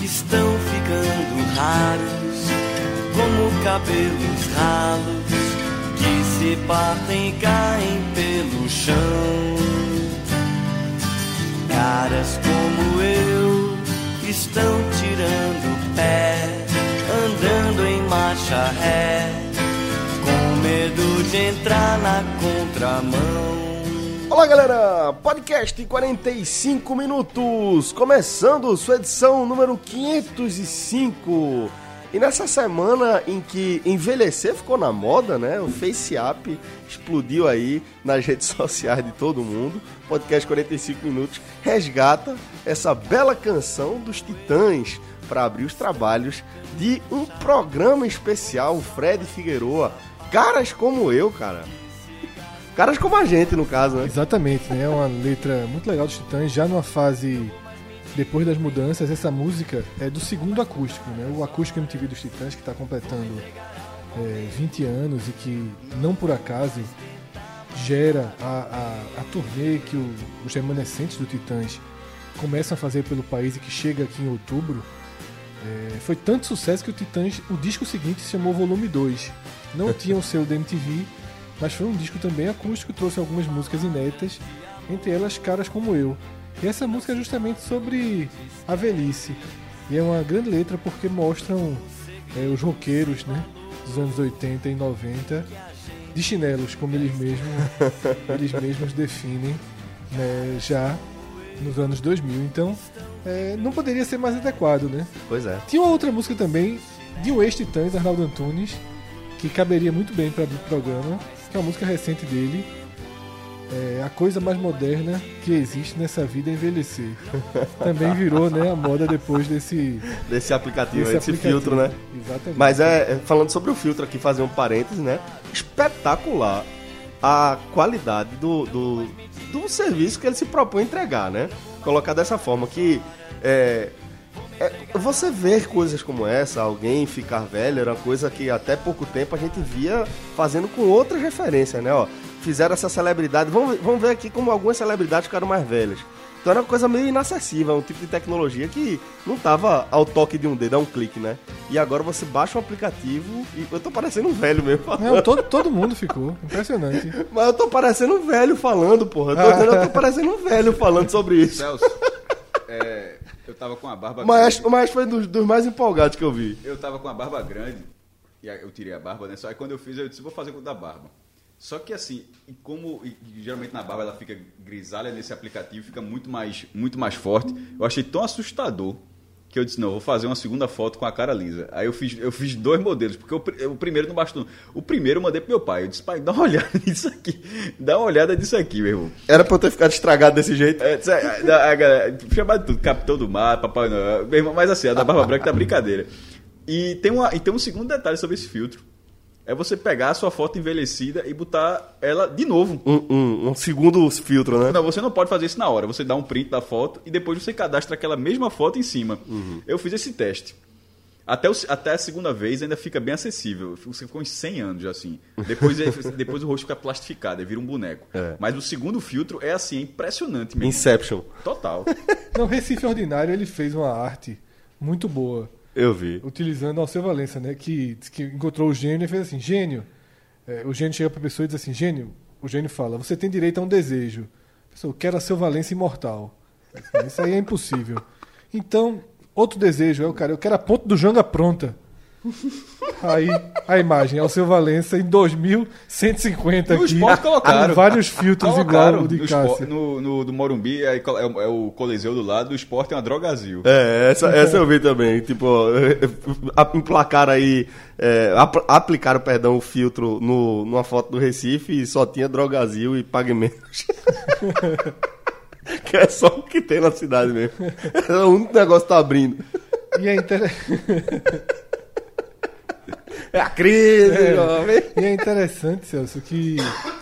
estão ficando raros, como cabelos ralos que se partem e caem pelo chão. Caras como eu estão tirando o pé, andando em marcha ré, com medo de entrar na contramão. Olá galera, podcast 45 minutos, começando sua edição número 505. E nessa semana em que envelhecer ficou na moda, né? O FaceApp explodiu aí nas redes sociais de todo mundo. Podcast 45 minutos resgata essa bela canção dos Titãs para abrir os trabalhos de um programa especial, o Fred Figueroa. Caras como eu, cara. Caras como a gente, no caso, né? Exatamente, né? É uma letra muito legal dos Titãs, já numa fase depois das mudanças. Essa música é do segundo acústico, né? O acústico MTV dos Titãs, que está completando 20 anos e que, não por acaso, gera a turnê que os remanescentes do Titãs começam a fazer pelo país e que chega aqui em outubro. Foi tanto sucesso que o disco seguinte se chamou Volume 2. Não tinha o selo da MTV, mas foi um disco também acústico, trouxe algumas músicas inéditas, entre elas Caras Como Eu. E essa música é justamente sobre a velhice. E é uma grande letra porque mostram os roqueiros, né, dos anos 80 e 90 de chinelos, como eles mesmos definem, né, já nos anos 2000. Então, não poderia ser mais adequado, né? Pois é. Tinha uma outra música também de um ex-Titãs, Arnaldo Antunes, que caberia muito bem para abrir o programa, que é uma música recente dele. A coisa mais moderna que existe nessa vida é envelhecer. Também virou, né, a moda depois desse aplicativo, desse filtro, né? Exatamente. Mas falando sobre o filtro aqui, fazer um parêntese, né? Espetacular a qualidade do serviço que ele se propõe a entregar, né? Colocar dessa forma que você ver coisas como essa, alguém ficar velho, era uma coisa que até pouco tempo a gente via fazendo com outras referências, né? Ó, fizeram essa celebridade, vamos ver aqui como algumas celebridades ficaram mais velhas. Então era uma coisa meio inacessível, um tipo de tecnologia que não tava ao toque de um dedo, a um clique, né? E agora você baixa um aplicativo e eu tô parecendo um velho mesmo falando. Não, todo mundo ficou, impressionante. Mas eu tô parecendo um velho falando, porra. Eu tô parecendo um velho falando sobre isso. Celso, eu tava com a barba grande. O Maestro foi dos mais empolgados que eu vi. Eu tava com a barba grande, e eu tirei a barba, né? Só que quando eu fiz, eu disse, vou fazer com o da barba. Só que assim, geralmente na barba ela fica grisalha, nesse aplicativo fica muito mais forte. Eu achei tão assustador que eu disse, não, vou fazer uma segunda foto com a cara lisa. Aí eu fiz 2 modelos, porque o primeiro não bastou. O primeiro eu mandei pro meu pai. Eu disse, pai, dá uma olhada nisso aqui. Dá uma olhada nisso aqui, meu irmão. Era pra eu ter ficado estragado desse jeito? A galera, chamado de tudo, Capitão do Mar, Papai Noel. Meu irmão, mas assim, a da Barba Branca tá brincadeira. E tem um segundo detalhe sobre esse filtro. É você pegar a sua foto envelhecida e botar ela de novo. Um segundo filtro, né? Não, você não pode fazer isso na hora. Você dá um print da foto e depois você cadastra aquela mesma foto em cima. Uhum. Eu fiz esse teste. Até a segunda vez ainda fica bem acessível. Você ficou uns 100 anos já assim. Depois o rosto fica plastificado, vira um boneco. Mas o segundo filtro é assim, é impressionante mesmo. Inception. Total. No Recife Ordinário ele fez uma arte muito boa. Eu vi. Utilizando Alceu Valença, né? Que encontrou o gênio e fez assim, gênio. O gênio chega pra pessoa e diz assim, gênio. O gênio fala, você tem direito a um desejo. A pessoa, eu quero Alceu Valença imortal. Isso aí é impossível. Então, outro desejo eu quero a ponte do Janga pronta. Aí a imagem, Alceu Valença em 2150 no aqui. Esporte colocaram. Vários filtros igual o de Cássio. No do Morumbi é o Coliseu do lado, do Esporte é uma drogazil. Essa eu vi também. Tipo, emplacaram aí, aplicaram, perdão, o filtro numa foto do Recife e só tinha drogazil e pague menos. Que é só o que tem na cidade mesmo. É o único negócio que tá abrindo. E é É a crise, jovem. E é interessante, Celso, que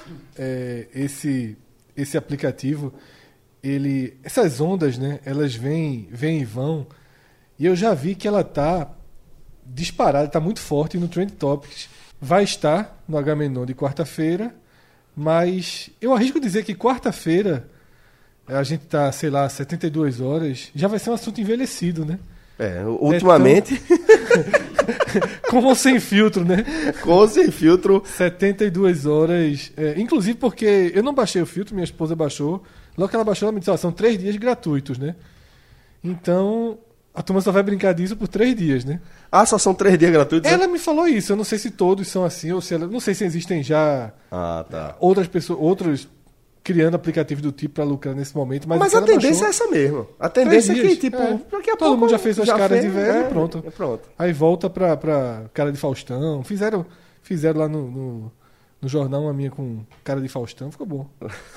esse aplicativo, essas ondas, né, elas vêm e vão, e eu já vi que ela tá disparada, tá muito forte no Trend Topics. Vai estar no Agamenon de quarta-feira, mas eu arrisco dizer que quarta-feira a gente tá, sei lá, 72 horas, já vai ser um assunto envelhecido, né? Ultimamente, Com ou sem filtro, né? com ou sem filtro. 72 horas. Inclusive porque eu não baixei o filtro, minha esposa baixou. Logo que ela baixou, ela me disse, são 3 dias gratuitos, né? Então, a turma só vai brincar disso por 3 dias, né? Ah, só são 3 dias gratuitos? Ela me falou isso, eu não sei se todos são assim, ou se ela. Não sei se existem já outras pessoas, outros criando aplicativos do tipo para lucrar nesse momento. Mas a tendência é essa mesmo. A tendência é que, tipo, daqui a pouco. Todo mundo já fez suas caras de velho e pronto. Pronto. Aí volta pra cara de Faustão. Fizeram lá no jornal uma minha com cara de Faustão, ficou bom.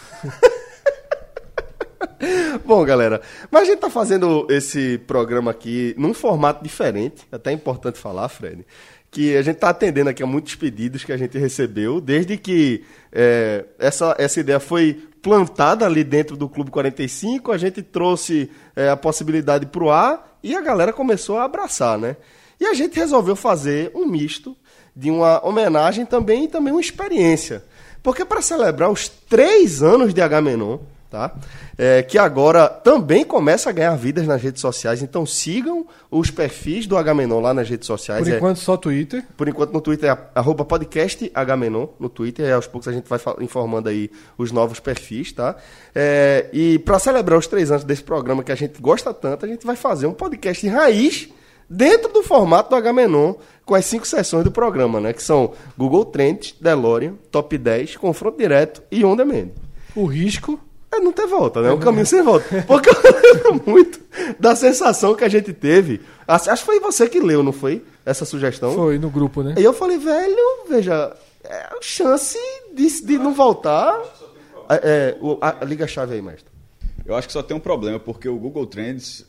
Bom, galera, mas a gente tá fazendo esse programa aqui num formato diferente, até é importante falar, Fred, que a gente tá atendendo aqui a muitos pedidos que a gente recebeu, desde que essa ideia foi plantada ali dentro do Clube 45, a gente trouxe a possibilidade pro ar e a galera começou a abraçar, né? E a gente resolveu fazer um misto de uma homenagem também e também uma experiência. Porque para celebrar os 3 anos de Agamenon, tá? Que agora também começa a ganhar vidas nas redes sociais, então sigam os perfis do Agamenon lá nas redes sociais. Por enquanto só Twitter. Por enquanto no Twitter é @podcastagamenon, no Twitter, e aos poucos a gente vai informando aí os novos perfis, tá? E para celebrar os 3 anos desse programa que a gente gosta tanto, a gente vai fazer um podcast raiz dentro do formato do Agamenon, com as 5 sessões do programa, né? Que são Google Trends, DeLorean, Top 10, Confronto Direto e On Demand. O risco... não ter volta, né? Um caminho sem volta. Porque eu lembro muito da sensação que a gente teve. Acho que foi você que leu, não foi? Essa sugestão. Foi, no grupo, né? E eu falei, velho, veja, a chance de não voltar... liga a chave aí, mestre. Eu acho que só tem um problema, porque o Google Trends...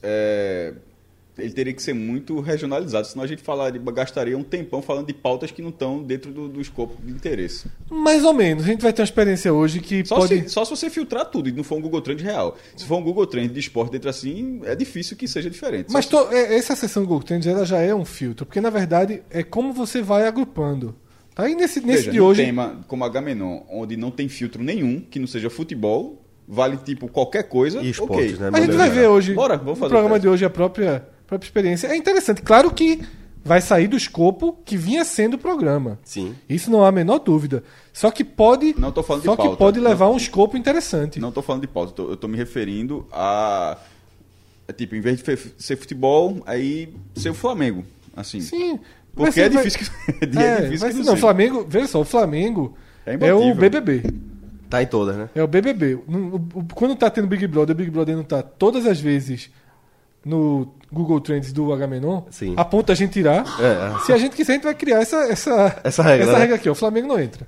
ele teria que ser muito regionalizado, senão a gente gastaria um tempão falando de pautas que não estão dentro do escopo de interesse. Mais ou menos. A gente vai ter uma experiência hoje que só se você filtrar tudo e não for um Google Trend real. Se for um Google Trend de esporte dentro assim, é difícil que seja diferente. Mas essa seção do Google Trends ela já é um filtro, porque na verdade é como você vai agrupando. Tá? E nesse de hoje... tema como Agamenon, onde não tem filtro nenhum, que não seja futebol, vale tipo qualquer coisa. E esportes, né? A gente vai ver hoje, Bora, vamos fazer o programa de hoje, a própria experiência. É interessante. Claro que vai sair do escopo que vinha sendo o programa. Sim. Isso não há a menor dúvida. Só que pode, não tô falando de pauta. Que pode levar um escopo interessante. Não estou falando de pauta. Eu estou me referindo a... tipo, em vez de ser futebol, aí ser o Flamengo. Assim. Sim. Porque é difícil que não seja. O Flamengo... Veja só, o Flamengo é o BBB. Tá em todas, né? É o BBB. Quando tá tendo Big Brother não tá todas as vezes no Google Trends do Agamenon, sim, a ponto da gente tirar. Se a gente quiser, a gente vai criar essa regra, regra aqui. O Flamengo não entra.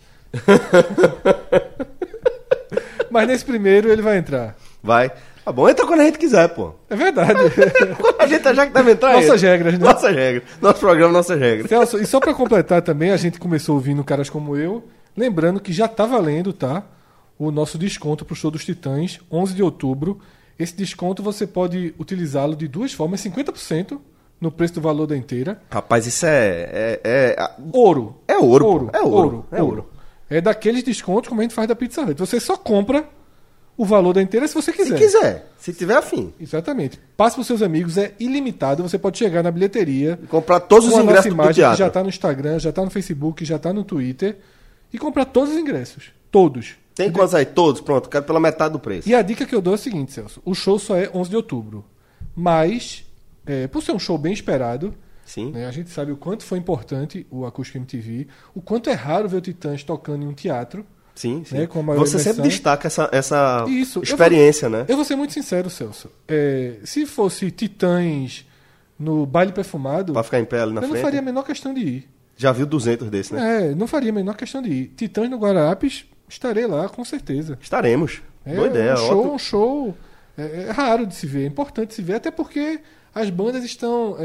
Mas nesse primeiro ele vai entrar. Vai. Tá bom, entra quando a gente quiser, pô. É verdade. Quando a gente já que deve entrar. Nossas regras, né? Nossas regras. Nosso programa, nossas regras. Celso, e só pra completar também, a gente começou ouvindo caras como eu, lembrando que já tá valendo, tá? O nosso desconto pro show dos Titãs, 11 de outubro. Esse desconto você pode utilizá-lo de 2 formas, 50% no preço do valor da inteira. Rapaz, isso ouro. É ouro. É ouro. É ouro. É daqueles descontos como a gente faz da Pizza Hut. Você só compra o valor da inteira se você quiser. Se quiser, se tiver afim. Exatamente. Passe para os seus amigos, é ilimitado. Você pode chegar na bilheteria e comprar todos os ingressos do teatro. Que já está no Instagram, já está no Facebook, já está no Twitter. E comprar todos os ingressos. Todos. Tem quantos aí? Todos? Pronto, quero pela metade do preço. E a dica que eu dou é a seguinte, Celso. O show só é 11 de outubro. Mas, por ser um show bem esperado, sim, né, a gente sabe o quanto foi importante o Acústico MTV, o quanto é raro ver o Titãs tocando em um teatro. Sim, sim. Né, com a você sempre destaca essa experiência, né? Eu vou ser muito sincero, Celso. Se fosse Titãs no baile perfumado... Pra ficar em pé ali na frente? Eu não faria a menor questão de ir. Já viu 200 desse, né? Não faria a menor questão de ir. Titãs no Guararapes... Estarei lá, com certeza. Estaremos. Boa ideia. Um show é raro de se ver, é importante de se ver, até porque as bandas estão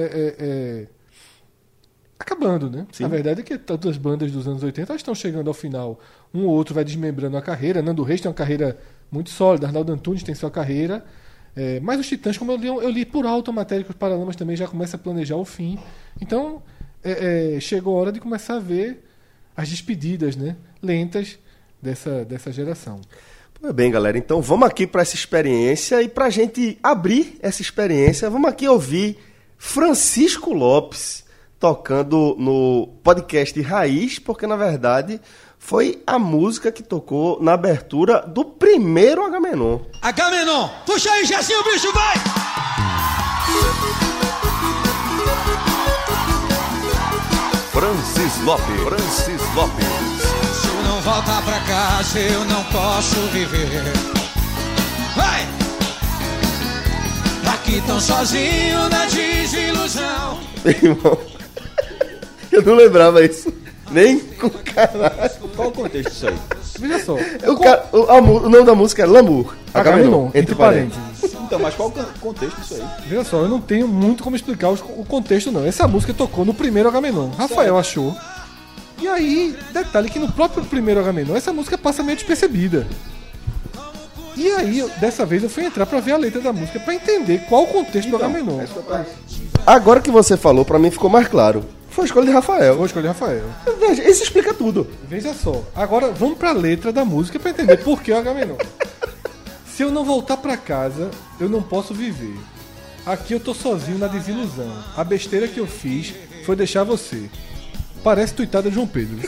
acabando, né? Sim. A verdade é que todas as bandas dos anos 80 estão chegando ao final. Um ou outro vai desmembrando a carreira. Nando Reis tem uma carreira muito sólida, Arnaldo Antunes tem sua carreira. Mas os Titãs, como eu li por alto a matéria que os Paralamas também já começa a planejar o fim. Então, chegou a hora de começar a ver as despedidas, né? Lentas dessa geração. Muito bem, galera. Então vamos aqui para essa experiência e para a gente abrir essa experiência, vamos aqui ouvir Francisco Lopes tocando no podcast Raiz, porque na verdade foi a música que tocou na abertura do primeiro Agamenon. Agamenon, puxa aí, Gessinho, bicho, vai! Francis Lopes. Se eu não voltar pra casa, eu não posso viver. Vai! Aqui tão sozinho na desilusão. Irmão, eu não lembrava isso. Nem com caralho. Qual o contexto disso aí? Veja só. O nome da música é Lamour. Agamenon, entre parênteses. Então, mas qual o contexto disso aí? Veja só, eu não tenho muito como explicar o contexto, não. Essa música tocou no primeiro Agamenon. Rafael achou. E aí, detalhe que no próprio primeiro Agamenon, essa música passa meio despercebida. E aí, dessa vez, eu fui entrar pra ver a letra da música, pra entender qual o contexto do Agamenon. Agora que você falou, pra mim ficou mais claro. Foi a escolha de Rafael. Vou escolher Rafael. Isso explica tudo. Veja só. Agora, vamos pra letra da música pra entender por que o Agamenon. Se eu não voltar pra casa, eu não posso viver. Aqui eu tô sozinho na desilusão. A besteira que eu fiz foi deixar você. Parece tuitada de João Pedro.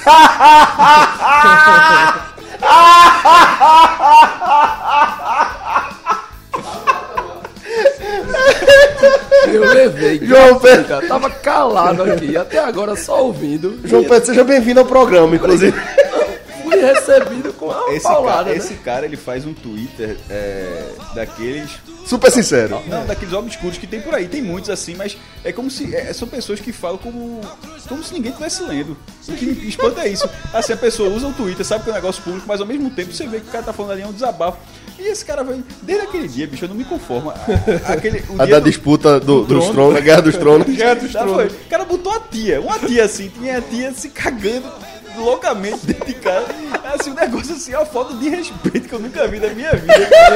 Eu levei. João Pedro. Cara, tava calado aqui, até agora só ouvindo. João Pedro, seja bem-vindo ao programa, inclusive. Fui recebido com uma paulada, Esse cara, ele faz um Twitter daqueles... Super sincero. Não, daqueles obscuros que tem por aí. Tem muitos assim, mas é como se... são pessoas que falam como se ninguém estivesse lendo. O que me espanta é isso. Assim, a pessoa usa o Twitter, sabe que é um negócio público, mas ao mesmo tempo você vê que o cara tá falando ali é um desabafo. E esse cara vai... Desde aquele dia, bicho, eu não me conformo. A da disputa dos tronos, a Guerra dos Tronos. O cara botou uma tia assim, tinha a tia se cagando loucamente dentro de casa. Assim, um negócio assim, uma falta de respeito que eu nunca vi na minha vida.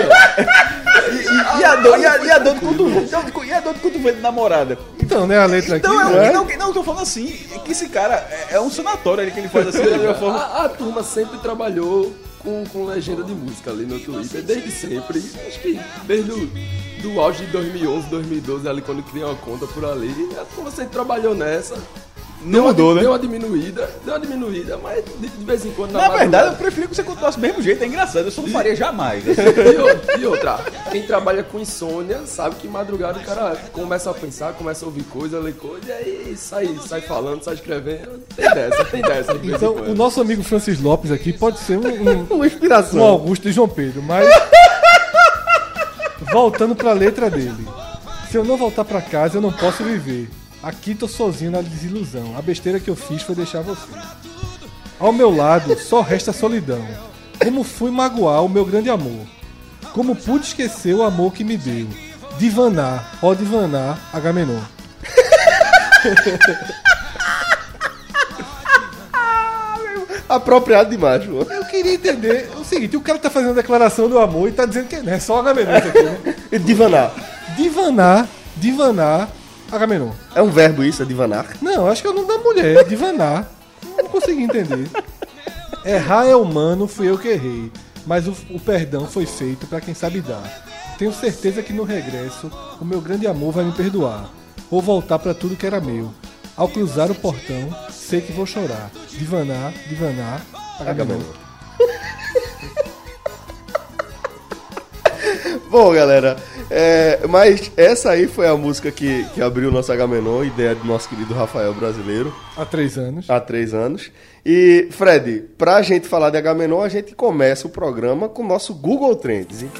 E a dor do cotovelo. E a dor do cotovelo de namorada. Então, né, a letra aqui... Não, eu tô falando assim, que esse cara é um sanatório ali que ele faz assim. A turma sempre trabalhou com legenda de música ali no Twitter, desde sempre. Acho que desde do auge de 2011, 2012, ali quando criou uma conta por ali, a turma sempre trabalhou nessa. Não mudou, né? Deu uma diminuída, mas de vez em quando... Na verdade, eu prefiro que você continuasse do mesmo jeito, é engraçado, eu só não faria jamais. E outra, quem trabalha com insônia sabe que madrugada o cara começa a pensar, começa a ouvir coisa, ler coisa, e aí sai falando, sai escrevendo, tem dessa. Então, o nosso amigo Francis Lopes aqui pode ser Uma inspiração. um Augusto de João Pedro, mas... Voltando pra letra dele. Se eu não voltar pra casa, eu não posso viver. Aqui tô sozinho na desilusão. A besteira que eu fiz foi deixar você. Ao meu lado só resta solidão. Como fui magoar o meu grande amor? Como pude esquecer o amor que me deu? Divanar, ó divanar, Agamenon. Apropriado demais, pô. Eu queria entender o seguinte: o cara tá fazendo a declaração do amor e tá dizendo que não é só Agamenon isso aqui, né? Divanar. Divanar, Agamenon. É um verbo isso, é divanar? Não, acho que é o nome da mulher, divanar. Não consegui entender. Errar é humano, fui eu que errei. Mas o perdão foi feito pra quem sabe dar. Tenho certeza que no regresso o meu grande amor vai me perdoar. Vou voltar pra tudo que era meu. Ao cruzar o portão, sei que vou chorar. Divanar, Agamenon. Bom, galera, mas essa aí foi a música que abriu o nosso Agamenon, ideia do nosso querido Rafael Brasileiro. Há 3 anos. Há 3 anos. E, Fred, pra gente falar de Agamenon, a gente começa o programa com o nosso Google Trends, hein?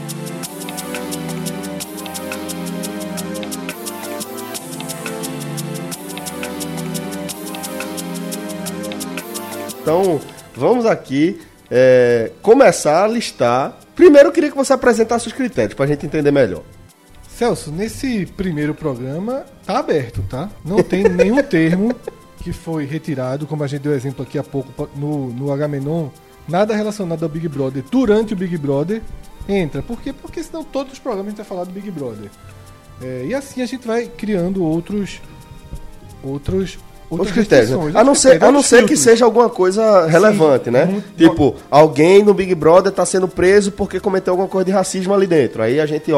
Então, vamos aqui começar a listar. Primeiro, eu queria que você apresentasse os critérios pra gente entender melhor. Celso, nesse primeiro programa tá aberto, tá? Não tem nenhum termo que foi retirado, como a gente deu exemplo aqui há pouco no Agamenon, nada relacionado ao Big Brother. Durante o Big Brother entra. Por quê? Porque senão todos os programas a gente vai falar do Big Brother. E assim a gente vai criando outros critérios, né? A não ser que seja alguma coisa relevante, né? Tipo, alguém no Big Brother tá sendo preso porque cometeu alguma coisa de racismo ali dentro. Aí a gente,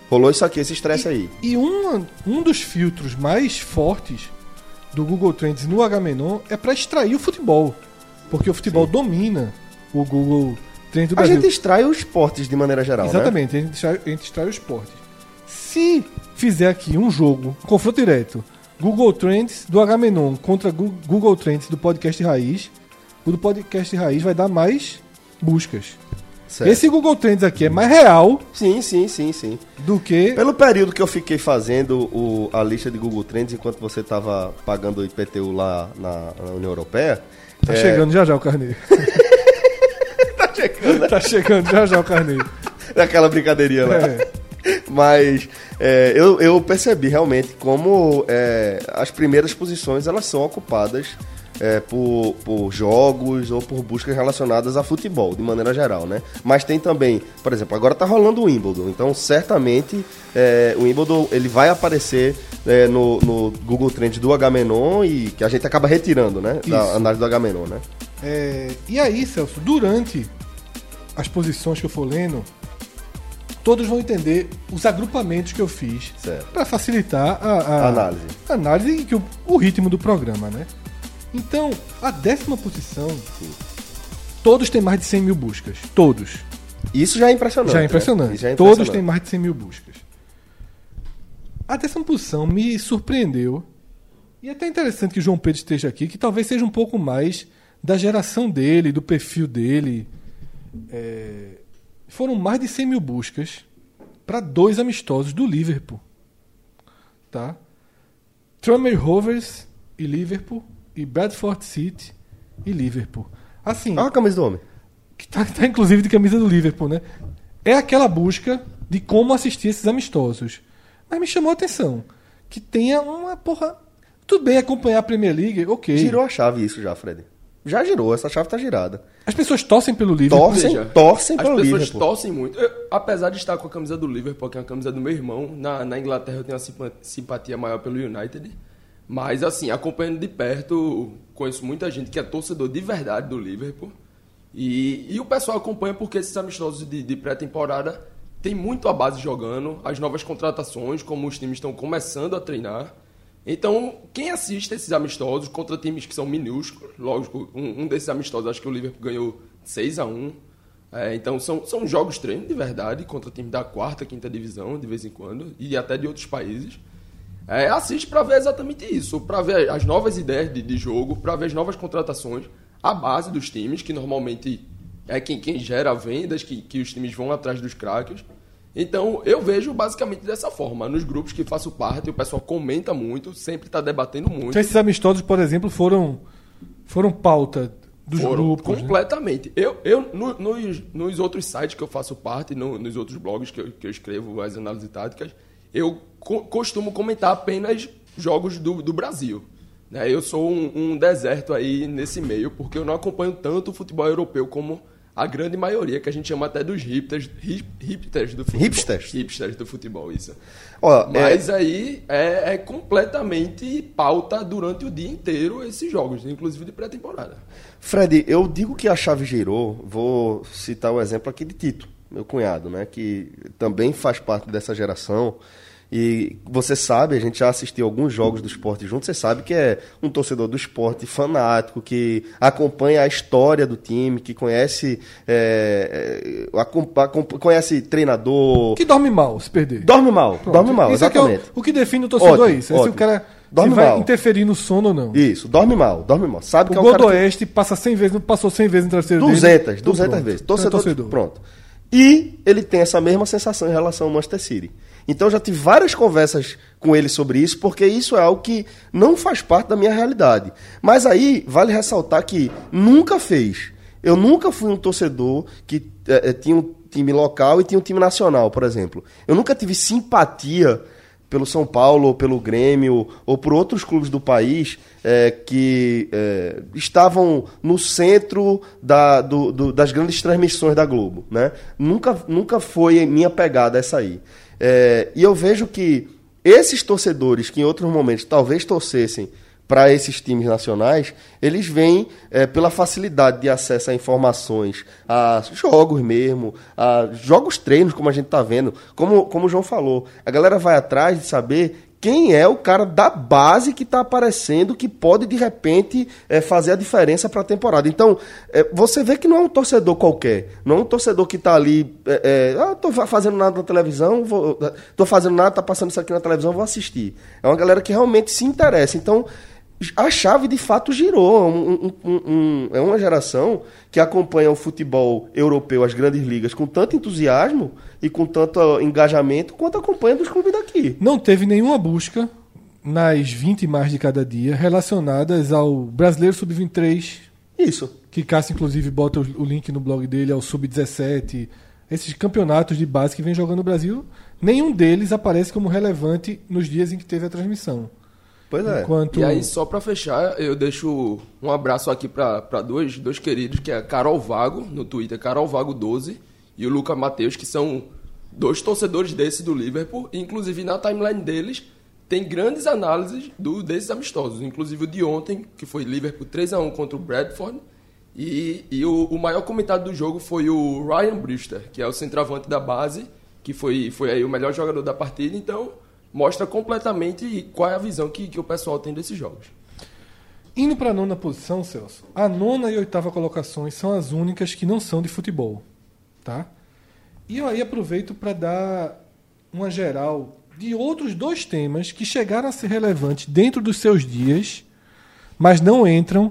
Rolou isso aqui, esse estresse aí. E um dos filtros mais fortes do Google Trends no Agamenon é para extrair o futebol. Porque o futebol domina o Google Trends do Brasil. A gente extrai os esportes de maneira geral, Exatamente, né? a gente extrai os esportes. Se fizer aqui um jogo, confronto direto, Google Trends do Agamenon contra Google Trends do Podcast Raiz, o do Podcast Raiz vai dar mais buscas. Certo. Esse Google Trends aqui é mais real Sim. do que... Pelo período que eu fiquei fazendo a lista de Google Trends enquanto você estava pagando o IPTU lá na União Europeia... Tá chegando já o carneiro. Tá chegando, né? Tá chegando já o carneiro. Aquela brincadeirinha lá. Mas eu percebi realmente como as primeiras posições elas são ocupadas por jogos ou por buscas relacionadas a futebol, de maneira geral, né? Mas tem também, por exemplo, agora tá rolando o Wimbledon, então certamente o Wimbledon ele vai aparecer no Google Trends do Agamenon e que a gente acaba retirando, né? Da análise do Agamenon, né? E aí, Celso, durante as posições que eu for lendo, todos vão entender os agrupamentos que eu fiz para facilitar a análise e o ritmo do programa, né? Então, a 10ª posição, todos têm mais de 100 mil buscas. Todos. Isso já é impressionante. Já é impressionante. Né? Já é Todos têm mais de 100 mil buscas. A 10ª posição me surpreendeu. E é até interessante que o João Pedro esteja aqui, que talvez seja um pouco mais da geração dele, do perfil dele. Foram mais de 100 mil buscas para 2 amistosos do Liverpool. Tá? Tranmere Rovers e Liverpool. E Bradford City e Liverpool. Assim, olha a camisa do homem. Que tá inclusive de camisa do Liverpool, né? É aquela busca de como assistir esses amistosos. Mas me chamou a atenção que tenha uma porra... Tudo bem acompanhar a Premier League, ok. Girou a chave isso já, Fred. Já girou, essa chave tá girada. As pessoas torcem pelo Liverpool. Torcem pelo Liverpool. As pessoas torcem muito. Apesar de estar com a camisa do Liverpool, que é a camisa do meu irmão, na Inglaterra eu tenho uma simpatia maior pelo United. Mas, assim, acompanhando de perto, conheço muita gente que é torcedor de verdade do Liverpool. E o pessoal acompanha porque esses amistosos de pré-temporada tem muito a base jogando, as novas contratações, como os times estão começando a treinar. Então, quem assiste esses amistosos contra times que são minúsculos, lógico, um desses amistosos, acho que o Liverpool ganhou 6-1. Então, são jogos treino de verdade, contra time da 4ª, 5ª divisão, de vez em quando, e até de outros países. Assiste para ver exatamente isso, para ver as novas ideias de jogo, para ver as novas contratações, a base dos times, que normalmente é quem gera vendas, que os times vão atrás dos craques. Então, eu vejo basicamente dessa forma. Nos grupos que faço parte, o pessoal comenta muito, sempre está debatendo muito. Então, esses amistosos, por exemplo, foram pauta dos grupos. Completamente. Né? Nos outros sites que eu faço parte, nos outros blogs que eu escrevo as análises táticas, eu costumo comentar apenas jogos do Brasil. Né? Eu sou um deserto aí nesse meio, porque eu não acompanho tanto o futebol europeu como a grande maioria, que a gente chama até dos hipsters do futebol. Hipsters do futebol, isso. Mas aí é completamente pauta durante o dia inteiro esses jogos, inclusive de pré-temporada. Fred, eu digo que a chave girou, vou citar o exemplo aqui de Tito, meu cunhado, né, que também faz parte dessa geração. E você sabe, a gente já assistiu alguns jogos do esporte junto, você sabe que é um torcedor do esporte fanático, que acompanha a história do time, que conhece conhece treinador... Que dorme mal, se perder. Dorme mal, isso exatamente. O que define o torcedor é isso, é se o cara se vai interferir no sono ou não. Isso, dorme mal. Sabe que o gol do Oeste passou 100 vezes no traseiro 200 vezes. Torcedor. Pronto. E ele tem essa mesma sensação em relação ao Manchester City. Então, já tive várias conversas com ele sobre isso, porque isso é algo que não faz parte da minha realidade. Mas aí, vale ressaltar que nunca fez. Eu nunca fui um torcedor que tinha um time local e tinha um time nacional, por exemplo. Eu nunca tive simpatia pelo São Paulo, ou pelo Grêmio, ou por outros clubes do país que estavam no centro das grandes transmissões da Globo. Né? Nunca foi minha pegada essa aí. E eu vejo que esses torcedores que em outros momentos talvez torcessem para esses times nacionais, eles vêm pela facilidade de acesso a informações, a jogos mesmo, a jogos treinos, como a gente está vendo. Como o João falou, a galera vai atrás de saber quem é o cara da base que está aparecendo, que pode, de repente, fazer a diferença para a temporada. Então, você vê que não é um torcedor qualquer. Não é um torcedor que está ali... estou fazendo nada na televisão, estou fazendo nada, está passando isso aqui na televisão, vou assistir. É uma galera que realmente se interessa. Então, a chave, de fato, girou. É uma geração que acompanha o futebol europeu, as grandes ligas, com tanto entusiasmo e com tanto engajamento, quanto acompanha dos clubes daqui. Não teve nenhuma busca nas 20 mais de cada dia relacionadas ao Brasileiro Sub-23. Isso. Que Cássio, inclusive, bota o link no blog dele, ao Sub-17. Esses campeonatos de base que vem jogando no Brasil, nenhum deles aparece como relevante nos dias em que teve a transmissão. Pois é. Enquanto... E aí, só pra fechar, eu deixo um abraço aqui pra dois queridos, que é a Carol Vago, no Twitter, Carol Vago 12, e o Luca Matheus, que são dois torcedores do Liverpool. E, inclusive, na timeline deles, tem grandes análises desses amistosos. Inclusive o de ontem, que foi Liverpool 3-1 contra o Bradford. E o maior comentário do jogo foi o Ryan Brewster, que é o centroavante da base, que foi aí o melhor jogador da partida. Então, mostra completamente qual é a visão que o pessoal tem desses jogos. Indo para a 9ª posição, Celso, a 9ª e 8ª colocações são as únicas que não são de futebol. Tá? E eu aí aproveito para dar uma geral de outros 2 temas que chegaram a ser relevantes dentro dos seus dias, mas não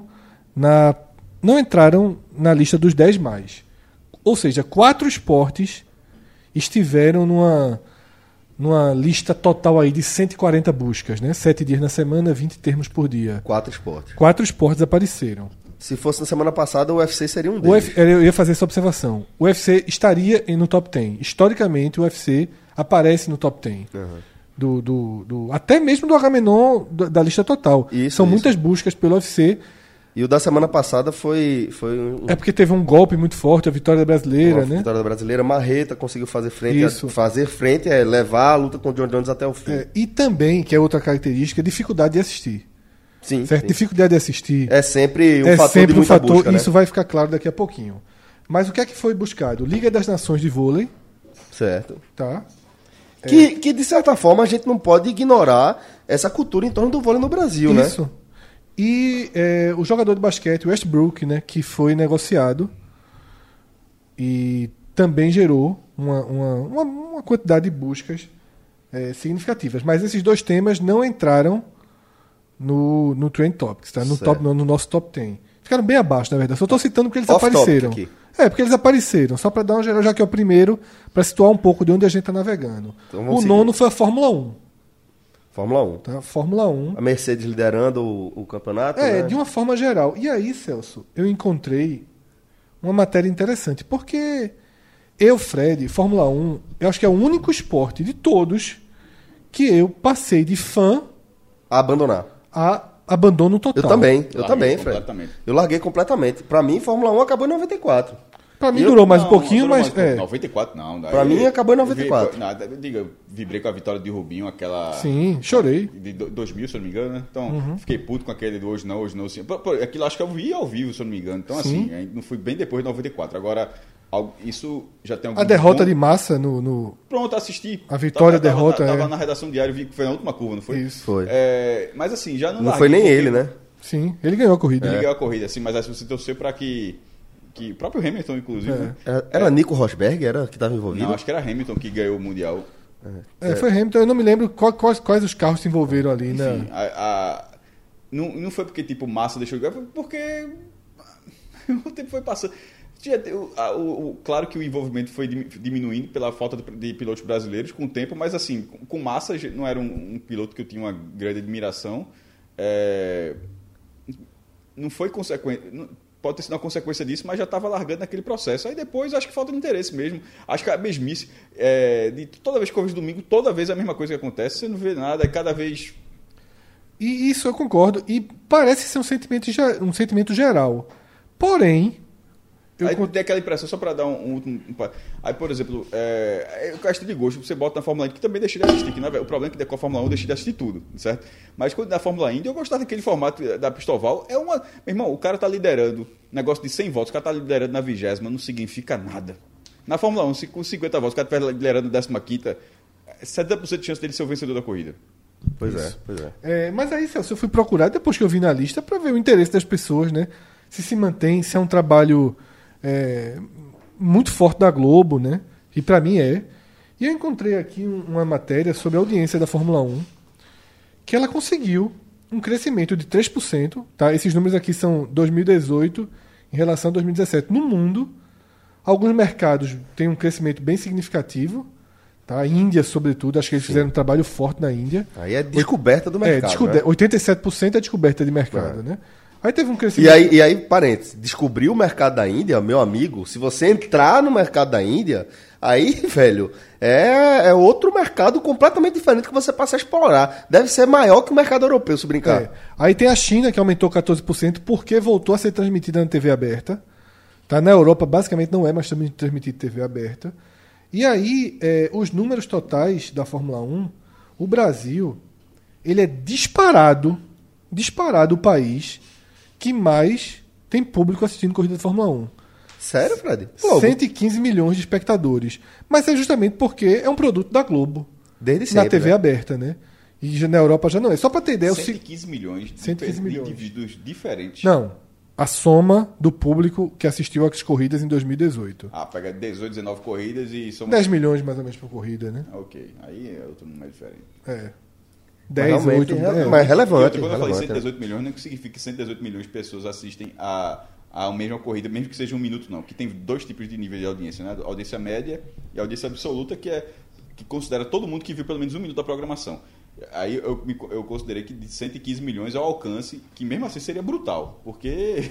entraram na lista dos 10 mais. Ou seja, 4 esportes estiveram numa lista total aí de 140 buscas, né? 7 dias na semana, 20 termos por dia. 4 esportes. 4 esportes apareceram. Se fosse na semana passada, o UFC seria um deles. Eu ia fazer essa observação. O UFC estaria no top 10. Historicamente, o UFC aparece no top 10. Uhum. Até mesmo do Agamenon da lista total. São muitas buscas pelo UFC. E o da semana passada foi É porque teve um golpe muito forte, a vitória da brasileira, né? A vitória da brasileira, Marreta conseguiu fazer frente, levar a luta com o John Jones até o fim. E também, que é outra característica, dificuldade de assistir. Sim, certo? Sim. Dificuldade de assistir. É sempre um fator de muita busca, né? Isso vai ficar claro daqui a pouquinho. Mas o que é que foi buscado? Liga das Nações de Vôlei. Certo. Tá. Que de certa forma, a gente não pode ignorar essa cultura em torno do vôlei no Brasil, né? Isso. E o jogador de basquete, Westbrook, né, que foi negociado e também gerou uma quantidade de buscas significativas. Mas esses 2 temas não entraram no Trend Topics, tá? No nosso top 10. Ficaram bem abaixo, na verdade. Só estou citando porque eles apareceram. Porque eles apareceram. Só para dar uma geral, já que é o primeiro, para situar um pouco de onde a gente está navegando. Então, o 9º foi a Fórmula 1. Fórmula 1. Tá? Fórmula 1. A Mercedes liderando o campeonato. Né? De uma forma geral. E aí, Celso, eu encontrei uma matéria interessante. Porque Fred, Fórmula 1, eu acho que é o único esporte de todos que eu passei de fã a abandonar. A abandono total. Eu também, Fred. Eu larguei completamente. Pra mim, Fórmula 1 acabou em 94. Pra mim durou mais um pouquinho, mas... 94 não. Pra mim acabou em 94. Vibrei com a vitória de Rubinho, aquela... Sim, chorei. De 2000, se eu não me engano, né? Então, fiquei puto com aquele do hoje não. Assim. Aquilo acho que eu vi ao vivo, se eu não me engano. Então, Sim. assim, não fui bem depois de 94. Agora, isso já tem algum... A derrota de Massa no... Pronto, assisti. A vitória, a derrota... Tava na redação diária, vi que foi na última curva, não foi? Isso. Foi. Mas assim, já não foi nem ele, né? Sim, ele ganhou a corrida. Ele ganhou a corrida, assim, mas aí você torceu pra que o próprio Hamilton, inclusive... Era Nico Rosberg que estava envolvido? Não, acho que era Hamilton que ganhou o Mundial. Foi Hamilton, eu não me lembro quais os carros se envolveram ali. Enfim, não foi porque tipo Massa deixou de ganhar, foi porque o tempo foi passando. Claro que o envolvimento foi diminuindo pela falta de pilotos brasileiros com o tempo, mas assim, com Massa não era um piloto que eu tinha uma grande admiração. Não foi consequente... Pode ter sido uma consequência disso, mas já estava largando naquele processo. Aí depois, acho que falta de interesse mesmo. Acho que a mesmice, de toda vez que eu vejo domingo, toda vez é a mesma coisa que acontece. Você não vê nada, é cada vez... E isso eu concordo. E parece ser um sentimento geral. Porém, Aí tem aquela impressão, só para dar Aí, por exemplo, eu questão de gosto, você bota na Fórmula Indy, que também deixei de assistir, que o problema é que com a Fórmula 1 eu deixei de assistir tudo, certo? Mas quando na Fórmula Indy, eu gostava daquele formato da Pistoval. Meu irmão, o cara tá liderando, negócio de 100 voltas, o cara tá liderando na 20ª, não significa nada. Na Fórmula 1, se com 50 voltas, o cara estiver liderando na 15ª, 70% de chance dele ser o vencedor da corrida. Pois é. Mas aí, Celso, eu fui procurar, depois que eu vi na lista, para ver o interesse das pessoas, né? Se mantém, se é um trabalho muito forte da Globo, né? E para mim é. E eu encontrei aqui uma matéria sobre a audiência da Fórmula 1, que ela conseguiu um crescimento de 3%, tá? Esses números aqui são 2018 em relação a 2017. No mundo, alguns mercados têm um crescimento bem significativo, tá? A Índia, sobretudo, acho que eles fizeram um trabalho forte na Índia. Aí é descoberta do mercado, né? 87% é descoberta de mercado, né? Aí teve um crescimento... E aí, parênteses, descobrir o mercado da Índia, meu amigo, se você entrar no mercado da Índia, aí, velho, é outro mercado completamente diferente que você passa a explorar. Deve ser maior que o mercado europeu, se brincar. Aí tem a China, que aumentou 14%, porque voltou a ser transmitida na TV aberta. Tá? Na Europa, basicamente, não é mais transmitido TV aberta. E aí, os números totais da Fórmula 1, o Brasil, ele é disparado o país que mais tem público assistindo corrida de Fórmula 1. Sério, Fred? 115 milhões de espectadores. Mas é justamente porque é um produto da Globo. Desde sempre, na TV aberta, né? E na Europa já não é. Só para ter ideia... 115 milhões de indivíduos diferentes. Não. A soma do público que assistiu às corridas em 2018. Pega 18, 19 corridas e soma... 10 milhões mais ou menos por corrida, né? Ok. Aí é outro número diferente. 10, 8... Mas relevante. Quando eu falei 118 milhões, não significa que 118 milhões de pessoas assistem a mesma corrida, mesmo que seja um minuto, não. Que tem dois tipos de nível de audiência, né? A audiência média e a audiência absoluta, que considera todo mundo que viu pelo menos um minuto da programação. Aí eu considerei que de 115 milhões é o alcance, que mesmo assim seria brutal, porque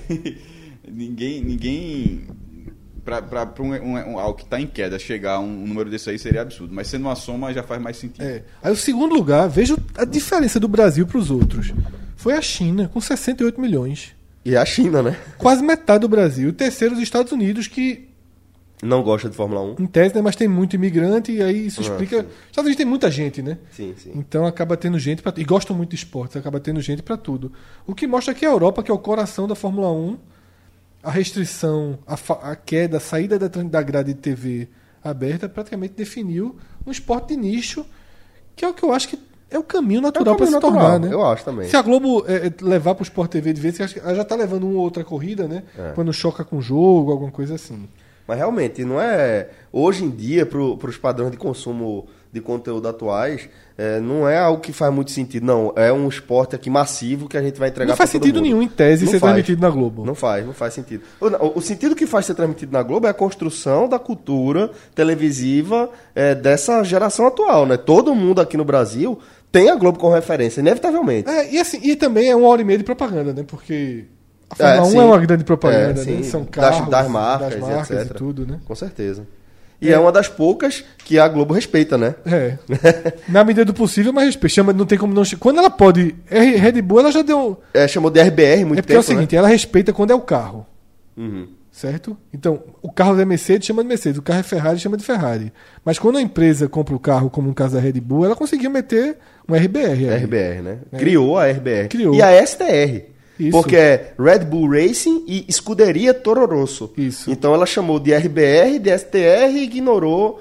ninguém para algo que está em queda, chegar a um número desse aí seria absurdo, mas sendo uma soma já faz mais sentido. Aí o segundo lugar, vejo a diferença do Brasil para os outros, foi a China, com 68 milhões. E a China, né? Quase metade do Brasil. O terceiro, os Estados Unidos, que não gosta de Fórmula 1. Em tese, né? Mas tem muito imigrante e aí isso explica... Os Estados Unidos tem muita gente, né? Sim. Então acaba tendo gente para... E gostam muito de esportes, acaba tendo gente para tudo. O que mostra que a Europa, que é o coração da Fórmula 1, a restrição, a queda, a saída da grade de TV aberta praticamente definiu um esporte de nicho, que é o que eu acho que é o caminho natural para se tornar, né? Eu acho também. Se a Globo levar para o Sport TV de vez, ela já está levando uma ou outra corrida, né? Quando choca com o jogo, alguma coisa assim. Mas realmente, não é... Hoje em dia, para os padrões de consumo de conteúdo atuais, não é algo que faz muito sentido. Não, é um esporte aqui massivo que a gente vai entregar para todo mundo. Não faz sentido nenhum, em tese, ser transmitido na Globo. Não faz sentido. O sentido que faz ser transmitido na Globo é a construção da cultura televisiva dessa geração atual, né? Todo mundo aqui no Brasil tem a Globo como referência, inevitavelmente. E também é 1h30 de propaganda, né? Porque... A Fórmula 1 é uma grande propaganda, né? São carros, das marcas etc. E tudo, né? Com certeza. E é uma das poucas que a Globo respeita, né? Na medida do possível, mas respeita. Não tem como não... Quando ela pode... Red Bull, ela já deu... chamou de RBR muito tempo, porque é o seguinte, ela respeita quando é o carro. Uhum. Certo? Então, o carro é Mercedes, chama de Mercedes. O carro é Ferrari, chama de Ferrari. Mas quando a empresa compra o carro, como no caso da Red Bull, ela conseguiu meter um RBR. RBR, né? Criou a RBR. Criou. E a STR. Isso. Porque é Red Bull Racing e Escuderia Toro Rosso. Isso. Então ela chamou de RBR, de STR e ignorou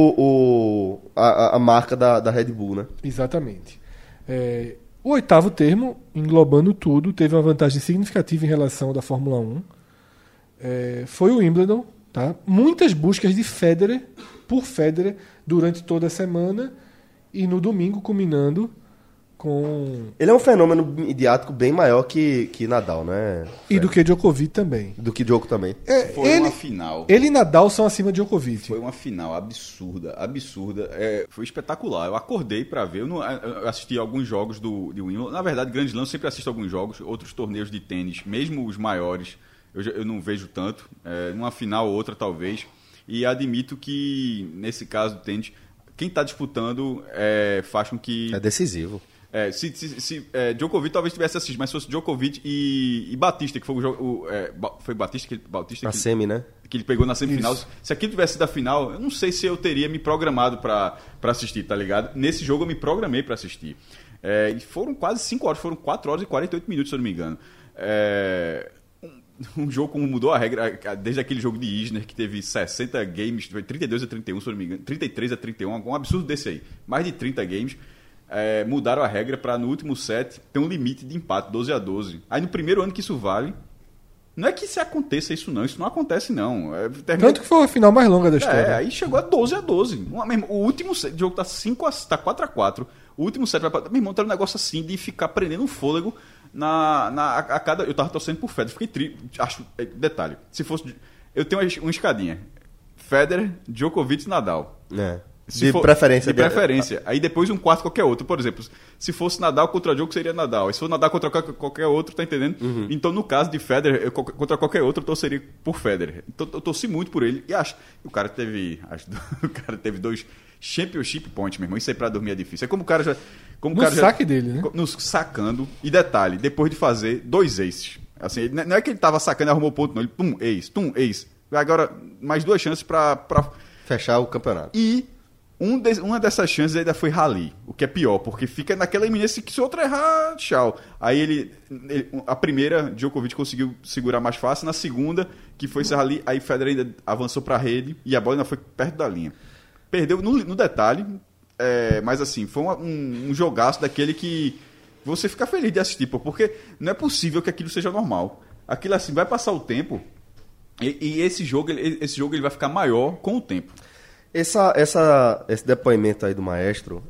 a marca da Red Bull, né? Exatamente. O oitavo termo, englobando tudo, teve uma vantagem significativa em relação ao da Fórmula 1. Foi o Wimbledon. Tá? Muitas buscas de Federer por Federer durante toda a semana e no domingo culminando com... Ele é um fenômeno midiático bem maior que Nadal, né? E do que Djokovic também. Do que Djokovic também. Foi uma final. Ele e Nadal são acima de Djokovic. Foi uma final absurda. Foi espetacular. Eu acordei para ver. Eu assisti alguns jogos de Wimbledon. Na verdade, Grand Slam eu sempre assisto alguns jogos. Outros torneios de tênis, mesmo os maiores, eu não vejo tanto. Numa final ou outra, talvez. E admito que, nesse caso do tênis, quem está disputando faz com que... É decisivo. Se Djokovic talvez tivesse assistido, mas se fosse Djokovic e Batista, que foi o jogo. Foi Batista Na semi, né? Que ele pegou na semifinal. Isso. Se aquilo tivesse sido a final, eu não sei se eu teria me programado pra assistir, tá ligado? Nesse jogo eu me programei pra assistir. E foram quase 5 horas, foram 4 horas e 48 minutos, se eu não me engano. Um jogo como mudou a regra, desde aquele jogo de Isner, que teve 60 games, foi 32 a 31, se eu não me engano, 33 a 31, um absurdo desse aí. Mais de 30 games. Mudaram a regra para no último set ter um limite de empate, 12 a 12. Aí no primeiro ano que isso vale, não é que se aconteça isso não acontece não. Tanto que foi a final mais longa da história. Aí chegou a 12 a 12. O último set, o jogo tá 4 a 4. O último set vai pra... Meu irmão, tá um negócio assim de ficar prendendo um fôlego a cada... Eu tava torcendo por Federer, fiquei acho, detalhe, se fosse... Eu tenho uma escadinha. Federer, Djokovic e Nadal. Preferência. Aí depois um quarto qualquer outro. Por exemplo, se fosse Nadal contra Djokovic, seria Nadal. E se for Nadal contra qualquer outro, tá entendendo? Uhum. Então, no caso de Federer, contra qualquer outro, eu torceria por Federer. Então, eu torci muito por ele. E acho o cara teve 2 championship points, meu irmão. Isso aí pra dormir é difícil. É como o cara já... saque dele, né? Sacando. E detalhe, depois de fazer 2 aces. Assim, não é que ele tava sacando e arrumou o ponto, não. Ele, ace. Agora, mais 2 chances pra... fechar o campeonato. E... uma dessas chances ainda foi rally, o que é pior, porque fica naquela iminência que se o outro errar, tchau. Aí a primeira, Djokovic conseguiu segurar mais fácil, na segunda, que foi esse rally, aí Federer ainda avançou para a rede e a bola ainda foi perto da linha. Perdeu no detalhe, mas assim, foi um jogaço daquele que você fica feliz de assistir, porque não é possível que aquilo seja normal. Aquilo assim, vai passar o tempo e esse jogo ele vai ficar maior com o tempo. Esse depoimento aí do maestro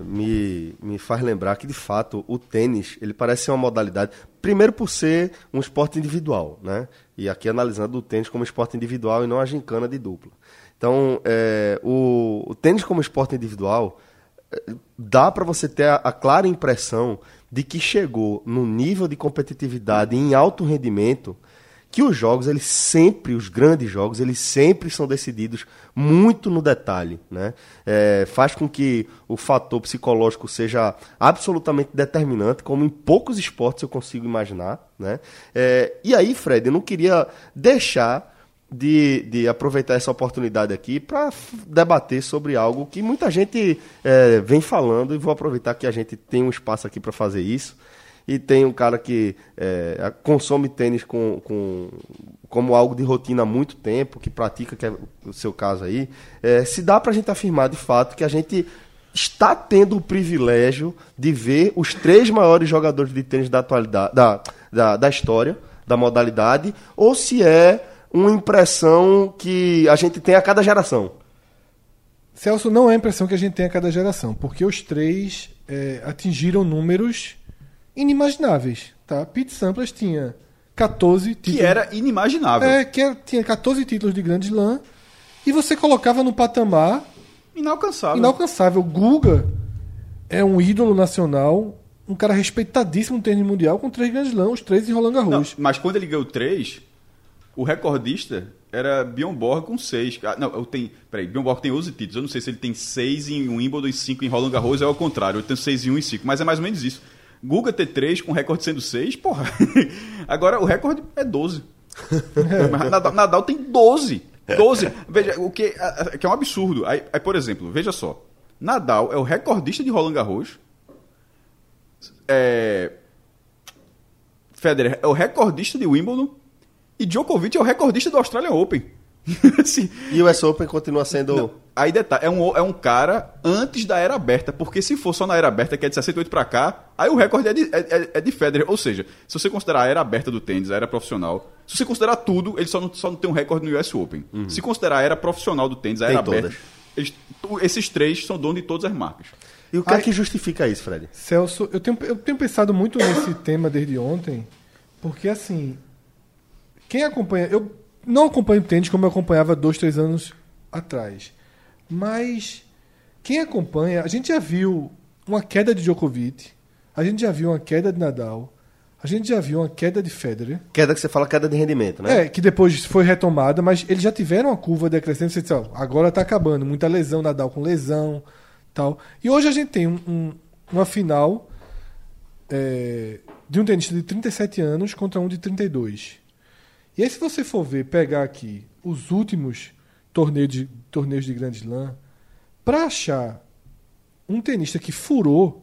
me faz lembrar que, de fato, o tênis ele parece ser uma modalidade, primeiro por ser um esporte individual, né? E aqui analisando o tênis como esporte individual e não a gincana de dupla. Então, o tênis como esporte individual dá para você ter a clara impressão de que chegou no nível de competitividade em alto rendimento que os jogos, os grandes jogos, eles sempre são decididos muito no detalhe, né? Faz com que o fator psicológico seja absolutamente determinante, como em poucos esportes eu consigo imaginar, né? E aí, Fred, eu não queria deixar de aproveitar essa oportunidade aqui para debater sobre algo que muita gente vem falando, e vou aproveitar que a gente tem um espaço aqui para fazer isso. E tem um cara que consome tênis como algo de rotina há muito tempo, que pratica, que é o seu caso aí. Se dá pra gente afirmar de fato que a gente está tendo o privilégio de ver os 3 maiores jogadores de tênis da atualidade, da história, da modalidade, ou se é uma impressão que a gente tem a cada geração? Celso, não é a impressão que a gente tem a cada geração, porque os 3 atingiram números inimagináveis, tá? Pete Sampras tinha 14 títulos. Que era inimaginável. Tinha 14 títulos de Grand Slam e você colocava no patamar inalcançável. Guga é um ídolo nacional, um cara respeitadíssimo no tênis mundial com 3 Grand Slam, os 3 em Roland Garros. Mas quando ele ganhou 3, o recordista era Bjorn Borg com 6. Bjorn Borg tem 11 títulos. Eu não sei se ele tem 6 em Wimbledon e 5 em Roland Garros, é ao contrário. Eu tenho 6 em 1 e 5, mas é mais ou menos isso. Guga ter 3 com recorde sendo 6, porra. Agora o recorde é 12. Nadal tem 12. Veja, o que é um absurdo. Aí, por exemplo, veja só. Nadal é o recordista de Roland Garros. Federer é o recordista de Wimbledon. E Djokovic é o recordista do Australian Open. E o US Open continua sendo... Não. Aí detalhe, é um cara antes da era aberta, porque se for só na era aberta, que é de 68 pra cá, aí o recorde é de Federer. Ou seja, se você considerar a era aberta do tênis, a era profissional, se você considerar tudo, ele só não tem um recorde no US Open. Uhum. Se considerar a era profissional do tênis, a era aberta, esses 3 são donos de todas as marcas. E o que é que justifica isso, Fred? Celso, eu tenho pensado muito nesse tema desde ontem, porque assim, quem acompanha... Eu não acompanho tênis como eu acompanhava 2, 3 anos atrás. Mas quem acompanha, a gente já viu uma queda de Djokovic, a gente já viu uma queda de Nadal, a gente já viu uma queda de Federer. Queda que você fala, queda de rendimento, né? Que depois foi retomada, mas eles já tiveram uma curva decrescente. Você disse, agora tá acabando, muita lesão, Nadal com lesão, tal. E hoje a gente tem uma final de um tenista de 37 anos contra um de 32. E aí, se você for pegar aqui os últimos torneios de Grand Slam, para achar um tenista que furou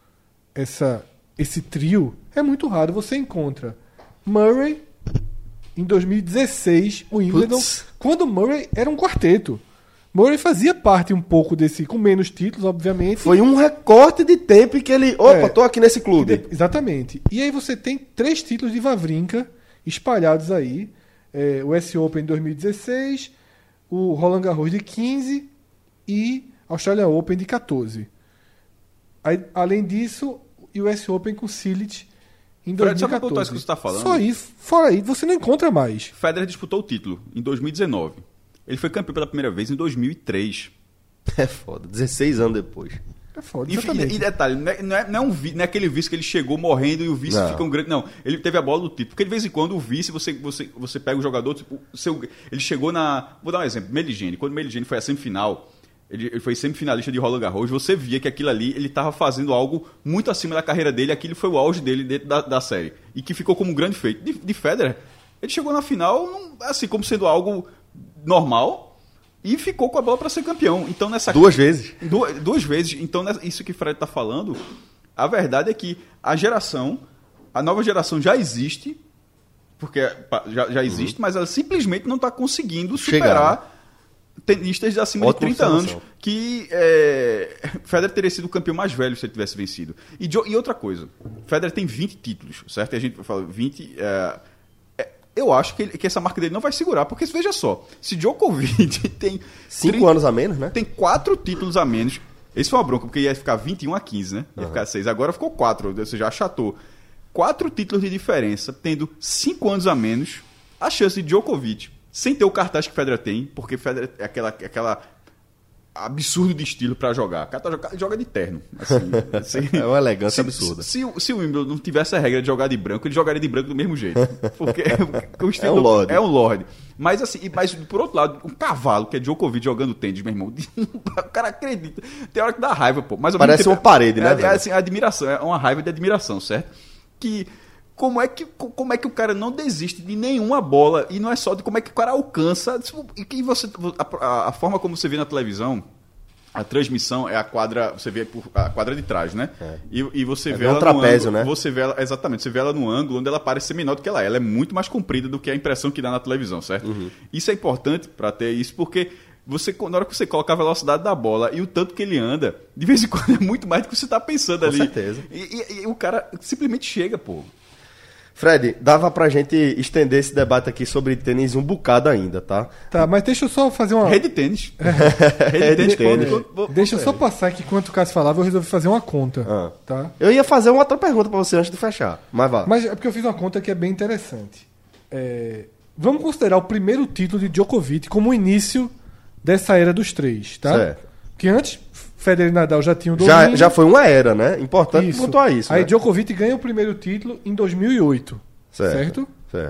esse trio, é muito raro. Você encontra Murray em 2016, o Wimbledon, quando Murray era um quarteto. Murray fazia parte um pouco desse, com menos títulos, obviamente. Foi um recorte de tempo em que ele... Opa, tô aqui nesse clube. Exatamente. E aí você tem 3 títulos de Wawrinka espalhados aí. O US Open em 2016, o Roland Garros de 15 e Australian Open de 14. Aí, além disso, o US Open com Cilic em 2014. Só pra botar isso que você tá falando. Só isso. Fora aí, você não encontra mais. Federer disputou o título em 2019. Ele foi campeão pela primeira vez em 2003. É foda, 16 anos depois. É foda, E detalhe, não é aquele vice que ele chegou morrendo e o vice fica um grande... Não, ele teve a bola do título. Porque de vez em quando o vice, você pega o jogador... Tipo, ele chegou na... Vou dar um exemplo. Meligeni. Quando Meligeni foi a semifinal, ele foi semifinalista de Roland Garros, você via que aquilo ali, ele estava fazendo algo muito acima da carreira dele, aquilo foi o auge dele dentro da série. E que ficou como um grande feito. De Federer, ele chegou na final, assim, como sendo algo normal... E ficou com a bola para ser campeão. Então, Duas vezes. Duas vezes. Então, isso que o Fred está falando, a verdade é que a nova geração já existe, porque já existe, mas ela simplesmente não está conseguindo superar tenistas acima de 30 anos, que Federer teria sido o campeão mais velho se ele tivesse vencido. E outra coisa, Federer tem 20 títulos, certo? E a gente fala 20... Eu acho que essa marca dele não vai segurar, porque veja só, se Djokovic tem 5 anos a menos, né? Tem 4 títulos a menos. Esse foi uma bronca, porque ia ficar 21 a 15, né? Ia ficar 6. Agora ficou 4, você já achatou. 4 títulos de diferença, tendo 5 anos a menos, a chance de Djokovic, sem ter o cartaz que Federer tem, porque Federer é aquela absurdo de estilo pra jogar. O cara joga de terno. Assim, é uma elegância absurda. Se o Wimbledon não tivesse a regra de jogar de branco, ele jogaria de branco do mesmo jeito. Porque o estilo é um lorde. Mas assim, por outro lado, um cavalo, que é Djokovic jogando tênis, meu irmão, o cara acredita. Tem hora que dá raiva, pô. Mas, parece uma parede, né? Assim, admiração, é uma raiva de admiração, certo? Que... Como é que o cara não desiste de nenhuma bola? E não é só de como é que o cara alcança. A forma como você vê na televisão, a transmissão é a quadra. Você vê a quadra de trás, né? E você vê ela trapézio, no ângulo, né? Você vê ela, exatamente, você vê ela no ângulo onde ela parece ser menor do que ela é. Ela é muito mais comprida do que a impressão que dá na televisão, certo? Isso é importante para ter isso, porque na hora que você coloca a velocidade da bola e o tanto que ele anda, de vez em quando é muito mais do que você está pensando ali. Com certeza. E o cara simplesmente chega, pô. Fred, dava pra gente estender esse debate aqui sobre tênis um bocado ainda, tá? Tá, mas deixa eu só fazer uma... Rede tênis. Rede tênis. Deixa eu só passar aqui, enquanto o Cássio falava, eu resolvi fazer uma conta, tá? Eu ia fazer uma outra pergunta pra você antes de fechar, mas vá. Mas é porque eu fiz uma conta que é bem interessante. Vamos considerar o primeiro título de Djokovic como o início dessa era dos 3, tá? Certo. Porque antes, Federer e Nadal já tinham domínio. Já foi uma era, né? Importante pontuar isso. Aí né? Djokovic ganha o primeiro título em 2008. Certo?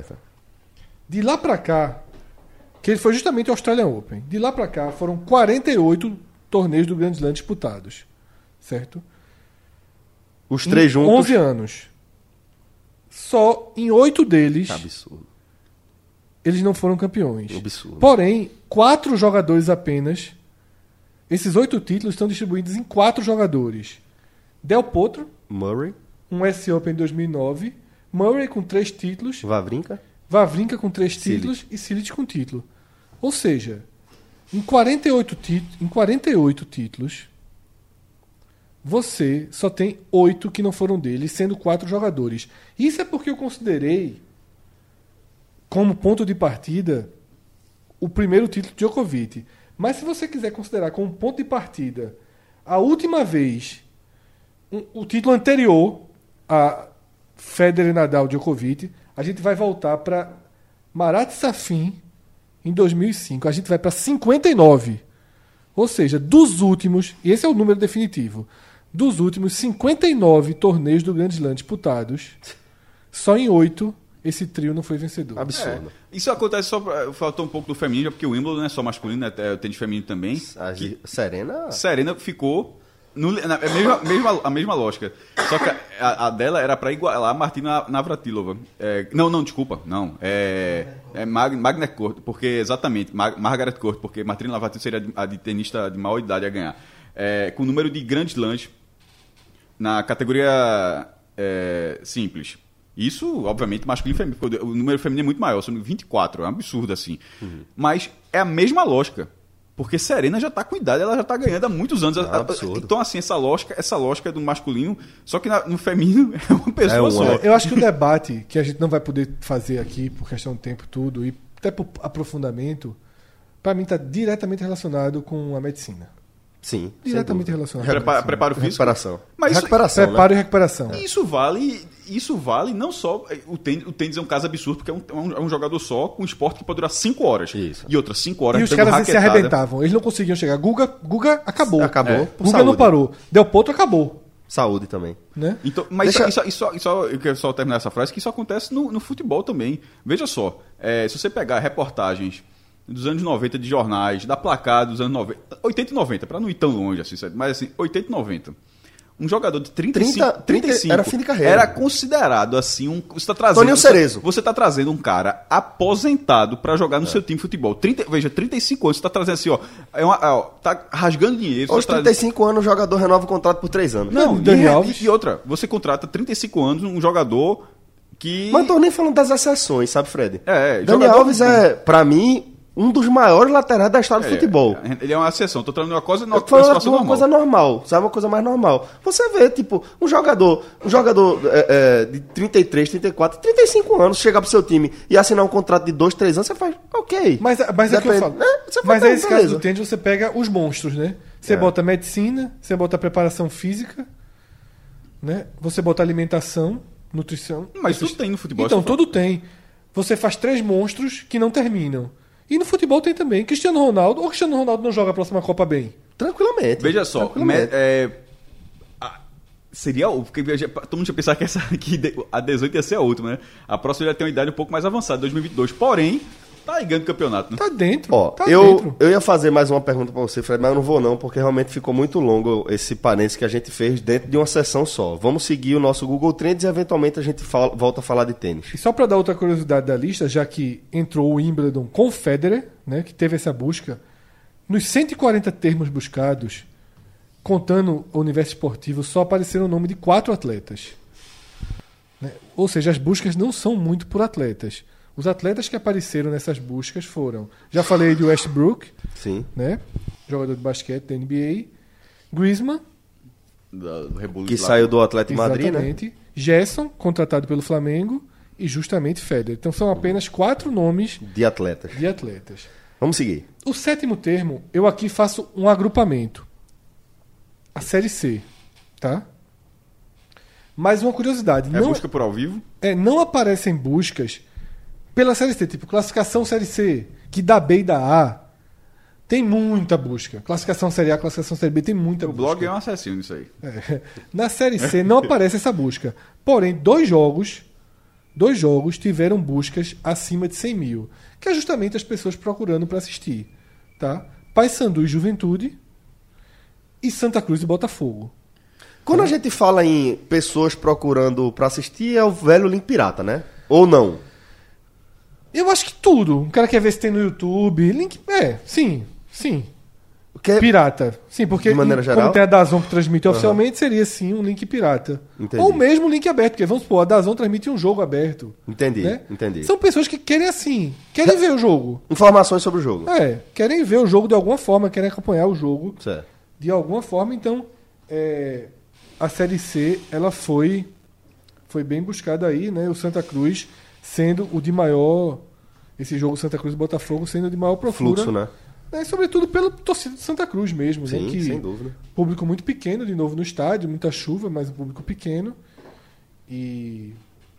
De lá pra cá, que ele foi justamente o Australian Open. De lá pra cá foram 48 torneios do Grand Slam disputados. Certo? Os 3 juntos. 11 anos. Só em 8 deles. Absurdo. Eles não foram campeões. Absurdo. Porém, 4 jogadores apenas. Esses 8 títulos estão distribuídos em 4 jogadores. Del Potro. Murray. Um US Open em 2009. Murray com 3 títulos. Wawrinka com 3 títulos. E Cilic com título. Ou seja, em 48 títulos, você só tem 8 que não foram dele, sendo 4 jogadores. Isso é porque eu considerei como ponto de partida o primeiro título de Djokovic. Mas se você quiser considerar como ponto de partida a última vez, o título anterior a Federer, Nadal, Djokovic, a gente vai voltar para Marat Safin em 2005. A gente vai para 59. Ou seja, dos últimos, e esse é o número definitivo, dos últimos 59 torneios do Grand Slam disputados, só em 8 esse trio não foi vencedor. Absurdo. Isso acontece faltou um pouco do feminino, porque o Wimbledon não é só masculino, é o tênis feminino também. Serena Serena ficou A mesma lógica. Só que a dela era pra igualar a Martina Navratilova. Desculpa. Não. Magnet Court, porque exatamente. Margaret Court, porque Martina Navratilova seria a de tenista de maior idade a ganhar. Com o número de grandes slams na categoria simples. Isso, obviamente, masculino e feminino, porque o número feminino é muito maior, são 24, é um absurdo assim. Mas é a mesma lógica, porque Serena já está com idade, ela já está ganhando há muitos anos. Então, assim, essa lógica é do masculino, só que no feminino é uma pessoa só. Eu acho que o debate, que a gente não vai poder fazer aqui por questão do tempo tudo, e até por aprofundamento, para mim está diretamente relacionado com a medicina. Sim. Diretamente relacionado. Preparo físico? Recuperação. Mas recuperação, preparo e recuperação. Isso vale não só... O tênis é um caso absurdo, porque é um jogador só com um esporte que pode durar 5 horas. Isso. E outras 5 horas E os caras se arrebentavam. Eles não conseguiam chegar. Guga acabou. Acabou. Guga Saúde. não parou. Del Potro acabou. Saúde também. Né? Então, mas eu quero só terminar essa frase, que isso acontece no futebol também. Veja só, se você pegar reportagens dos anos 90 de jornais, da Placar dos anos 90, 80 e 90, para não ir tão longe assim, mas assim, 80 e 90. Um jogador de 35 era fim de carreira. Era considerado assim você tá trazendo Toninho Cerezo. Você tá trazendo um cara aposentado para jogar no seu time de futebol. 35 anos, você tá trazendo assim, tá rasgando dinheiro. Aos 35 anos o jogador renova o contrato por 3 anos. Não, Daniel Alves. E outra, você contrata 35 anos um jogador que... Mas não tô nem falando das exceções, sabe, Fred? Daniel Daniel Alves pra mim, um dos maiores laterais da história do futebol. Ele é uma exceção. Tô falando de uma coisa Uma coisa normal, sabe? Uma coisa mais normal. Você vê, tipo, um jogador de 33, 34, 35 anos chegar pro seu time e assinar um contrato de 2, 3 anos, você faz, ok. Mas é que eu falo. Mas nesse caso do tênis, você pega os monstros, né? Você bota medicina, você bota preparação física, né? Você bota alimentação, nutrição. Mas tudo tem no futebol. Então, tudo tem. Você faz 3 monstros que não terminam. E no futebol tem também. Cristiano Ronaldo não joga a próxima Copa bem? Tranquilamente. Veja só, seria porque todo mundo tinha pensado que a 18 ia ser a última, né? A próxima já tem uma idade um pouco mais avançada, 2022. Porém, tá aí ganhando campeonato, né? Tá dentro. Eu ia fazer mais uma pergunta pra você, Fred, mas eu não vou não, porque realmente ficou muito longo esse parênteses que a gente fez dentro de uma sessão só. Vamos seguir o nosso Google Trends e eventualmente a gente volta a falar de tênis. E só para dar outra curiosidade da lista, já que entrou o Wimbledon com o Federer, né, que teve essa busca, nos 140 termos buscados, contando o universo esportivo, só apareceram o nome de 4 atletas. Né? Ou seja, as buscas não são muito por atletas. Os atletas que apareceram nessas buscas foram... Já falei de Westbrook, Sim. Né? Jogador de basquete da NBA. Griezmann. Que saiu do Atlético de Madrid, exatamente. né? Gerson, contratado pelo Flamengo. E justamente Federer. Então são apenas 4 nomes De atletas. de atletas. Vamos seguir. O 7º termo, eu aqui faço um agrupamento. A Série C. Tá? Mais uma curiosidade. Busca por ao vivo? Não aparecem buscas pela Série C, tipo classificação Série C, que dá B e dá A, tem muita busca. Classificação Série A, classificação Série B, tem muita busca. O blog é um assassino nisso aí. Na Série C não aparece essa busca. Porém, 2 jogos tiveram buscas acima de 100 mil, que é justamente as pessoas procurando para assistir. Tá? Paysandu e Juventude e Santa Cruz e Botafogo. Quando a gente fala em pessoas procurando para assistir, é o velho link pirata, né? Ou não? Eu acho que tudo. O cara quer ver se tem no YouTube. Link. Sim. Pirata. Sim, porque de maneira geral, como tem a DAZN que transmite oficialmente, seria sim um link pirata. Entendi. Ou mesmo um link aberto, porque vamos supor, a DAZN transmite um jogo aberto. Entendi. São pessoas que querem querem ver o jogo. Informações sobre o jogo. Querem ver o jogo de alguma forma, querem acompanhar o jogo Certo. de alguma forma. Então, a Série C, ela foi bem buscada aí, né? O Santa Cruz sendo o de maior... Esse jogo Santa Cruz e Botafogo sendo o de maior procura. Fluxo, né? Sobretudo pela torcida de Santa Cruz mesmo. Sim, né? Que sem dúvida. Público muito pequeno, de novo no estádio, muita chuva, mas um público pequeno. E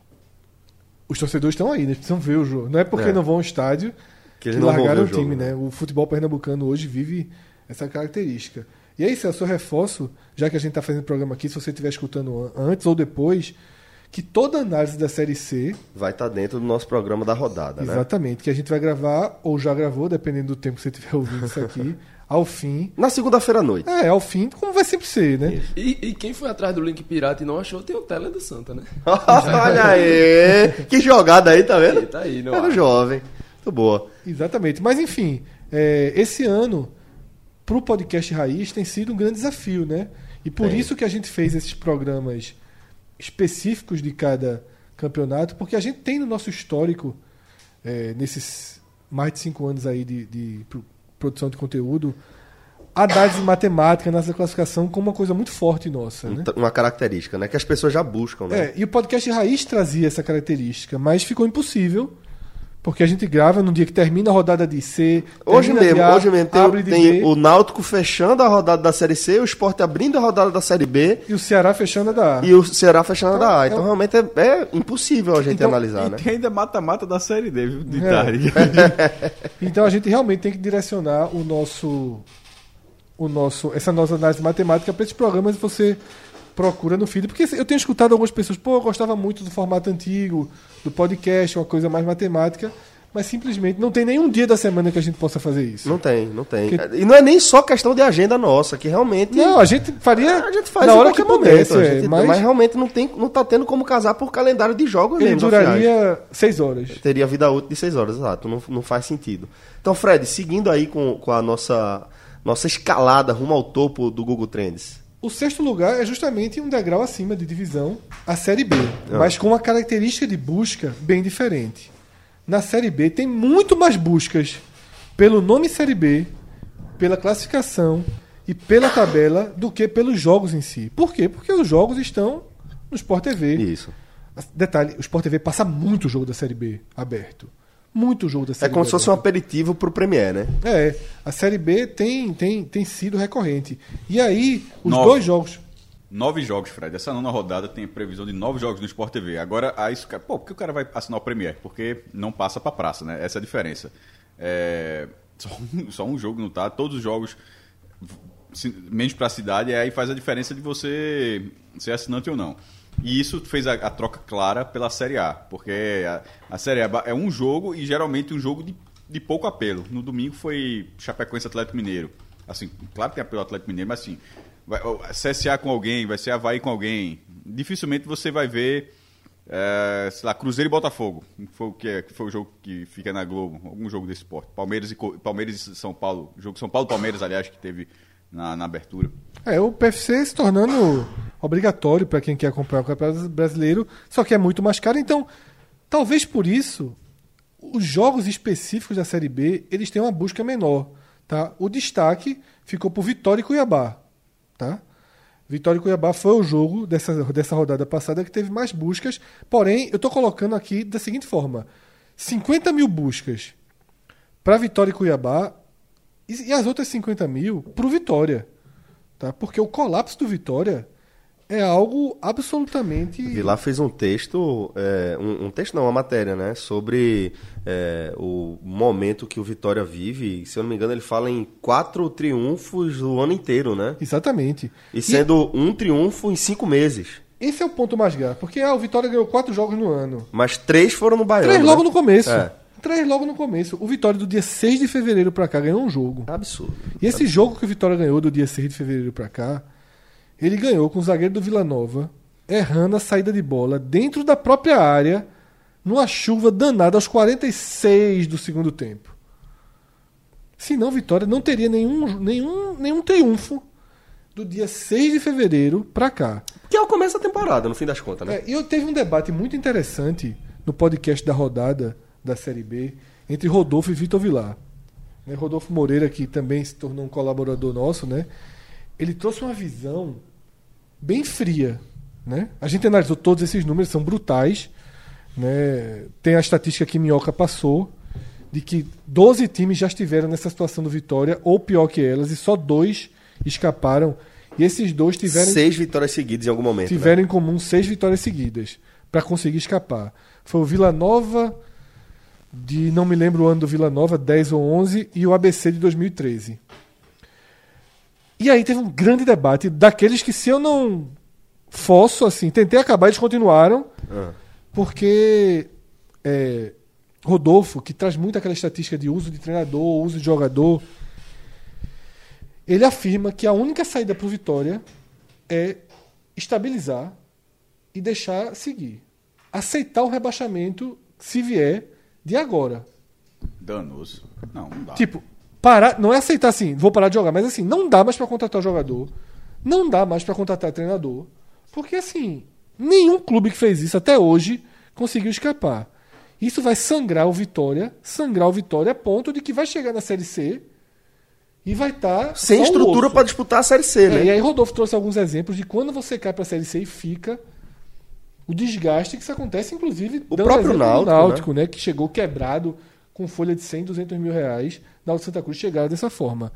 os torcedores estão aí, né? Precisam ver o jogo. Não é porque não vão ao estádio que eles não largaram vão ver o time, jogo, né? O futebol pernambucano hoje vive essa característica. E aí, Celso, eu reforço, já que a gente está fazendo programa aqui, se você estiver escutando antes ou depois... que toda análise da Série C, Vai estar dentro do nosso programa da rodada, né? exatamente, que a gente vai gravar, ou já gravou, dependendo do tempo que você estiver ouvindo isso aqui, ao fim. Na segunda-feira à noite. Ao fim, como vai sempre ser, né? E quem foi atrás do link pirata e não achou, tem o Tele do Santa, né? Olha aí! Que jogada aí, tá vendo? Tá aí, não Era há. jovem. Muito boa. Exatamente. Mas, enfim, esse ano, pro podcast Raiz, tem sido um grande desafio, né? E por isso que a gente fez esses programas específicos de cada campeonato, porque a gente tem no nosso histórico, nesses mais de 5 anos aí de produção de conteúdo, a análise matemática nessa classificação como uma coisa muito forte nossa, né? Uma característica, né? Que as pessoas já buscam, né? E o podcast Raiz trazia essa característica, mas ficou impossível, porque a gente grava no dia que termina a rodada de C, Hoje termina de mesmo A, abre de tem B, o Náutico fechando a rodada da Série C, o Sport abrindo a rodada da Série B e o Ceará fechando a da A. e o Ceará fechando a da A. Então, Então realmente é impossível a gente Então, analisar, E né? tem ainda mata-mata da Série D, viu? De tarde. Então a gente realmente tem que direcionar essa nossa análise matemática para esses programas que você procura no feed. Porque eu tenho escutado algumas pessoas, eu gostava muito do formato antigo, do podcast, uma coisa mais matemática, mas simplesmente não tem nenhum dia da semana que a gente possa fazer isso. Não tem. Porque- E não é nem só questão de agenda nossa, que realmente... Não, a gente faria A gente faz na em hora que qualquer momento, pudesse, mas realmente não tá tendo como casar por calendário de jogos ele mesmo, oficiais. duraria 6 horas. Teria vida útil de 6 horas, exato. Não faz sentido. Então, Fred, seguindo aí com a nossa escalada rumo ao topo do Google Trends. O 6º lugar é justamente um degrau acima de divisão, a Série B, mas com uma característica de busca bem diferente. Na Série B tem muito mais buscas pelo nome Série B, pela classificação e pela tabela do que pelos jogos em si. Por quê? Porque os jogos estão no Sport TV. Isso. Detalhe, o Sport TV passa muito jogo da Série B aberto. Muito jogo da É Série B como se fosse um aberto. aperitivo pro Premier, né? A Série B tem sido recorrente. E aí, os 9. 2 jogos... 9 jogos, Fred. Essa 9ª rodada tem previsão de 9 jogos no Sport TV. Agora, aí, por que o cara vai assinar o Premier? Porque não passa pra praça, né? Essa é a diferença. Só um jogo não tá. Todos os jogos, menos pra cidade, aí faz a diferença de você ser assinante ou não. E isso fez a troca clara pela Série A. Porque a Série A é um jogo e geralmente um jogo de pouco apelo. No domingo foi Chapecoense Atlético Mineiro. Assim, claro que tem apelo ao Atlético Mineiro, mas assim... Vai CSA com alguém, vai ser Avaí com alguém. Dificilmente você vai ver, sei lá, Cruzeiro e Botafogo. Que foi o jogo que fica na Globo, algum jogo desse esporte. Palmeiras e São Paulo. Jogo São Paulo-Palmeiras, aliás, que teve na abertura. O PFC se tornando obrigatório para quem quer acompanhar o Campeonato Brasileiro, só que é muito mais caro. Então, talvez por isso, os jogos específicos da Série B, eles têm uma busca menor. Tá? O destaque ficou por Vitória e Cuiabá. Tá? Vitória e Cuiabá foi o jogo dessa rodada passada que teve mais buscas, porém eu estou colocando aqui da seguinte forma: 50 mil buscas para Vitória e Cuiabá e as outras 50 mil para o Vitória, tá? Porque o colapso do Vitória é algo absolutamente... Vilar fez um texto, uma matéria, né, sobre o momento que o Vitória vive. Se eu não me engano, ele fala em 4 triunfos o ano inteiro, né? Exatamente. E sendo um triunfo em 5 meses. Esse é o ponto mais grave, porque o Vitória ganhou 4 jogos no ano. Mas 3 foram no Baiano. 3 logo né? no começo. 3 É. logo no começo. O Vitória do dia 6 de fevereiro pra cá ganhou um jogo. Absurdo. E esse jogo que o Vitória ganhou do dia 6 de fevereiro pra cá, ele ganhou com o zagueiro do Vila Nova, errando a saída de bola dentro da própria área, numa chuva danada aos 46 do segundo tempo. Senão, Vitória não teria nenhum triunfo do dia 6 de fevereiro pra cá. Que é o começo da temporada, no fim das contas, né? E eu teve um debate muito interessante no podcast da rodada da Série B entre Rodolfo e Vitor Vilar. Rodolfo Moreira, que também se tornou um colaborador nosso, né? Ele trouxe uma visão bem fria, né? A gente analisou todos esses números, são brutais, né? Tem a estatística que Minhoca passou, de que 12 times já estiveram nessa situação do Vitória, ou pior que elas, e só 2 escaparam. E esses 2 tiveram... 6 vitórias seguidas em algum momento. Tiveram em comum 6 vitórias seguidas para conseguir escapar. Foi o Vila Nova, não me lembro o ano do Vila Nova, 10 ou 11, e o ABC de 2013. E aí teve um grande debate daqueles que, se eu não forço, assim, tentei acabar, eles continuaram, porque Rodolfo, que traz muito aquela estatística de uso de treinador, uso de jogador, ele afirma que a única saída para o Vitória é estabilizar e deixar seguir. Aceitar o rebaixamento, se vier, de agora. Danoso. Não dá. Tipo, parar, não é aceitar assim, vou parar de jogar, mas assim, não dá mais para contratar jogador, não dá mais para contratar treinador, porque assim, nenhum clube que fez isso até hoje conseguiu escapar. Isso vai sangrar o Vitória a ponto de que vai chegar na Série C e vai estar sem estrutura para disputar a Série C, né? E aí Rodolfo trouxe alguns exemplos de quando você cai para a Série C e fica o desgaste que isso acontece, inclusive, o próprio Náutico, né? Que chegou quebrado com folha de 100, 200 mil reais, Náutico Santa Cruz chegaram dessa forma.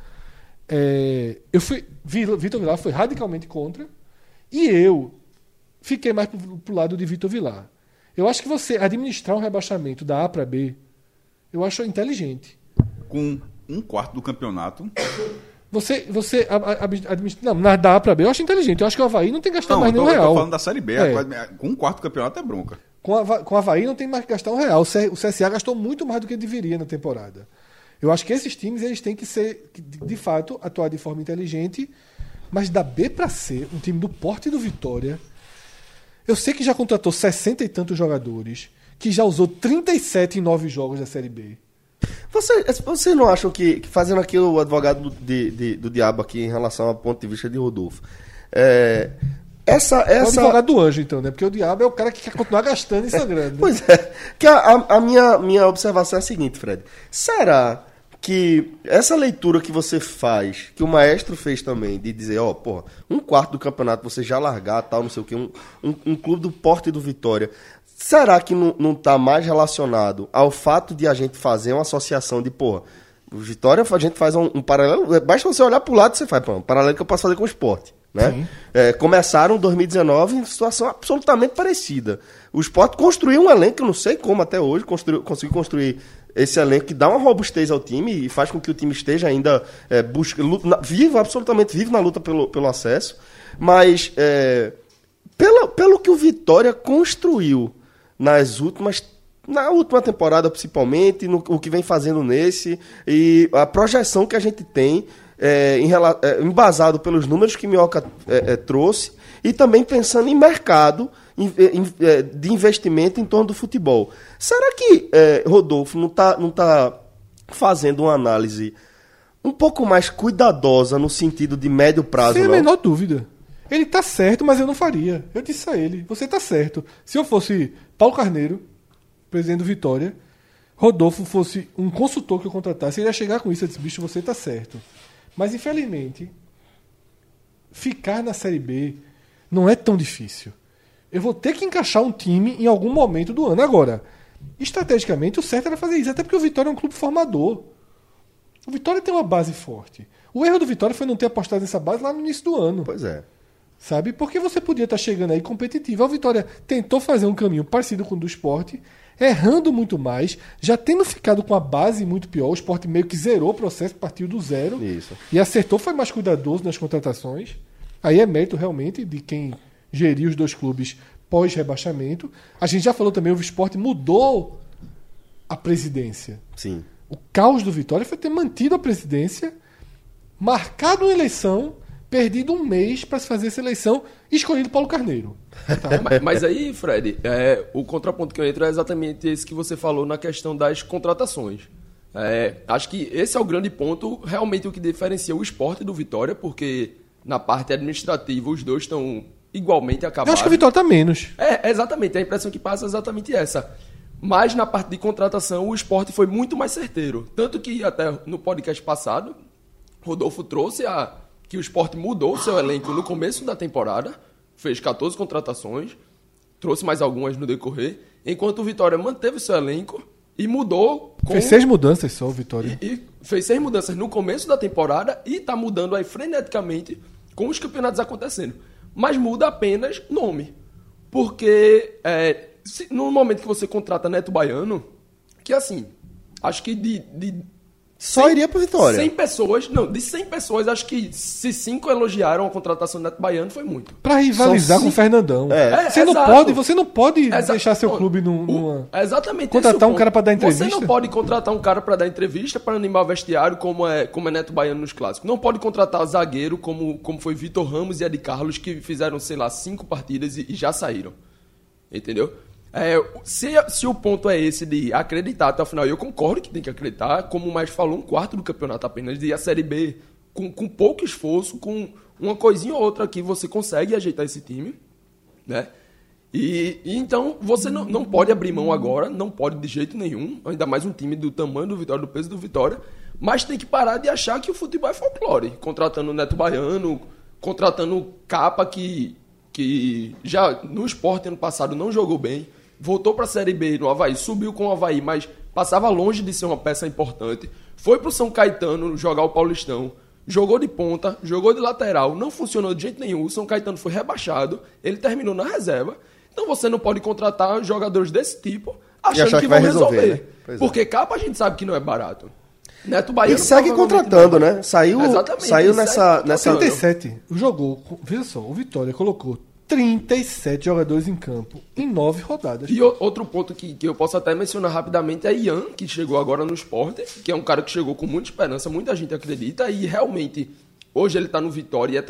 Vitor Vilar foi radicalmente contra e eu fiquei mais pro lado de Vitor Vilar. Eu acho que você administrar um rebaixamento da A para B, eu acho inteligente. Com 1/4 do campeonato. Você administra. Não, da A para B eu acho inteligente. Eu acho que o Avaí não tem que gastar mais nenhum real. Eu tô falando da Série B. Com 1/4 do campeonato é bronca. Com o Avaí não tem mais que gastar um real. O CSA gastou muito mais do que deveria na temporada. Eu acho que esses times eles têm que ser, de fato, atuar de forma inteligente, mas da B para C, um time do porte do Vitória. Eu sei que já contratou 60 e tantos jogadores, que já usou 37 em 9 jogos da Série B. Vocês não acham que fazendo aqui o advogado do diabo aqui em relação ao ponto de vista de Rodolfo, É o advogado do anjo, então, né? Porque o diabo é o cara que quer continuar gastando e sangrando. Né? Pois é. Que a minha observação é a seguinte, Fred. Será que essa leitura que você faz, que o maestro fez também, de dizer, 1/4 do campeonato você já largar, tal, não sei o quê, um clube do porte do Vitória, será que não está mais relacionado ao fato de a gente fazer uma associação de, o Vitória, a gente faz um paralelo, basta você olhar para o lado e você faz, um paralelo que eu posso fazer com o esporte. Né? Começaram em 2019 em situação absolutamente parecida. O Sport construiu um elenco, eu não sei como até hoje, conseguiu construir esse elenco que dá uma robustez ao time e faz com que o time esteja ainda absolutamente vivo na luta pelo acesso. Mas pelo que o Vitória construiu na última temporada, principalmente, o que vem fazendo nesse, e a projeção que a gente tem, embasado pelos números que Minhoca trouxe, e também pensando em mercado de investimento em torno do futebol. Será que Rodolfo não tá fazendo uma análise um pouco mais cuidadosa no sentido de médio prazo? Sem a menor dúvida. Ele tá certo, mas eu não faria. Eu disse a ele, você tá certo. Se eu fosse Paulo Carneiro, presidente do Vitória, Rodolfo fosse um consultor que eu contratasse, ele ia chegar com isso e disse, bicho, você tá certo. Mas, infelizmente, ficar na Série B não é tão difícil. Eu vou ter que encaixar um time em algum momento do ano. Agora, estrategicamente, o certo era fazer isso, até porque o Vitória é um clube formador. O Vitória tem uma base forte. O erro do Vitória foi não ter apostado nessa base lá no início do ano. Pois é. Sabe? Porque você podia estar chegando aí competitivo. A Vitória tentou fazer um caminho parecido com o do Sport, errando muito mais, já tendo ficado com a base muito pior. O Sport meio que zerou o processo, partiu do zero. Isso. E acertou, foi mais cuidadoso nas contratações. Aí é mérito realmente de quem geriu os dois clubes pós-rebaixamento. A gente já falou também, o Sport mudou a presidência. Sim. O caos do Vitória foi ter mantido a presidência, marcado uma eleição, perdido um mês para se fazer essa eleição e escolhido Paulo Carneiro. Tá. Mas aí, Fred, o contraponto que eu entro é exatamente esse que você falou na questão das contratações. Acho que esse é o grande ponto, realmente o que diferencia o Sport do Vitória, porque na parte administrativa os dois estão igualmente acabados. Eu acho que o Vitória está menos. Exatamente, a impressão que passa é exatamente essa. Mas na parte de contratação o Sport foi muito mais certeiro. Tanto que até no podcast passado, Rodolfo trouxe que o Sport mudou o seu elenco no começo da temporada, fez 14 contratações, trouxe mais algumas no decorrer, enquanto o Vitória manteve o seu elenco e mudou... Fez 6 mudanças só, o Vitória. E fez 6 mudanças no começo da temporada e está mudando aí freneticamente com os campeonatos acontecendo. Mas muda apenas nome. Porque no momento que você contrata Neto Baiano, que assim, acho que de Só iria pro Vitória. 100 pessoas, não, de 100 pessoas, acho que se 5 elogiaram a contratação do Neto Baiano, foi muito. Pra rivalizar com o Fernandão. Você não pode deixar seu clube numa... Exatamente. Contratar um cara pra dar entrevista? Você não pode contratar um cara pra dar entrevista, pra animar o vestiário, como é Neto Baiano nos clássicos. Não pode contratar zagueiro, como foi Vitor Ramos e Adi Carlos, que fizeram, sei lá, 5 partidas e já saíram. Entendeu? Se o ponto é esse de acreditar até o final, eu concordo que tem que acreditar, como o Maestro falou, um quarto do campeonato apenas, e a Série B, com pouco esforço, com uma coisinha ou outra aqui, você consegue ajeitar esse time, né? E então, você não pode abrir mão agora, não pode de jeito nenhum, ainda mais um time do tamanho do Vitória, do peso do Vitória, mas tem que parar de achar que o futebol é folclore, contratando o Neto Baiano, contratando o Capa, que já no Sport ano passado não jogou bem, voltou para a Série B no Avaí, subiu com o Avaí, mas passava longe de ser uma peça importante. Foi para o São Caetano jogar o Paulistão, jogou de ponta, jogou de lateral, não funcionou de jeito nenhum. O São Caetano foi rebaixado, ele terminou na reserva. Então você não pode contratar jogadores desse tipo achando que vão resolver. Né? Porque Capa a gente sabe que não é barato. Neto Baiano e segue contratando, né? Saiu nessa 37. Jogou, veja só, o Vitória colocou 37 jogadores em campo em 9 rodadas. E outro ponto que eu posso até mencionar rapidamente é Ian, que chegou agora no Sport, que é um cara que chegou com muita esperança, muita gente acredita, e realmente hoje ele está no Vitória,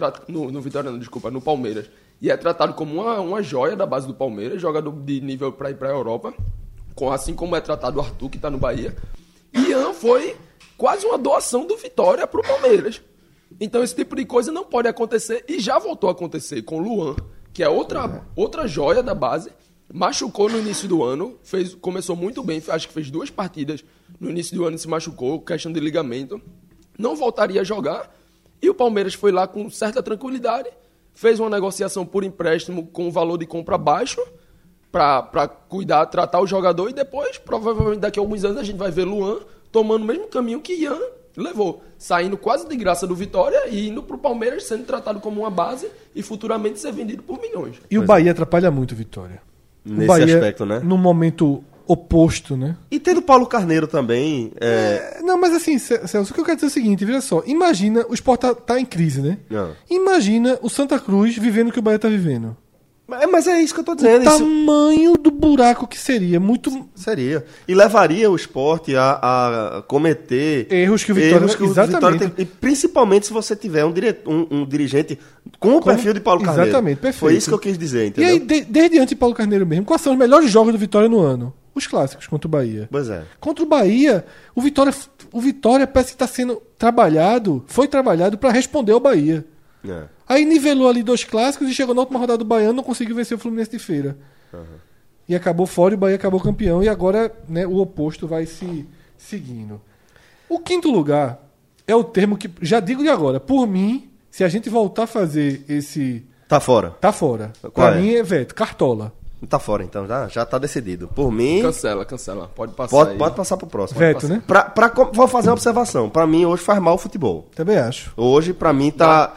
no Palmeiras, e é tratado como uma joia da base do Palmeiras, jogador de nível para ir para a Europa, assim como é tratado o Arthur, que está no Bahia. Ian foi quase uma doação do Vitória para o Palmeiras. Então esse tipo de coisa não pode acontecer, e já voltou a acontecer com o Luan, que é outra joia da base, machucou no início do ano, começou muito bem, acho que fez 2 partidas no início do ano e se machucou, questão de ligamento, não voltaria a jogar, e o Palmeiras foi lá com certa tranquilidade, fez uma negociação por empréstimo com o valor de compra baixo, para cuidar, tratar o jogador, e depois, provavelmente daqui a alguns anos, a gente vai ver Luan tomando o mesmo caminho que Ian levou, saindo quase de graça do Vitória e indo pro Palmeiras, sendo tratado como uma base e futuramente ser vendido por milhões. E o Bahia atrapalha muito o Vitória. Nesse Bahia, aspecto, né? No momento oposto, né? E tendo Paulo Carneiro também. Não, mas assim, Celso, o que eu quero dizer é o seguinte, veja só, imagina, o Sport tá em crise, né? Não. Imagina o Santa Cruz vivendo o que o Bahia tá vivendo. Mas é isso que eu tô dizendo. O tamanho do buraco que seria, muito... Seria. E levaria o Sport a cometer... Erros que o Vitória tem. E principalmente se você tiver um dirigente com o perfil de Paulo Carneiro. Exatamente, perfeito. Foi isso que eu quis dizer, entendeu? E aí, desde antes de Paulo Carneiro mesmo, quais são os melhores jogos do Vitória no ano? Os clássicos contra o Bahia. Pois é. Contra o Bahia, o Vitória parece que está sendo foi trabalhado para responder ao Bahia. Aí nivelou ali 2 clássicos e chegou na última rodada do Baiano, não conseguiu vencer o Fluminense de Feira. E acabou fora, e o Bahia acabou campeão, e agora, né, o oposto vai se seguindo. O 5º lugar é o termo que, já digo de agora, por mim, se a gente voltar a fazer esse... Tá fora. Tá fora. Pra mim é veto, Cartola. Tá fora, então, já tá decidido. Por mim... Cancela. Pode passar Pode passar pro próximo. Veto, né? Vou fazer uma observação. Pra mim, hoje faz mal o futebol. Também acho. Hoje, pra mim, tá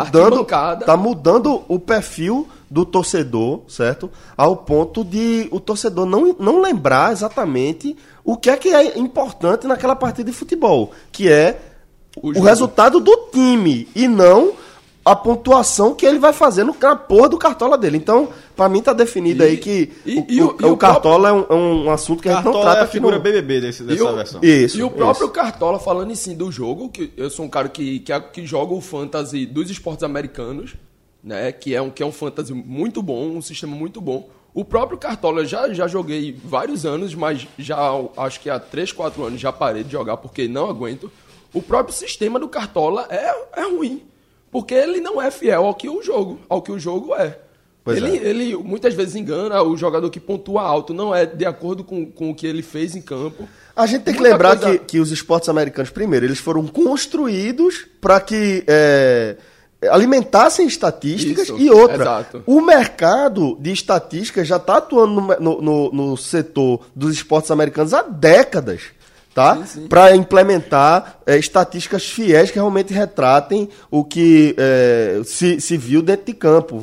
mudando o perfil do torcedor, certo? Ao ponto de o torcedor não lembrar exatamente o que é importante naquela partida de futebol, que é o resultado do time, e não a pontuação que ele vai fazer na porra do Cartola dele. Então, pra mim tá definido aí que o Cartola é um assunto que a gente não trata. É a figura BBB dessa versão. Isso, e o próprio Cartola, falando em si do jogo, que eu sou um cara que joga o fantasy dos esportes americanos, né, que é um fantasy muito bom, um sistema muito bom. O próprio Cartola, já joguei vários anos, mas já acho que há 3, 4 anos já parei de jogar porque não aguento. O próprio sistema do Cartola é ruim. Porque ele não é fiel ao que o jogo é. Ele muitas vezes engana o jogador que pontua alto, não é de acordo com o que ele fez em campo. A gente tem que lembrar que os esportes americanos, primeiro, eles foram construídos para que alimentassem estatísticas. Isso, e outra, exato. O mercado de estatísticas já está atuando no setor dos esportes americanos há décadas. tá? Para implementar estatísticas fiéis que realmente retratem o que se viu dentro de campo.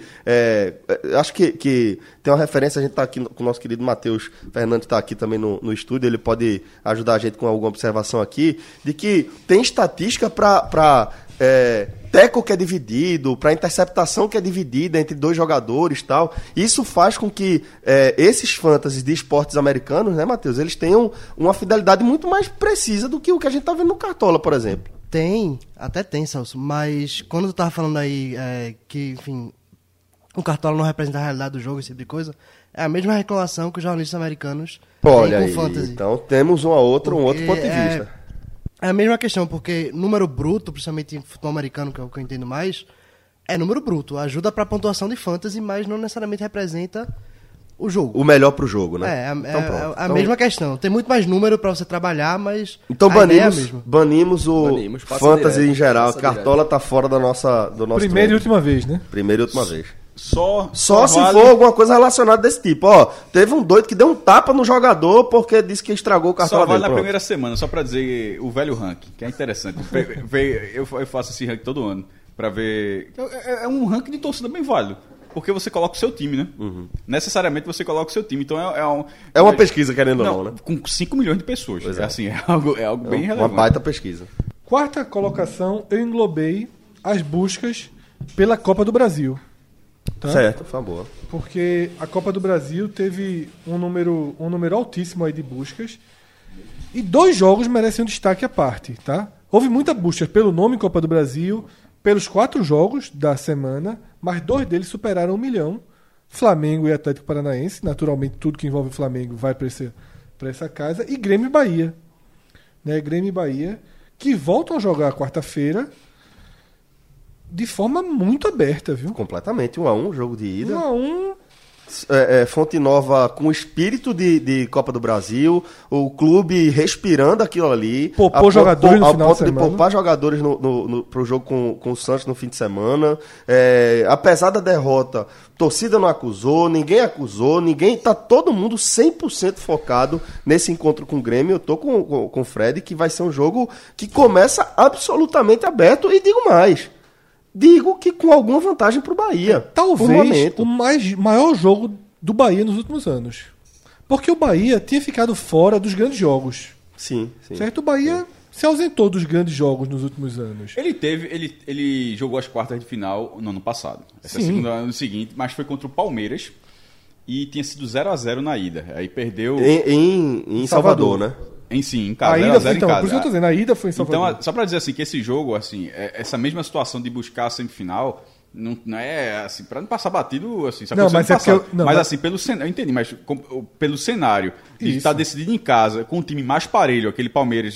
Acho que tem uma referência, a gente está aqui com o nosso querido Matheus Fernandes, está aqui também no estúdio, ele pode ajudar a gente com alguma observação aqui, de que tem estatística para teco que é dividido, para interceptação que é dividida entre 2 jogadores e tal. Isso faz com que esses fantasies de esportes americanos, né, Matheus, eles tenham uma fidelidade muito mais precisa do que o que a gente tá vendo no Cartola, por exemplo. Até tem, Celso, mas quando tu tava falando aí que, enfim, o Cartola não representa a realidade do jogo, esse tipo de coisa, é a mesma reclamação que os jornalistas americanos têm com fantasy. Então temos um outro ponto de vista. É a mesma questão, porque número bruto, principalmente em futebol americano, que é o que eu entendo mais, é número bruto. Ajuda pra pontuação de fantasy, mas não necessariamente representa o jogo. O melhor pro jogo, né? Então, a mesma questão. Tem muito mais número pra você trabalhar, mas então banimos o fantasy em geral. Cartola tá fora do nosso Primeira e última vez, né? Primeira e última vez. Só se for alguma coisa relacionada desse tipo. Ó, teve um doido que deu um tapa no jogador porque disse que estragou o Cartola dele. Só vale na primeira semana, só pra dizer o velho ranking, que é interessante. Eu faço esse ranking todo ano pra ver... É um ranking de torcida bem válido. Porque você coloca o seu time, né? Uhum. Necessariamente você coloca o seu time. Então é uma pesquisa, querendo ou não, né? Com 5 milhões de pessoas. Assim, é algo bem relevante. Uma baita pesquisa. Quarta colocação, eu englobei as buscas pela Copa do Brasil. Tá? Certo, por favor. Porque a Copa do Brasil teve um número altíssimo aí de buscas. E 2 jogos merecem um destaque à parte, tá? Houve muita busca pelo nome Copa do Brasil, pelos 4 jogos da semana, mas 2 deles superaram 1 milhão. Flamengo e Atlético Paranaense. Naturalmente, tudo que envolve Flamengo vai para essa casa. E Grêmio e Bahia. Né? Grêmio e Bahia, que voltam a jogar quarta-feira de forma muito aberta, viu? Completamente. 1-1, jogo de ida. 1-1. Fonte Nova com espírito de Copa do Brasil, o clube respirando aquilo ali. Poupou jogadores no final de semana. Poupar jogadores pro jogo com o Santos no fim de semana. Apesar da derrota, torcida não acusou, ninguém tá todo mundo 100% focado nesse encontro com o Grêmio. Eu tô com o Fred, que vai ser um jogo que começa absolutamente aberto, e digo mais. Digo que com alguma vantagem pro Bahia. Talvez o maior jogo do Bahia nos últimos anos. Porque o Bahia tinha ficado fora dos grandes jogos. Sim. Certo? O Bahia se ausentou dos grandes jogos nos últimos anos. Ele jogou as quartas de final no ano passado. Essa é a segunda ano seguinte, mas foi contra o Palmeiras e tinha sido 0-0 na ida. Aí perdeu... Em Salvador, né? Em casa, a ida 0-0 em casa. Por isso que eu tô dizendo, a ida foi em Salvador. Então, só pra dizer assim, que esse jogo, assim, essa mesma situação de buscar a semifinal, não é assim, pra não passar batido, assim, mas assim, pelo cenário, eu entendi, mas pelo cenário de estar decidido em casa, com um time mais parelho, aquele Palmeiras,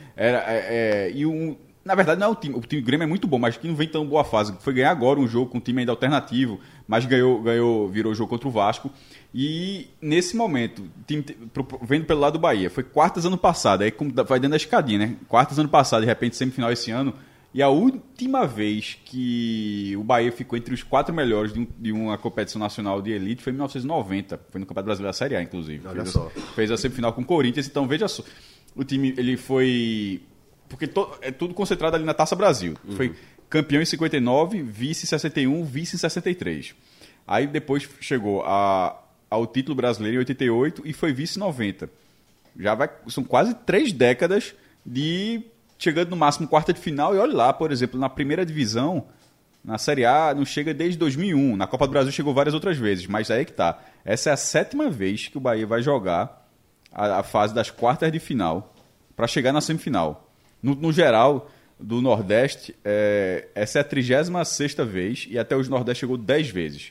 na verdade, não é o time do Grêmio é muito bom, mas que não vem tão boa fase. Foi ganhar agora um jogo com um time ainda alternativo, mas virou jogo contra o Vasco. E nesse momento, time vendo pelo lado do Bahia, foi quartas ano passado, aí vai dando a escadinha, né? Quartas ano passado, de repente semifinal esse ano. E a última vez que o Bahia ficou entre os 4 melhores de uma competição nacional de elite foi em 1990. Foi no Campeonato Brasileiro da Série A, inclusive. Fez a semifinal com o Corinthians. Então, veja só. O time, ele foi... Porque é tudo concentrado ali na Taça Brasil. Foi campeão em 59, vice em 61, vice em 63. Aí depois chegou ao título brasileiro em 88 e foi vice em 90. São quase 3 décadas chegando no máximo quarta de final. E olha lá, por exemplo, na primeira divisão, na Série A, não chega desde 2001. Na Copa do Brasil chegou várias outras vezes, mas aí que tá. Essa é a 7ª vez que o Bahia vai jogar a fase das quartas de final para chegar na semifinal. No geral, do Nordeste, essa é a 36ª vez e até hoje o Nordeste chegou 10 vezes.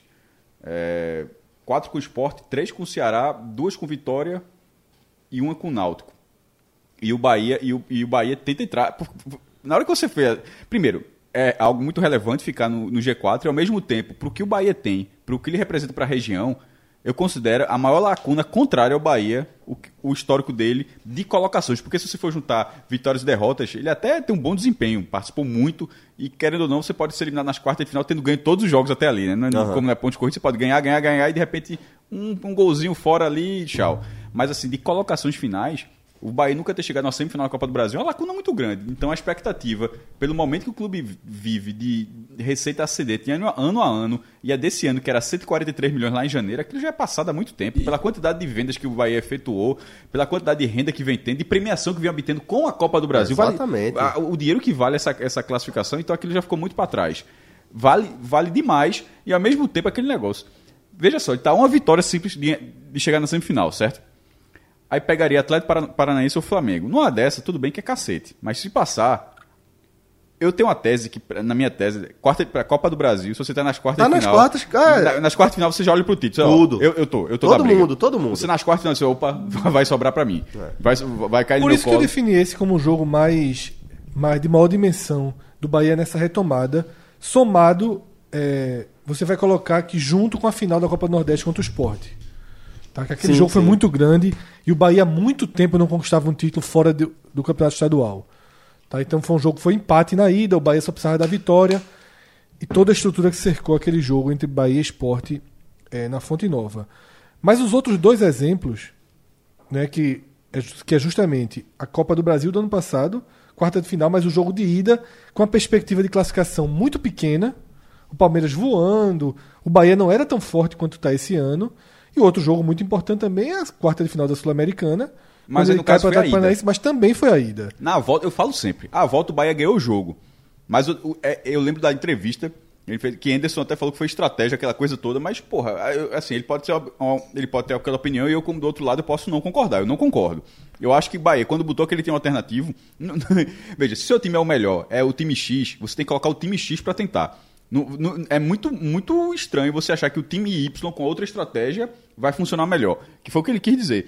4 com o Sport, 3 com o Ceará, 2 com o Vitória e 1 com o Náutico. E o Bahia tenta entrar... Na hora que você fez... Primeiro, é algo muito relevante ficar no G4 e, ao mesmo tempo, para o que o Bahia tem, para o que ele representa para a região, eu considero a maior lacuna contrária ao Bahia, o histórico dele de colocações. Porque se você for juntar vitórias e derrotas, ele até tem um bom desempenho, participou muito e, querendo ou não, você pode ser eliminado nas quartas de final tendo ganho todos os jogos até ali, né? Como não é ponto de corrida, você pode ganhar e de repente um golzinho fora ali e tchau. Mas assim, de colocações finais, O Bahia nunca ter chegado na semifinal da Copa do Brasil é uma lacuna muito grande. Então a expectativa, pelo momento que o clube vive de receita ascendente ano a ano, e a desse ano, que era 143 milhões lá em janeiro, aquilo já é passado há muito tempo. Pela quantidade de vendas que o Bahia efetuou, pela quantidade de renda que vem tendo, de premiação que vem obtendo com a Copa do Brasil. Exatamente. Vale, o dinheiro que vale essa classificação, então aquilo já ficou muito para trás. Vale demais e ao mesmo tempo aquele negócio. Veja só, ele está uma vitória simples de chegar na semifinal, certo? Aí pegaria Atlético Paranaense ou Flamengo. Numa dessa, tudo bem que é cacete. Mas se passar... Eu tenho uma tese que, na minha tese, para a Copa do Brasil, se você está nas quartas de final... Nas quartas, cara... Nas quartas de final, você já olha pro título. Tudo. Eu tô Todo mundo. Você nas quartas de final, você, opa, vai sobrar para mim. Vai cair no meu colo. Por isso que eu defini esse como o jogo mais de maior dimensão do Bahia nessa retomada. Somado, você vai colocar aqui junto com a final da Copa do Nordeste contra o Sport. Tá? Que aquele jogo foi muito grande e o Bahia há muito tempo não conquistava um título fora do campeonato estadual. Tá? Então foi um jogo que foi empate na ida, o Bahia só precisava da vitória e toda a estrutura que cercou aquele jogo entre Bahia e Sport na Fonte Nova. Mas os outros dois exemplos, né, que é justamente a Copa do Brasil do ano passado, quarta de final, mas o jogo de ida com a perspectiva de classificação muito pequena, o Palmeiras voando, o Bahia não era tão forte quanto está esse ano. E outro jogo muito importante também é a quarta de final da Sul-Americana. Mas no caso foi a ida. Mas também foi a ida. Na volta, eu falo sempre, a volta o Bahia ganhou o jogo. Mas eu lembro da entrevista, que Anderson até falou que foi estratégia, aquela coisa toda, mas, porra, assim, ele pode ter aquela opinião e eu, como do outro lado, eu posso não concordar. Eu não concordo. Eu acho que Bahia, quando botou aquele time alternativo... Veja, se o seu time é o melhor, é o time X, você tem que colocar o time X para tentar. É muito, muito estranho você achar que o time Y com outra estratégia vai funcionar melhor. Que foi o que ele quis dizer.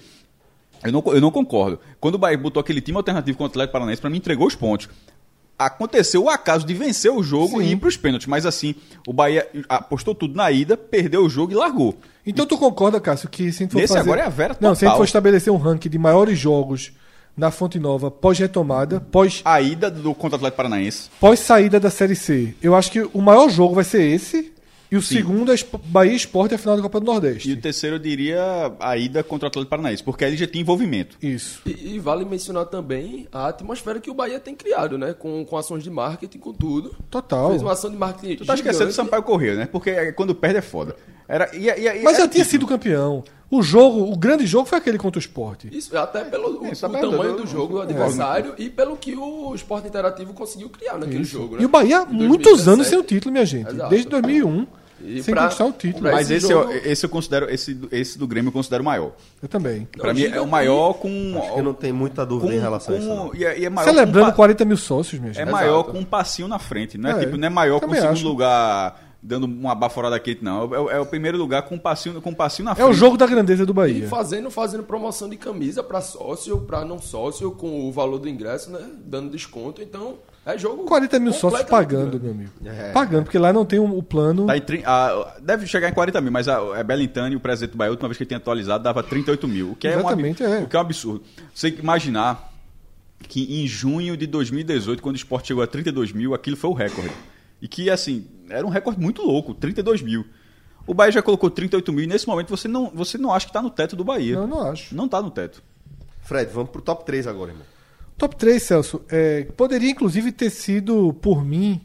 Eu não concordo. Quando o Bahia botou aquele time alternativo contra o Atlético Paranaense, para mim entregou os pontos. Aconteceu o acaso de vencer o jogo e ir para os pênaltis. Mas assim, o Bahia apostou tudo na ida, perdeu o jogo e largou. Então tu concorda, Cássio, que se a gente for fazer... agora é a vera total. Não, se a gente for estabelecer um ranking de maiores jogos na Fonte Nova, pós-retomada, a ida contra o Atlético Paranaense. Pós-saída da Série C. Eu acho que o maior jogo vai ser esse. E o segundo é Bahia Sport e a final da Copa do Nordeste. E o terceiro eu diria a ida contra o Atlético Paranaense, porque aí ele já tinha envolvimento. Isso. E vale mencionar também a atmosfera que o Bahia tem criado, né? Com ações de marketing, com tudo. Total. Fez uma ação de marketing Tu tá esquecendo do Sampaio Corrêa, né? Porque quando perde é foda. Mas já tinha sido campeão. O grande jogo foi aquele contra o Sport. Isso, até pelo tamanho do jogo, do adversário, e pelo que o Sport Interativo conseguiu criar naquele jogo. Né? E o Bahia, muitos anos sem o título, minha gente. Exato. Desde 2001, sem conquistar o título. Mas esse eu considero, esse do Grêmio eu considero maior. Eu também. Pra mim é o maior com... Acho que não tem muita dúvida em relação a isso. E é maior celebrando 40 mil sócios, minha gente. É maior com um passinho na frente. Não é maior com o segundo lugar... dando uma baforada aqui, não. É o primeiro lugar com um passinho na frente. É o jogo da grandeza do Bahia. E fazendo promoção de camisa para sócio, para não sócio, com o valor do ingresso, né? Dando desconto. Então, é jogo 40 mil sócios pagando, meu amigo. Pagando, porque lá não tem o plano... Deve chegar em 40 mil, mas a Belintani, o presidente do Bahia, a última vez que ele tinha atualizado, dava 38 mil. O que é um absurdo. Você imaginar que em junho de 2018, quando o Sport chegou a 32 mil, aquilo foi o recorde. E que, assim, era um recorde muito louco, 32 mil. O Bahia já colocou 38 mil e nesse momento você não acha que está no teto do Bahia. Não acho. Não está no teto. Fred, vamos pro top 3 agora, irmão. Top 3, Celso, poderia inclusive ter sido, por mim,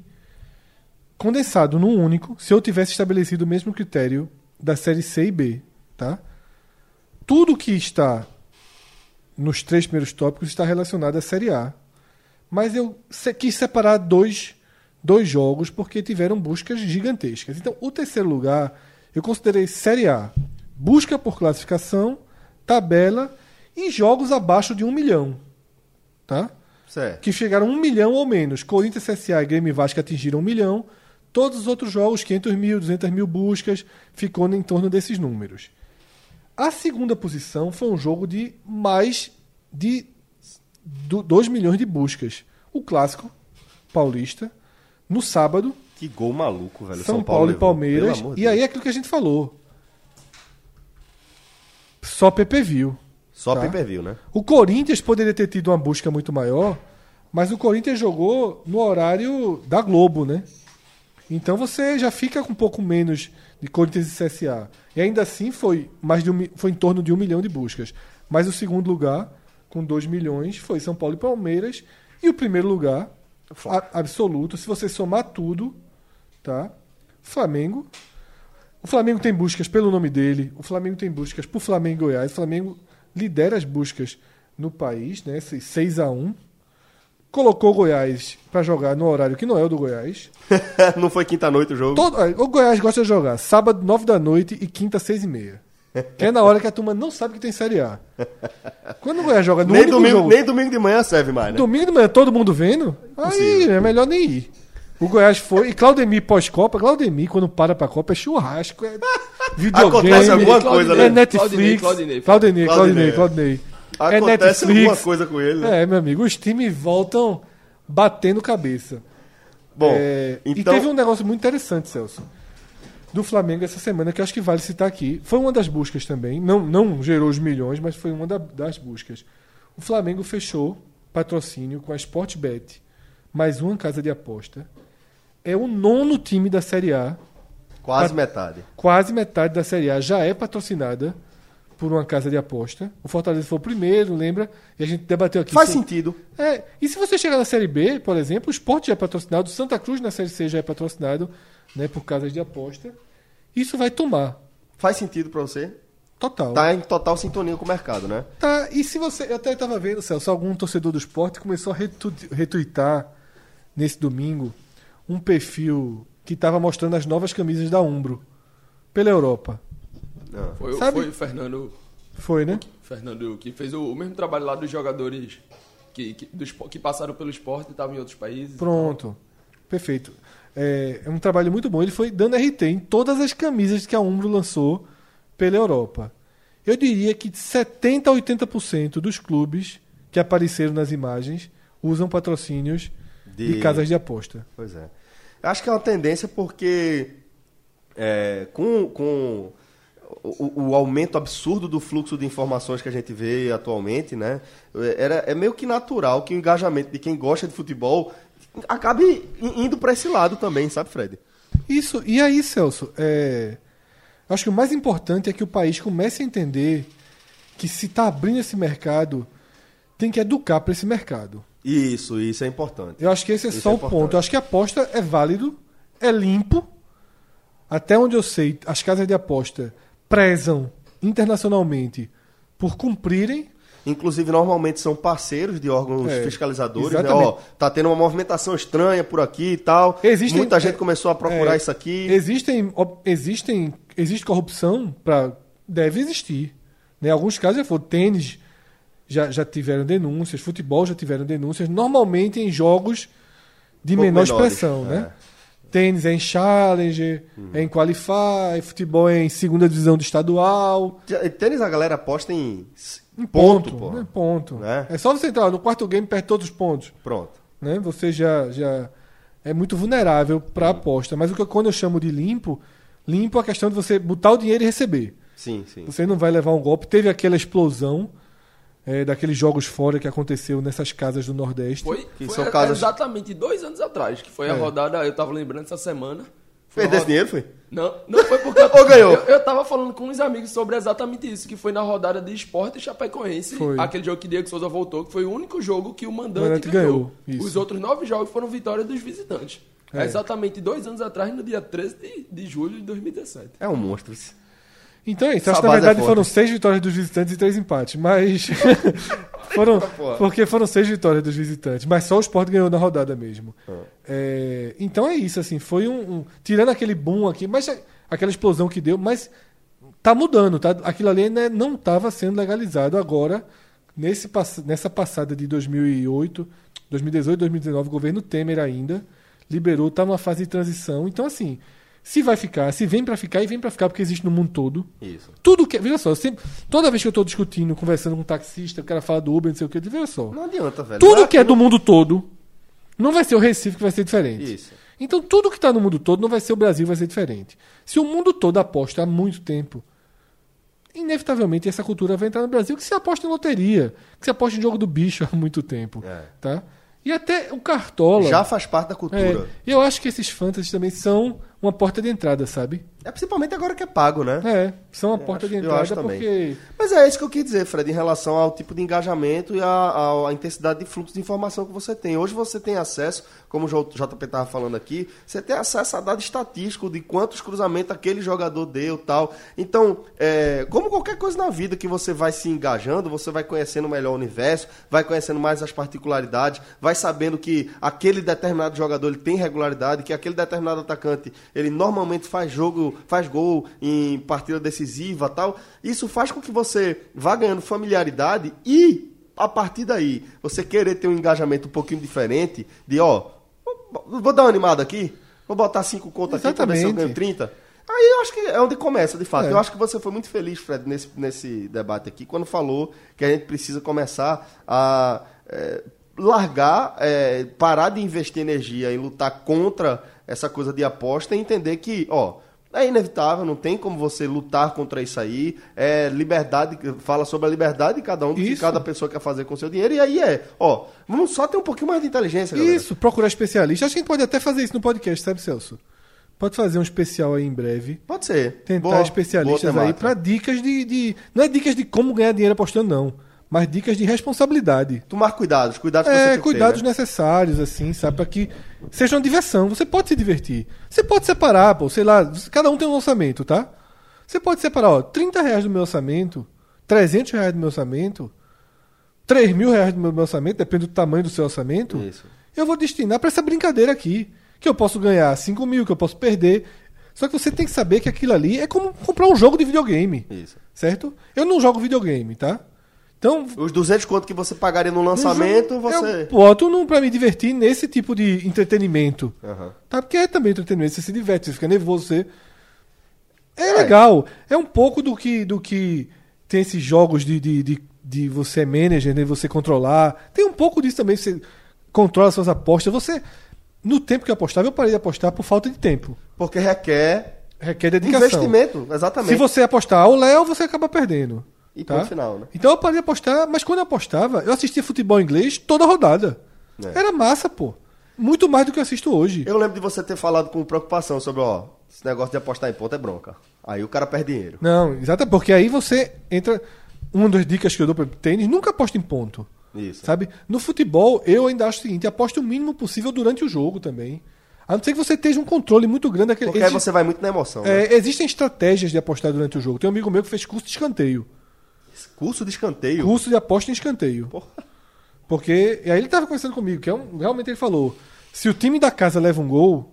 condensado num único, se eu tivesse estabelecido o mesmo critério da série C e B. Tá? Tudo que está nos 3 primeiros tópicos está relacionado à série A. Mas eu quis separar dois jogos porque tiveram buscas gigantescas. Então, o terceiro lugar, eu considerei Série A. Busca por classificação, tabela e jogos abaixo de 1 milhão. Tá? Certo. Que chegaram 1 milhão ou menos. Corinthians, CSA e Grêmio e Vasco atingiram 1 milhão. Todos os outros jogos, 500 mil, 200 mil buscas, ficou em torno desses números. A segunda posição foi um jogo de mais de 2 milhões de buscas. O clássico paulista, no sábado. Que gol maluco, velho. São Paulo e Palmeiras. E aí é aquilo que a gente falou. Só pay-per-view. Só pay-per-view, né? O Corinthians poderia ter tido uma busca muito maior, mas o Corinthians jogou no horário da Globo, né? Então você já fica com um pouco menos de Corinthians e CSA. E ainda assim foi em torno de 1 milhão de buscas. Mas o segundo lugar, com 2 milhões, foi São Paulo e Palmeiras. E o primeiro lugar, absoluto, se você somar tudo, tá? Flamengo. O Flamengo tem buscas pelo nome dele, o Flamengo tem buscas por Flamengo e Goiás, o Flamengo lidera as buscas no país, né? 6-1. Colocou o Goiás para jogar no horário que não é o do Goiás. Não foi quinta-noite o jogo? O Goiás gosta de jogar sábado, 9 da noite e quinta, 6h30. Que é na hora que a turma não sabe que tem Série A. Quando o Goiás joga no único jogo... Nem domingo de manhã serve mais, né? Domingo de manhã, todo mundo vendo? Aí é melhor nem ir. O Goiás foi... E Claudemir pós-Copa, Claudemir, quando para pra Copa, é churrasco, é videogame... Acontece alguma coisa, né? É Netflix... Claudinei. É Acontece Netflix, alguma coisa com ele, né? É, meu amigo, os times voltam batendo cabeça. Bom, E teve um negócio muito interessante, Celso, do Flamengo essa semana, que eu acho que vale citar aqui. Foi uma das buscas também. Não gerou os milhões, mas foi uma das buscas. O Flamengo fechou patrocínio com a Sportbet, mais uma casa de aposta. É o 9º time da Série A. Quase metade. Quase metade da Série A já é patrocinada por uma casa de aposta. O Fortaleza foi o primeiro, lembra? E a gente debateu aqui. Faz sentido. E se você chegar na Série B, por exemplo, o Sport já é patrocinado, o Santa Cruz na Série C já é patrocinado, né, por casas de aposta. Isso vai tomar. Faz sentido pra você? Total. Tá em total sintonia com o mercado, né? Tá, e se você... Eu até estava vendo, Celso, algum torcedor do Sport começou a retweetar nesse domingo um perfil que estava mostrando as novas camisas da Umbro pela Europa. Foi o Fernando... Foi, né? Fernando, que fez o mesmo trabalho lá dos jogadores que passaram pelo esporte e estavam em outros países. Pronto. Perfeito. É um trabalho muito bom. Ele foi dando RT em todas as camisas que a Umbro lançou pela Europa. Eu diria que 70% a 80% dos clubes que apareceram nas imagens usam patrocínios de casas de aposta. Pois é. Eu acho que é uma tendência porque com o aumento absurdo do fluxo de informações que a gente vê atualmente, né? É meio que natural que o engajamento de quem gosta de futebol acabe indo para esse lado também, sabe, Fred? Isso. E aí, Celso, acho que o mais importante é que o país comece a entender que se está abrindo esse mercado, tem que educar para esse mercado. Isso é importante. Eu acho que esse é só o ponto. Eu acho que a aposta é válido, é limpo. Até onde eu sei, as casas de aposta prezam internacionalmente por cumprirem. Inclusive, normalmente são parceiros de órgãos fiscalizadores. Exatamente. Né? Tá tendo uma movimentação estranha por aqui e tal. Muita gente começou a procurar isso aqui. Existe corrupção? Deve existir. Em alguns casos já foi. Tênis já tiveram denúncias, futebol já tiveram denúncias. Normalmente em jogos de menor expressão. Né? Tênis é em Challenger, é em Qualify, futebol é em segunda divisão do estadual. Tênis a galera aposta em ponto. Pô. Né? Ponto. Né? É só você entrar no quarto game e perde todos os pontos. Pronto. Né? Você já é muito vulnerável para aposta. Mas quando eu chamo de limpo é a questão de você botar o dinheiro e receber. Sim. Você não vai levar um golpe. Teve aquela explosão daqueles jogos fora que aconteceu nessas casas do Nordeste. Foi são casas... exatamente 2 anos atrás, que foi a rodada, eu tava lembrando essa semana. Perdeu dinheiro, foi? Não foi porque Ou ganhou? Eu tava falando com uns amigos sobre exatamente isso, que foi na rodada de Sport e Chapecoense, aquele jogo que Diego Souza voltou, que foi o único jogo que o mandante ganhou. Isso. Os outros 9 jogos foram vitórias dos visitantes. É exatamente 2 anos atrás, no dia 13 de julho de 2017. É um monstro isso. Então é isso. Acho que na verdade foram 6 vitórias dos visitantes e 3 empates. Mas. Porque foram 6 vitórias dos visitantes. Mas só o Sport ganhou na rodada mesmo. Então é isso, assim. Foi tirando aquele boom aqui, mas aquela explosão que deu, mas tá mudando, tá? Aquilo ali ainda não estava sendo legalizado. Agora, nessa passada de 2018, 2019, o governo Temer ainda liberou, tá numa fase de transição. Então, assim. Se vai ficar, se vem pra ficar, e vem pra ficar porque existe no mundo todo. Isso. Tudo que. Veja só, toda vez que eu tô discutindo, conversando com um taxista, o cara fala do Uber, não sei o que, veja só. Não adianta, velho. Tudo que é do mundo todo não vai ser o Recife que vai ser diferente. Isso. Então tudo que tá no mundo todo não vai ser o Brasil, vai ser diferente. Se o mundo todo aposta há muito tempo, inevitavelmente essa cultura vai entrar no Brasil, que se aposta em loteria, que se aposta em jogo do bicho há muito tempo. Tá? E até o Cartola. Já faz parte da cultura. E eu acho que esses fantasies também são uma porta de entrada, sabe? Principalmente agora que é pago, né? São uma porta de entrada porque... Mas é isso que eu quis dizer, Fred, em relação ao tipo de engajamento e a intensidade de fluxo de informação que você tem. Hoje você tem acesso, como o JP estava falando aqui, você tem acesso a dado estatístico de quantos cruzamentos aquele jogador deu e tal. Então, como qualquer coisa na vida que você vai se engajando, você vai conhecendo melhor o universo, vai conhecendo mais as particularidades, vai sabendo que aquele determinado jogador ele tem regularidade, que aquele determinado atacante ele normalmente faz gol em partida decisiva e tal. Isso faz com que você vá ganhando familiaridade e, a partir daí, você querer ter um engajamento um pouquinho diferente de, vou dar uma animada aqui, vou botar 5 contas aqui pra ver se eu ganho 30. Aí eu acho que é onde começa, de fato. Eu acho que você foi muito feliz, Fred, nesse debate aqui, quando falou que a gente precisa começar a largar, parar de investir energia em lutar contra essa coisa de aposta e entender que, é inevitável, não tem como você lutar contra isso aí. Liberdade, fala sobre a liberdade de cada um, que cada pessoa quer fazer com o seu dinheiro. E aí vamos só ter um pouquinho mais de inteligência, galera. Isso, procurar especialista. Acho que a gente pode até fazer isso no podcast, sabe, Celso? Pode fazer um especial aí em breve. Pode ser. Tentar especialistas aí para dicas não é dicas de como ganhar dinheiro apostando, não. Mas dicas de responsabilidade. Tomar cuidados que você tem que cuidados ter, né? necessários, assim, sabe? Para que seja uma diversão. Você pode se divertir. Você pode separar, sei lá, cada um tem um orçamento, tá? Você pode separar, R$30 do meu orçamento, R$300 do meu orçamento, R$3.000 do meu orçamento, depende do tamanho do seu orçamento. Isso. Eu vou destinar para essa brincadeira aqui. Que eu posso ganhar 5 mil, que eu posso perder. Só que você tem que saber que aquilo ali é como comprar um jogo de videogame. Isso. Certo? Eu não jogo videogame, tá? Então, os 200 conto que você pagaria no lançamento, você... Eu boto pra me divertir nesse tipo de entretenimento. Uhum. Tá? Porque é também entretenimento. Você se diverte, você fica nervoso, você... É legal. É um pouco do que tem esses jogos de você é manager, de você controlar. Tem um pouco disso também. Você controla suas apostas. Você... No tempo que eu apostava, eu parei de apostar por falta de tempo. Porque requer dedicação. Investimento, exatamente. Se você apostar ao Léo, você acaba perdendo. E ponto final, né? Então eu parei de apostar, mas quando eu apostava, eu assistia futebol inglês toda rodada. Era massa, pô. Muito mais do que eu assisto hoje. Eu lembro de você ter falado com preocupação sobre, esse negócio de apostar em ponto é bronca. Aí o cara perde dinheiro. Não, exatamente, porque aí você entra... Uma das dicas que eu dou para tênis, nunca aposta em ponto. Isso. Sabe? No futebol, eu ainda acho o seguinte, aposta o mínimo possível durante o jogo também. A não ser que você esteja um controle muito grande. Porque aí você vai muito na emoção. Né? Existem estratégias de apostar durante o jogo. Tem um amigo meu que fez curso de escanteio. Curso de escanteio? Curso de aposta em escanteio. Porra. Porque... E aí ele estava conversando comigo, realmente ele falou, se o time da casa leva um gol,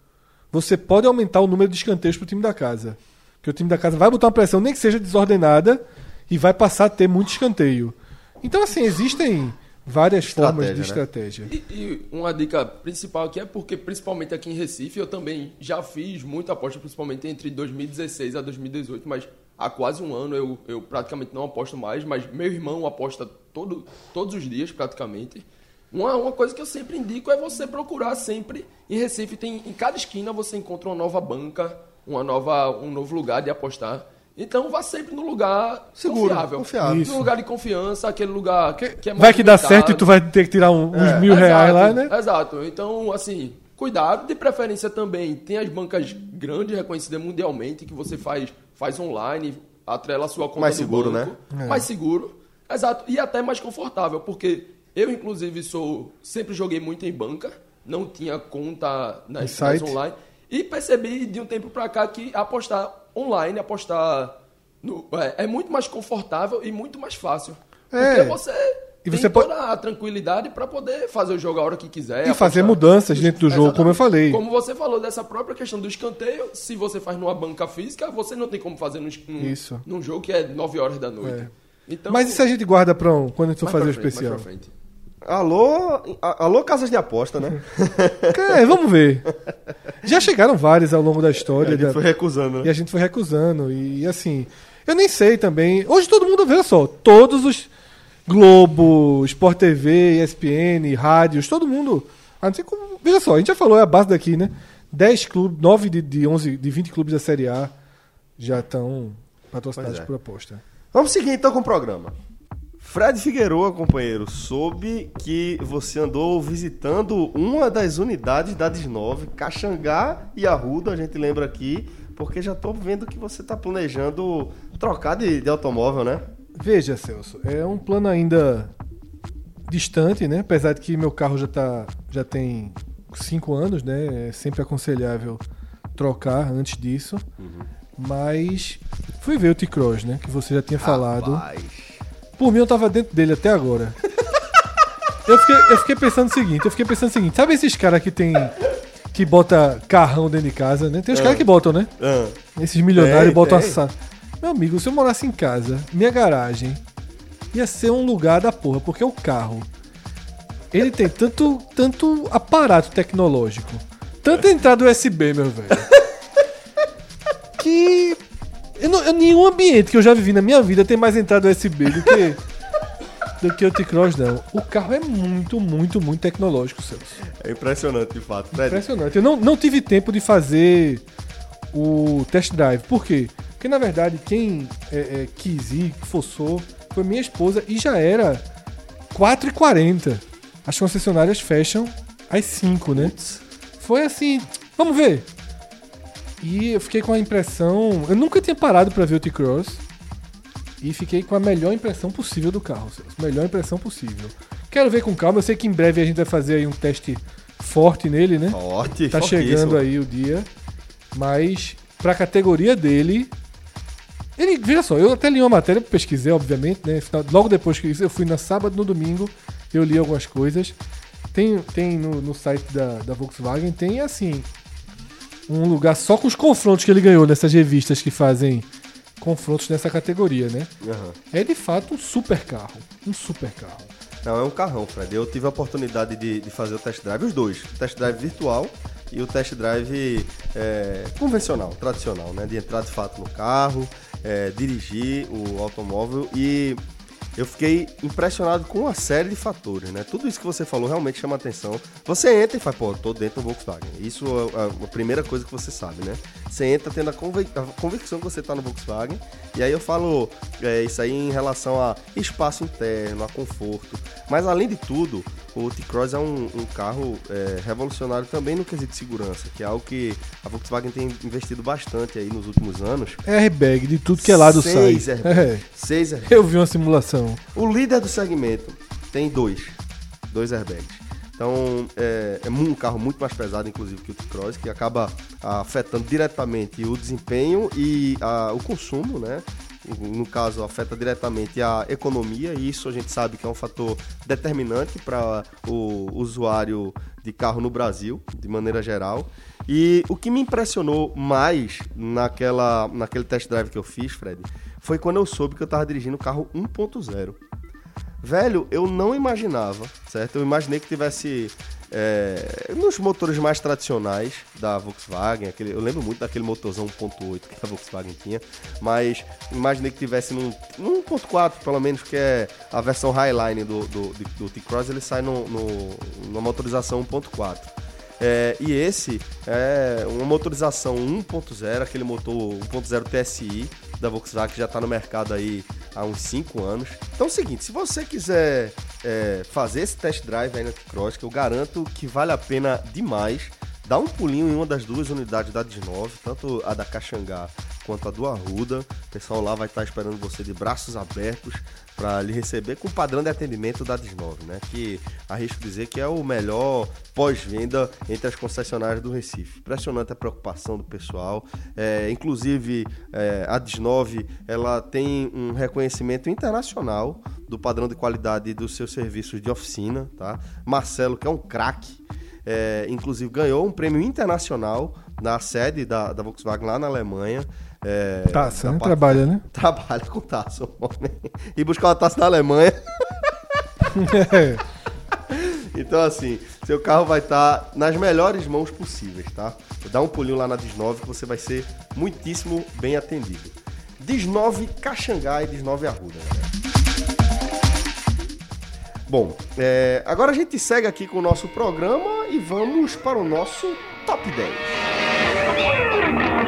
você pode aumentar o número de escanteios pro time da casa. Porque o time da casa vai botar uma pressão, nem que seja desordenada, e vai passar a ter muito escanteio. Então, assim, existem várias formas de estratégia. E uma dica principal aqui é porque, principalmente aqui em Recife, eu também já fiz muita aposta, principalmente entre 2016 a 2018, mas há quase um ano eu praticamente não aposto mais, mas meu irmão aposta todos os dias, praticamente. Uma coisa que eu sempre indico é você procurar sempre, em Recife, em cada esquina você encontra uma nova banca, um novo lugar de apostar. Então vá sempre no lugar seguro, confiável. No lugar de confiança, aquele lugar que é vai que dá certo e tu vai ter que tirar uns R$1.000 lá, né? Exato. Então, assim, cuidado. De preferência também, tem as bancas grandes, reconhecidas mundialmente, que você faz online, atrela a sua conta mais do seguro, banco. Né? Mais seguro. Exato. E até mais confortável, porque eu, inclusive, sempre joguei muito em banca, não tinha conta nas online. E percebi de um tempo pra cá que apostar online, é muito mais confortável e muito mais fácil. Porque você tem toda a tranquilidade para poder fazer o jogo a hora que quiser. E fazer mudanças dentro do jogo, como eu falei. Como você falou dessa própria questão do escanteio, se você faz numa banca física, você não tem como fazer num jogo que é 9 horas da noite. Então, mas e se a gente guarda para quando a gente for fazer o especial? Mais pra frente. Alô, casas de aposta, né? Vamos ver. Já chegaram vários ao longo da história. A gente foi recusando, né? E a gente foi recusando. E assim, eu nem sei também. Hoje todo mundo, veja só, todos os Globo, Sport TV, ESPN, rádios, todo mundo. Veja só, a gente já falou, é a base daqui, né? 10 clubes, 9 de 11, de 20 clubes da Série A já estão patrocinados por aposta. Vamos seguir então com o programa. Fred Figueroa, companheiro, soube que você andou visitando uma das unidades da DIS9, Caxangá e Arruda, a gente lembra aqui, porque já tô vendo que você tá planejando trocar de automóvel, né? Veja, Celso, é um plano ainda distante, né? Apesar de que meu carro já tem 5 anos, né? É sempre aconselhável trocar antes disso. Mas fui ver o T-Cross, né? Que você já tinha falado. Por mim, eu tava dentro dele até agora. Eu fiquei pensando o seguinte, sabe esses caras que bota carrão dentro de casa, né? Tem os caras que botam, né? Esses milionários botam assado. Meu amigo, se eu morasse em casa, minha garagem ia ser um lugar da porra, porque o carro, ele tem tanto aparato tecnológico, tanta entrada USB, meu velho, que nenhum ambiente que eu já vivi na minha vida tem mais entrada USB do que o T-Cross, não. O carro é muito, muito, muito tecnológico, Celso. É impressionante, de fato. Impressionante. Eu não tive tempo de fazer o test drive. Por quê? Porque, na verdade, quem quis ir, forçou, foi minha esposa e já era 4h40. As concessionárias fecham às 5, né? Foi assim, vamos ver. E eu fiquei com a impressão... Eu nunca tinha parado pra ver o T-Cross. E fiquei com a melhor impressão possível do carro, Celso. Melhor impressão possível. Quero ver com calma. Eu sei que em breve a gente vai fazer aí um teste forte nele, né? Tá chegando aí o dia. Mas, pra categoria dele... Veja só, eu até li uma matéria, pesquisei, obviamente, né? Logo depois que isso, eu fui no sábado, no domingo, eu li algumas coisas. Tem no site da Volkswagen, tem assim... um lugar só com os confrontos que ele ganhou nessas revistas que fazem confrontos nessa categoria, né? É de fato um super carro. Não, é um carrão, Fred. Eu tive a oportunidade de fazer o test drive, os dois. O test drive virtual e o test drive convencional, tradicional, né? De entrar de fato no carro, dirigir o automóvel e... eu fiquei impressionado com uma série de fatores, né? Tudo isso que você falou realmente chama atenção. Você entra e fala, pô, tô dentro do Volkswagen. Isso é a primeira coisa que você sabe, né? Você entra tendo a convicção que você tá no Volkswagen. E aí eu falo isso aí em relação a espaço interno, a conforto. Mas além de tudo, o T-Cross é um carro revolucionário também no quesito de segurança, que é algo que a Volkswagen tem investido bastante aí nos últimos anos. Airbag de tudo que é lado sai. 6 airbags. Eu vi uma simulação. O líder do segmento tem dois airbags. Então, é um carro muito mais pesado, inclusive, que o T-Cross, que acaba afetando diretamente o desempenho e o consumo, né? No caso, afeta diretamente a economia, e isso a gente sabe que é um fator determinante para o usuário de carro no Brasil, de maneira geral. E o que me impressionou mais naquele test drive que eu fiz, Fred, foi quando eu soube que eu estava dirigindo o carro 1.0. Velho, eu não imaginava, certo? Eu imaginei que tivesse nos motores mais tradicionais da Volkswagen, eu lembro muito daquele motorzão 1.8 que a Volkswagen tinha, mas imaginei que tivesse num 1.4, pelo menos, que é a versão Highline do T-Cross, ele sai numa motorização 1.4. E esse é uma motorização 1.0, aquele motor 1.0 TSI da Volkswagen, que já está no mercado aí há uns 5 anos. Então é o seguinte, se você quiser fazer esse test drive aí no T-Cross, que eu garanto que vale a pena demais, dá um pulinho em uma das duas unidades da DIS9, tanto a da Caxangá quanto a do Arruda. O pessoal lá vai estar esperando você de braços abertos para lhe receber com o padrão de atendimento da DIS9, né? Que arrisco dizer que é o melhor pós-venda entre as concessionárias do Recife. Impressionante a preocupação do pessoal. Inclusive, a DIS9 ela tem um reconhecimento internacional do padrão de qualidade dos seus serviços de oficina, tá? Marcelo, que é um craque, inclusive ganhou um prêmio internacional na sede da Volkswagen lá na Alemanha. Taça, né? Trabalha, né? Trabalha com taça, homem. E buscar uma taça na Alemanha. Então, assim, seu carro vai estar nas melhores mãos possíveis, tá? Dá um pulinho lá na DIS9 que você vai ser muitíssimo bem atendido. DIS9 Caxangá e DIS9 Arruda, galera. Bom, agora a gente segue aqui com o nosso programa e vamos para o nosso Top 10.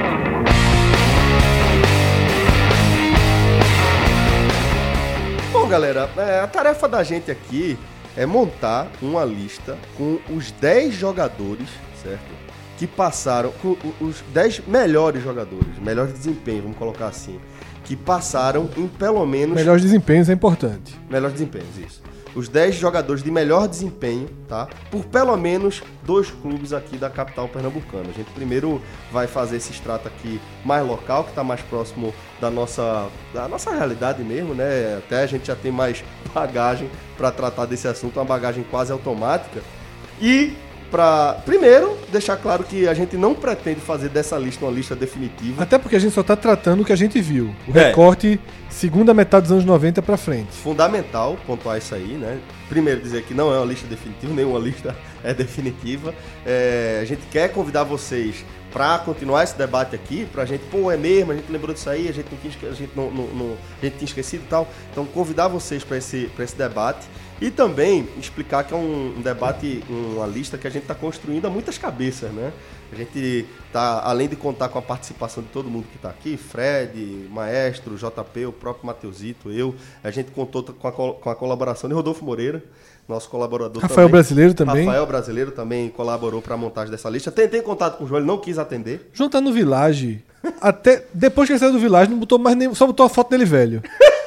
Bom, galera, a tarefa da gente aqui é montar uma lista com os 10 jogadores, certo? Que passaram, com os 10 melhores jogadores, melhores desempenho, vamos colocar assim, que passaram em pelo menos... Melhores desempenhos é importante. Melhores desempenhos, isso. Os 10 jogadores de melhor desempenho, tá? Por pelo menos 2 clubes aqui da capital pernambucana. A gente primeiro vai fazer esse extrato aqui mais local, que está mais próximo da nossa realidade mesmo, né? Até a gente já tem mais bagagem para tratar desse assunto, uma bagagem quase automática. E para, primeiro, deixar claro que a gente não pretende fazer dessa lista uma lista definitiva. Até porque a gente só tá tratando o que a gente viu. O recorte, segunda metade dos anos 90 pra frente. Fundamental pontuar isso aí, né? Primeiro dizer que não é uma lista definitiva, nenhuma lista é definitiva. A gente quer convidar vocês para continuar esse debate aqui, pra gente, é mesmo, a gente lembrou disso aí, a gente tinha esquecido e tal. Então, convidar vocês para esse debate. E também explicar que é um debate, uma lista que a gente está construindo a muitas cabeças, né? A gente tá, além de contar com a participação de todo mundo que está aqui, Fred, Maestro, JP, o próprio Mateusito, eu, a gente contou com a colaboração de Rodolfo Moreira, nosso colaborador Rafael Brasileiro também. Rafael Brasileiro também colaborou para a montagem dessa lista. Tentei contato com o João, ele não quis atender. João tá no Village. Até depois que ele saiu do Village, não botou mais nem, só botou a foto dele velho.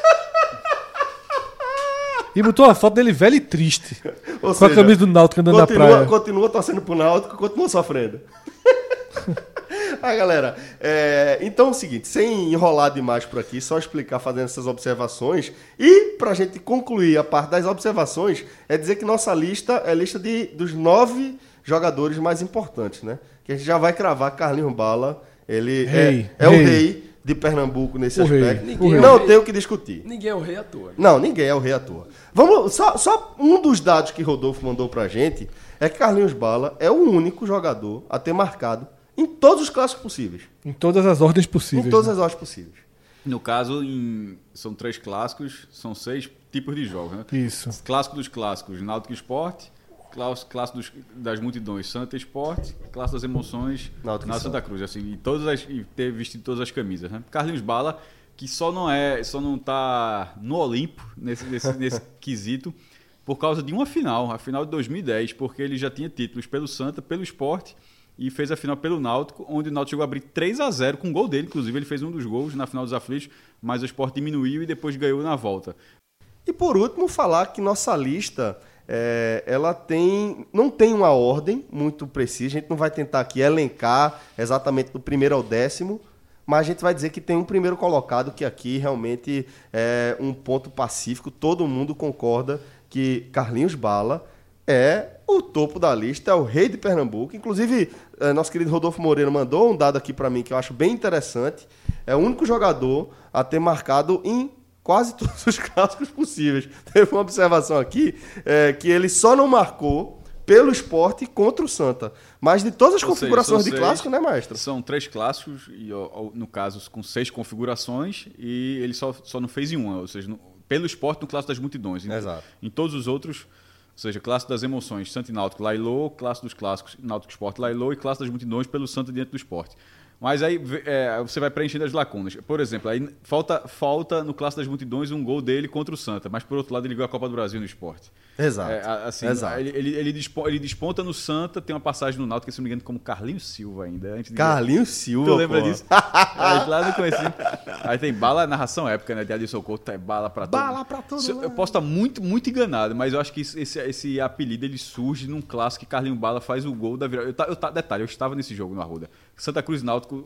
E botou uma foto dele velho e triste. Ou com a camisa do Náutico andando na praia. Continua torcendo pro Náutico, continua sofrendo. Galera, então é o seguinte, sem enrolar demais por aqui, só explicar fazendo essas observações. E pra gente concluir a parte das observações, é dizer que nossa lista é a lista dos 9 jogadores mais importantes, né? Que a gente já vai cravar Carlinhos Bala, ele é o rei de Pernambuco nesse aspecto. Não tem o que discutir. Ninguém é o rei à toa. Não, ninguém é o rei à toa. Vamos, só um dos dados que Rodolfo mandou pra gente é que Carlinhos Bala é o único jogador a ter marcado em todos os clássicos possíveis. Em todas as ordens possíveis. Em todas as ordens possíveis. No caso, são 3 clássicos, são 6 tipos de jogos, né? Isso. Clássico dos clássicos, Náutico Sport. Clássico das multidões, Santa Sport. Clássico das emoções, Náutico Santa Cruz. Assim, e ter vestido todas as camisas, né? Carlinhos Bala, que só não tá no Olimpo, nesse quesito, por causa de uma final, a final de 2010, porque ele já tinha títulos pelo Santa, pelo Sport, e fez a final pelo Náutico, onde o Náutico chegou a abrir 3-0 com o gol dele, inclusive ele fez um dos gols na final dos aflitos, mas o Sport diminuiu e depois ganhou na volta. E por último, falar que nossa lista... ela não tem uma ordem muito precisa, a gente não vai tentar aqui elencar exatamente do primeiro ao 10º, mas a gente vai dizer que tem um primeiro colocado que aqui realmente é um ponto pacífico, todo mundo concorda que Carlinhos Bala é o topo da lista, é o rei de Pernambuco. Inclusive, nosso querido Rodolfo Moreira mandou um dado aqui para mim que eu acho bem interessante, é o único jogador a ter marcado em quase todos os clássicos possíveis. Teve uma observação aqui que ele só não marcou pelo Sport contra o Santa. Mas de todas as configurações de clássico, né, maestro? São 3 clássicos, e, no caso, com 6 configurações, e ele só não fez em uma, ou seja, pelo Sport no clássico das multidões. Exato. Em todos os outros, ou seja, clássico das emoções, Santa e Náutico, Lailô, clássico dos clássicos, Náutico Sport, Lailô, e clássico das multidões pelo Santa diante do Sport. Mas aí você vai preenchendo as lacunas. Por exemplo, aí falta no Clássico das Multidões um gol dele contra o Santa, mas por outro lado ele ganhou a Copa do Brasil no Sport. Exato. Exato. Ele desponta no Santa, tem uma passagem no Náutico, que se não me engano, como Carlinhos Silva ainda. Carlinhos Silva, tu lembra disso? Lá no comecinho. Aí tem bala, narração épica, né? De Adilson Couto, é bala pra todo. Bala pra todo. Eu posso estar muito, muito enganado, mas eu acho que esse apelido ele surge num clássico que Carlinhos Bala faz o gol da virada. Detalhe, eu estava nesse jogo no Arruda. Santa Cruz e Náutico,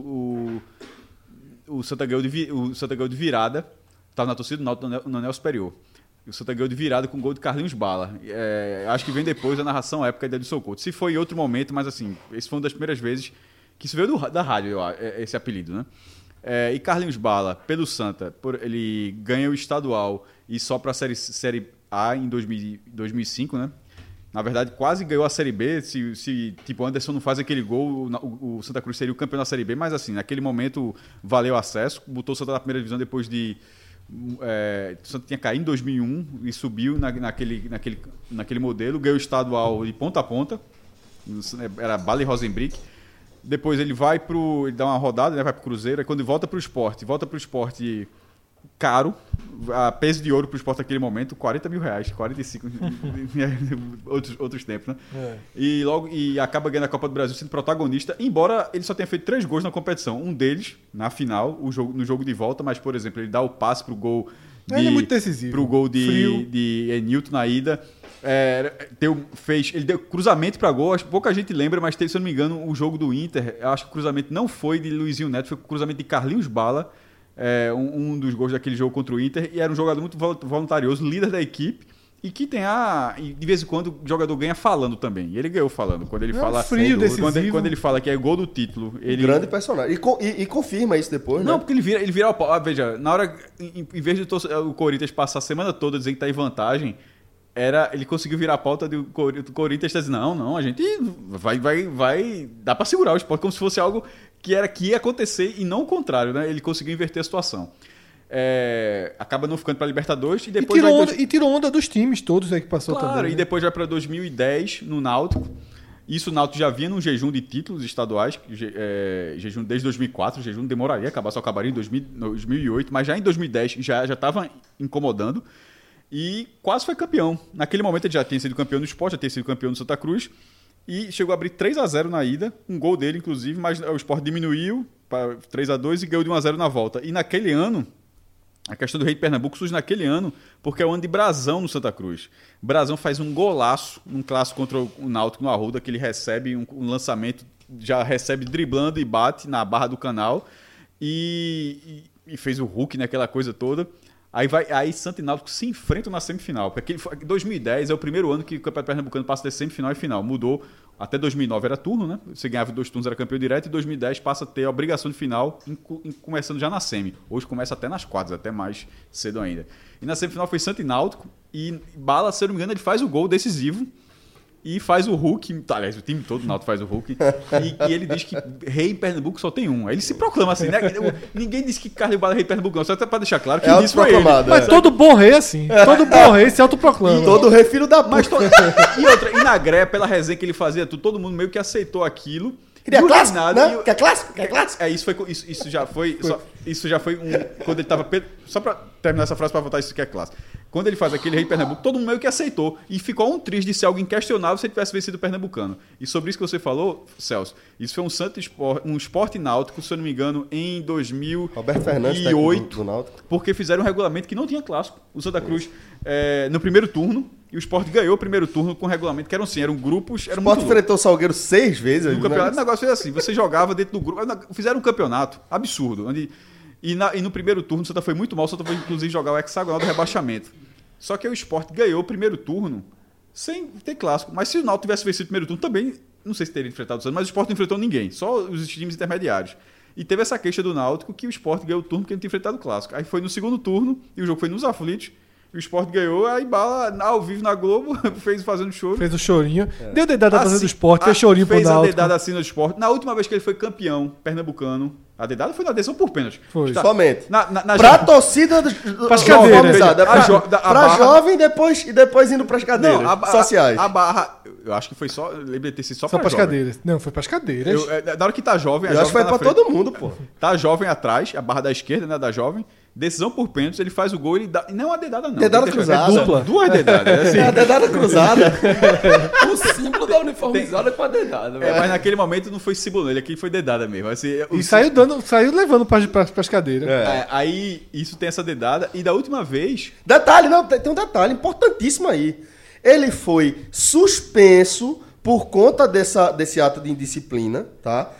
o Santa ganhou de virada, estava na torcida do Náutico no anel superior. O Santa ganhou de virada com o gol de Carlinhos Bala. Acho que vem depois da narração épica de Adilson Couto. Se foi em outro momento, mas assim, esse foi uma das primeiras vezes que isso veio da rádio, esse apelido, né? E Carlinhos Bala, pelo Santa, ele ganha o estadual e só para a Série A em 2005, né? Na verdade, quase ganhou a Série B. Se tipo, Anderson não faz aquele gol, o Santa Cruz seria o campeão da Série B. Mas, assim, naquele momento, valeu o acesso. Botou o Santa na primeira divisão depois de... o Santa tinha caído em 2001 e subiu naquele modelo. Ganhou o estadual de ponta a ponta. Era Bala e Rosenbrick. Depois ele vai ele dá uma rodada, né, vai pro Cruzeiro. Aí quando ele volta pro Sport caro, a peso de ouro pro Sport naquele momento, R$40 mil, 45 outros tempos, né? E acaba ganhando a Copa do Brasil sendo protagonista, embora ele só tenha feito 3 gols na competição. Um deles, na final, no jogo de volta, mas, por exemplo, ele dá o passe pro gol ele é muito decisivo. Pro gol de Enilton na ida. Ele deu cruzamento para gol, acho que pouca gente lembra, mas se eu não me engano, o jogo do Inter, eu acho que o cruzamento não foi de Luizinho Neto, foi o cruzamento de Carlinhos Bala, um dos gols daquele jogo contra o Inter, e era um jogador muito voluntarioso, líder da equipe, e que e de vez em quando o jogador ganha falando também, e ele ganhou falando, quando ele fala quando ele fala que é gol do título, ele... Grande personagem, e confirma isso depois, não, né? porque ele vira veja, na hora, em vez de o Corinthians passar a semana toda dizendo que tá em vantagem, ele conseguiu virar a pauta do Corinthians, tá dizendo, não, a gente vai dá pra segurar o Sport, como se fosse algo que ia acontecer e não o contrário, né? Ele conseguiu inverter a situação. Acaba não ficando pra Libertadores e depois tirou onda dos times todos aí que passou também. Claro, e né? depois vai pra 2010 no Náutico. Isso o Náutico já vinha num jejum de títulos estaduais, jejum desde 2004, o jejum demoraria, só acabaria em 2008, mas já em 2010 já estava incomodando. E quase foi campeão. Naquele momento ele já tinha sido campeão do Sport, já tinha sido campeão do Santa Cruz. E chegou a abrir 3-0 na ida. Um gol dele, inclusive, mas o Sport diminuiu para 3-2 e ganhou de 1-0 na volta. E naquele ano, a questão do Rei de Pernambuco surge naquele ano, porque é o ano de Brazão no Santa Cruz. Brazão faz um golaço num clássico contra o Náutico no Arruda, que ele recebe um lançamento, já recebe driblando e bate na barra do Canal. E fez o Hulk naquela coisa toda. Aí Santa e Náutico se enfrentam na semifinal. Porque 2010 é o primeiro ano que o Campeonato Pernambucano passa de semifinal e final. Mudou. Até 2009 era turno, né? Você ganhava 2 turnos, era campeão direto. E 2010 passa a ter a obrigação de final, começando já na semi. Hoje começa até nas quartas, até mais cedo ainda. E na semifinal foi Santa e Náutico. E Bala, se eu não me engano, ele faz o gol decisivo. E faz o Hulk, aliás, o time todo do Náutico faz o Hulk, e ele diz que rei em Pernambuco só tem um. Aí ele se proclama assim, né? Ninguém disse que Carlinhos Bala é rei em Pernambuco, não. Só até pra deixar claro que isso foi ele. Mas todo bom rei é assim. Todo bom rei se autoproclama. Todo rei filho da puta. E na greia, pela resenha que ele fazia, todo mundo meio que aceitou aquilo. Queria clássico, né? Quer clássico? Isso já foi quando ele tava... Só pra terminar essa frase, pra voltar isso que é clássico. Quando ele faz aquele Rei Pernambuco, todo mundo meio que aceitou. E ficou um triz de ser algo inquestionável se ele tivesse vencido o Pernambucano. E sobre isso que você falou, Celso, isso foi um Sport Náutico, se eu não me engano, em 2008. Roberto Fernandes, do Náutico. Porque fizeram um regulamento que não tinha clássico. O Santa Cruz, no primeiro turno, e o Sport ganhou o primeiro turno com um regulamento que eram grupos... O Sport enfrentou o Salgueiro 6 vezes. No campeonato, o negócio foi assim, você jogava dentro do grupo... Fizeram um campeonato absurdo, e no primeiro turno o Santa foi muito mal, o Santa foi inclusive jogar o hexagonal do rebaixamento. Só que o Sport ganhou o primeiro turno sem ter clássico. Mas se o Náutico tivesse vencido o primeiro turno também, não sei se teria enfrentado o Santa, mas o Sport não enfrentou ninguém, só os times intermediários. E teve essa queixa do Náutico que o Sport ganhou o turno porque não tinha enfrentado o clássico. Aí foi no segundo turno e o jogo foi nos aflitos. O Sport ganhou, aí Bala, ao vivo na Globo, fazendo choro. Fez o chorinho. Deu dedada assim, fazendo Sport, fez chorinho pro Náutico. Fez a dedada assim no Sport. Na última vez que ele foi campeão pernambucano, a dedada foi na decisão por pênalti. Foi. Somente. Pra torcida pras cadeiras. Pra jovem e depois indo pras cadeiras sociais. A barra, eu acho que foi só, lembra de ter sido só pras cadeiras. Não, foi pras cadeiras. Na hora que tá jovem, eu acho que foi pra todo mundo, pô. Tá jovem atrás, a barra da esquerda, né, da jovem. Decisão por pênaltis, ele faz o gol e dá. Não é uma dedada, não. Dedada cruzada. É dupla. 2 dedadas. Assim. É a dedada cruzada. O símbolo da uniformizada com a dedada. Mas naquele momento não foi símbolo, aqui foi dedada mesmo. Assim, e saiu levando pras cadeiras. Aí isso tem essa dedada. E da última vez. Detalhe, não, tem um detalhe importantíssimo aí. Ele foi suspenso por conta desse ato de indisciplina, tá?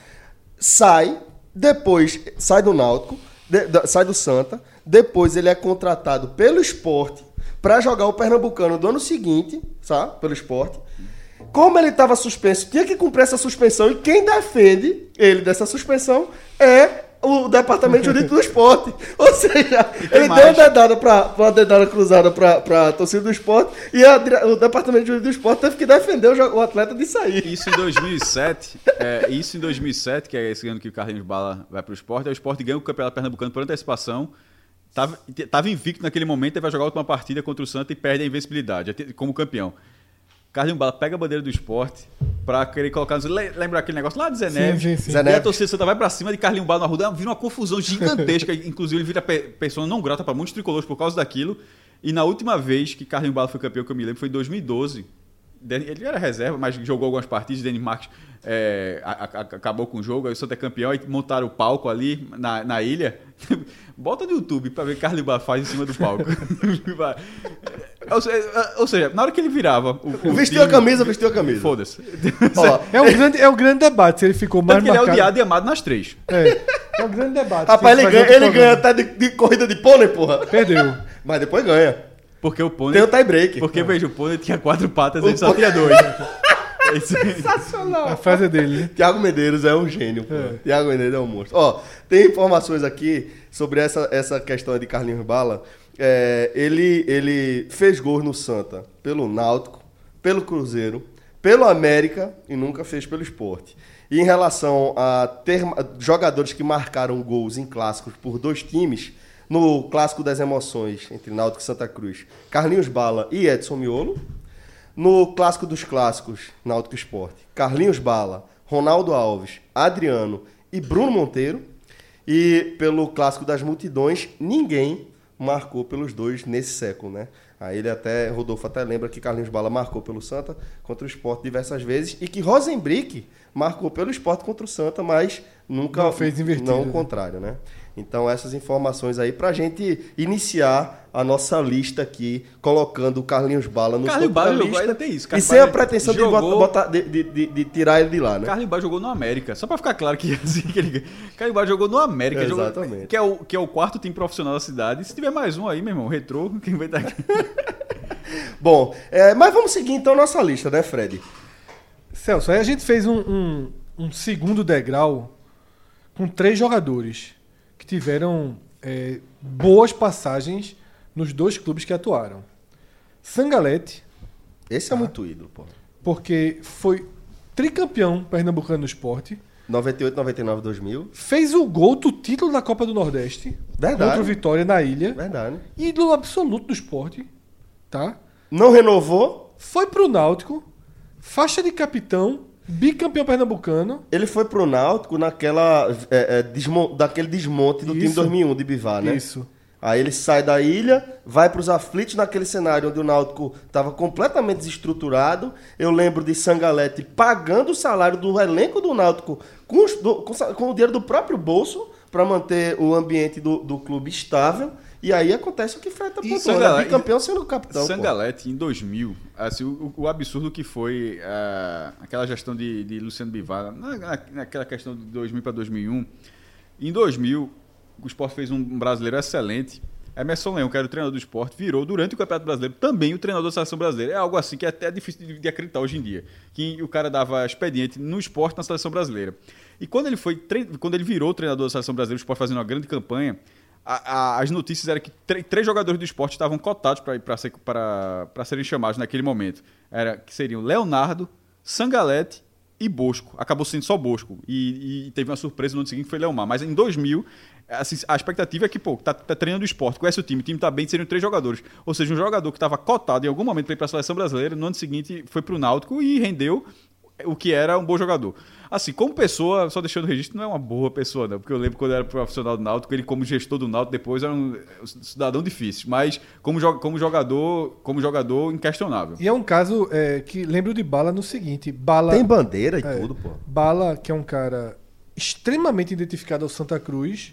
Depois sai do Náutico. Sai do Santa, depois ele é contratado pelo Sport para jogar o Pernambucano do ano seguinte, sabe? Pelo Sport. Como ele estava suspenso, tinha que cumprir essa suspensão e quem defende ele dessa suspensão é o departamento jurídico do Sport. Ou seja, ele deu uma dedada cruzada para a torcida do Sport e o departamento jurídico do Sport teve que defender o atleta de sair. Isso em 2007, que é esse ano que o Carlinhos Bala vai para o Sport, aí o Sport ganha o Campeonato Pernambucano por antecipação. Tava invicto naquele momento, ele vai jogar a última partida contra o Santa e perde a invencibilidade como campeão. Carlinhos Bala pega a bandeira do Sport pra querer colocar... Lembra aquele negócio lá de Zé Neves? Sim. Zé E Neves. a torcida Santa vai pra cima de Carlinhos Bala na rua, vira uma confusão gigantesca. Inclusive, ele vira pessoa não grata pra muitos tricolores por causa daquilo. E na última vez que Carlinhos Bala foi campeão, que eu me lembro, foi em 2012. Ele era reserva, mas jogou algumas partidas. Denis Marques acabou com o jogo, aí o Santa é campeão, aí montaram o palco ali na ilha. Bota no YouTube pra ver o que Carlinhos Bala faz em cima do palco. Ou seja, na hora que ele virava... Vestiu a camisa. Foda-se. Ó, É um grande debate se ele ficou mais Tanto que ele é marcado. odiado e amado nas três. É um grande debate. rapaz, Se ele fazer outro ganha programa. até de corrida de pônei, porra. Perdeu. Mas depois ganha. Porque o pônei... Tem o tie break. Porque, veja, o pônei tinha 4 patas, ele só tinha 2. É isso aí. A frase é dele, né? Thiago Medeiros é um gênio, pô. Thiago Medeiros é um monstro. Ó, tem informações aqui sobre essa questão de Carlinhos Bala. Ele fez gols no Santa pelo Náutico, pelo Cruzeiro, pelo América e nunca fez pelo Sport. E em relação a ter jogadores que marcaram gols em clássicos por 2 times, no Clássico das Emoções, entre Náutico e Santa Cruz, Carlinhos Bala e Edson Miolo. No Clássico dos Clássicos, Náutico Sport, Carlinhos Bala, Ronaldo Alves, Adriano e Bruno Monteiro. E pelo Clássico das Multidões, ninguém marcou pelos 2 nesse século, né? Aí Rodolfo até lembra que Carlinhos Bala marcou pelo Santa contra o Sport diversas vezes e que Rosenbrick marcou pelo Sport contra o Santa, mas nunca Não fez invertido, não o né? contrário, né? Então essas informações aí pra gente iniciar a nossa lista aqui, colocando o Carlinhos Bala no Carlinhos topo Bala da jogou, lista. ainda tem isso. E Carlinhos sem a Bala pretensão jogou- de tirar ele de lá, né? Carlinhos Bala jogou no América. Só pra ficar claro que, assim, Carlinhos Bala jogou no América. Exatamente. Que é o 4º time profissional da cidade. Se tiver mais um aí, meu irmão, Retrô, quem vai estar aqui? Bom, mas vamos seguir então a nossa lista, né, Fred? Celso, aí a gente fez um segundo degrau com 3 jogadores que tiveram boas passagens nos 2 clubes que atuaram. Sangalete, Esse é muito ídolo, pô. porque foi tricampeão pernambucano no Sport, 98, 99, 2000. fez o gol do título da Copa do Nordeste Verdade. contra o Vitória na ilha, Verdade. ídolo absoluto do Sport, tá? Não renovou. Foi pro Náutico, faixa de capitão, bicampeão pernambucano. Ele foi pro Náutico daquele desmonte do time Isso. 2001 de Bivar, né? Isso. Aí ele sai da ilha, vai para os aflitos naquele cenário onde o Náutico estava completamente desestruturado. Eu lembro de Sangalete pagando o salário do elenco do Náutico com o dinheiro do próprio bolso para manter o ambiente do clube estável. E aí acontece o que Fred tá pontuando, né? Bicampeão sendo capitão. Sangalete, em 2000, assim, o absurdo que foi aquela gestão de Luciano Bivar, naquela questão de 2000 para 2001. Em 2000, o Sport fez um brasileiro excelente. Emerson Leão, que era o treinador do Sport, virou durante o Campeonato Brasileiro também o treinador da Seleção Brasileira. É algo assim que é até difícil de acreditar hoje em dia. Que o cara dava expediente no Sport na Seleção Brasileira. E quando ele virou o treinador da Seleção Brasileira, o Sport fazendo uma grande campanha, as notícias eram que 3 jogadores do Sport estavam cotados para serem chamados naquele momento. Que seriam Leonardo, Sangalete e Bosco. Acabou sendo só Bosco. E teve uma surpresa no ano seguinte, que foi Leomar. Mas em 2000, assim, a expectativa é que, tá treinando o Sport, conhece o time tá bem, seriam 3 jogadores. Ou seja, um jogador que estava cotado em algum momento para ir para a Seleção Brasileira, no ano seguinte foi para o Náutico e rendeu o que era um bom jogador. Assim, como pessoa, só deixando o registro, não é uma boa pessoa, não. Porque eu lembro quando eu era profissional do Náutico, ele como gestor do Náutico, depois era um cidadão difícil. Mas como jogador, inquestionável. E é um caso que lembro de Bala no seguinte. Bala, Tem bandeira e tudo, pô. Bala, que é um cara extremamente identificado ao Santa Cruz,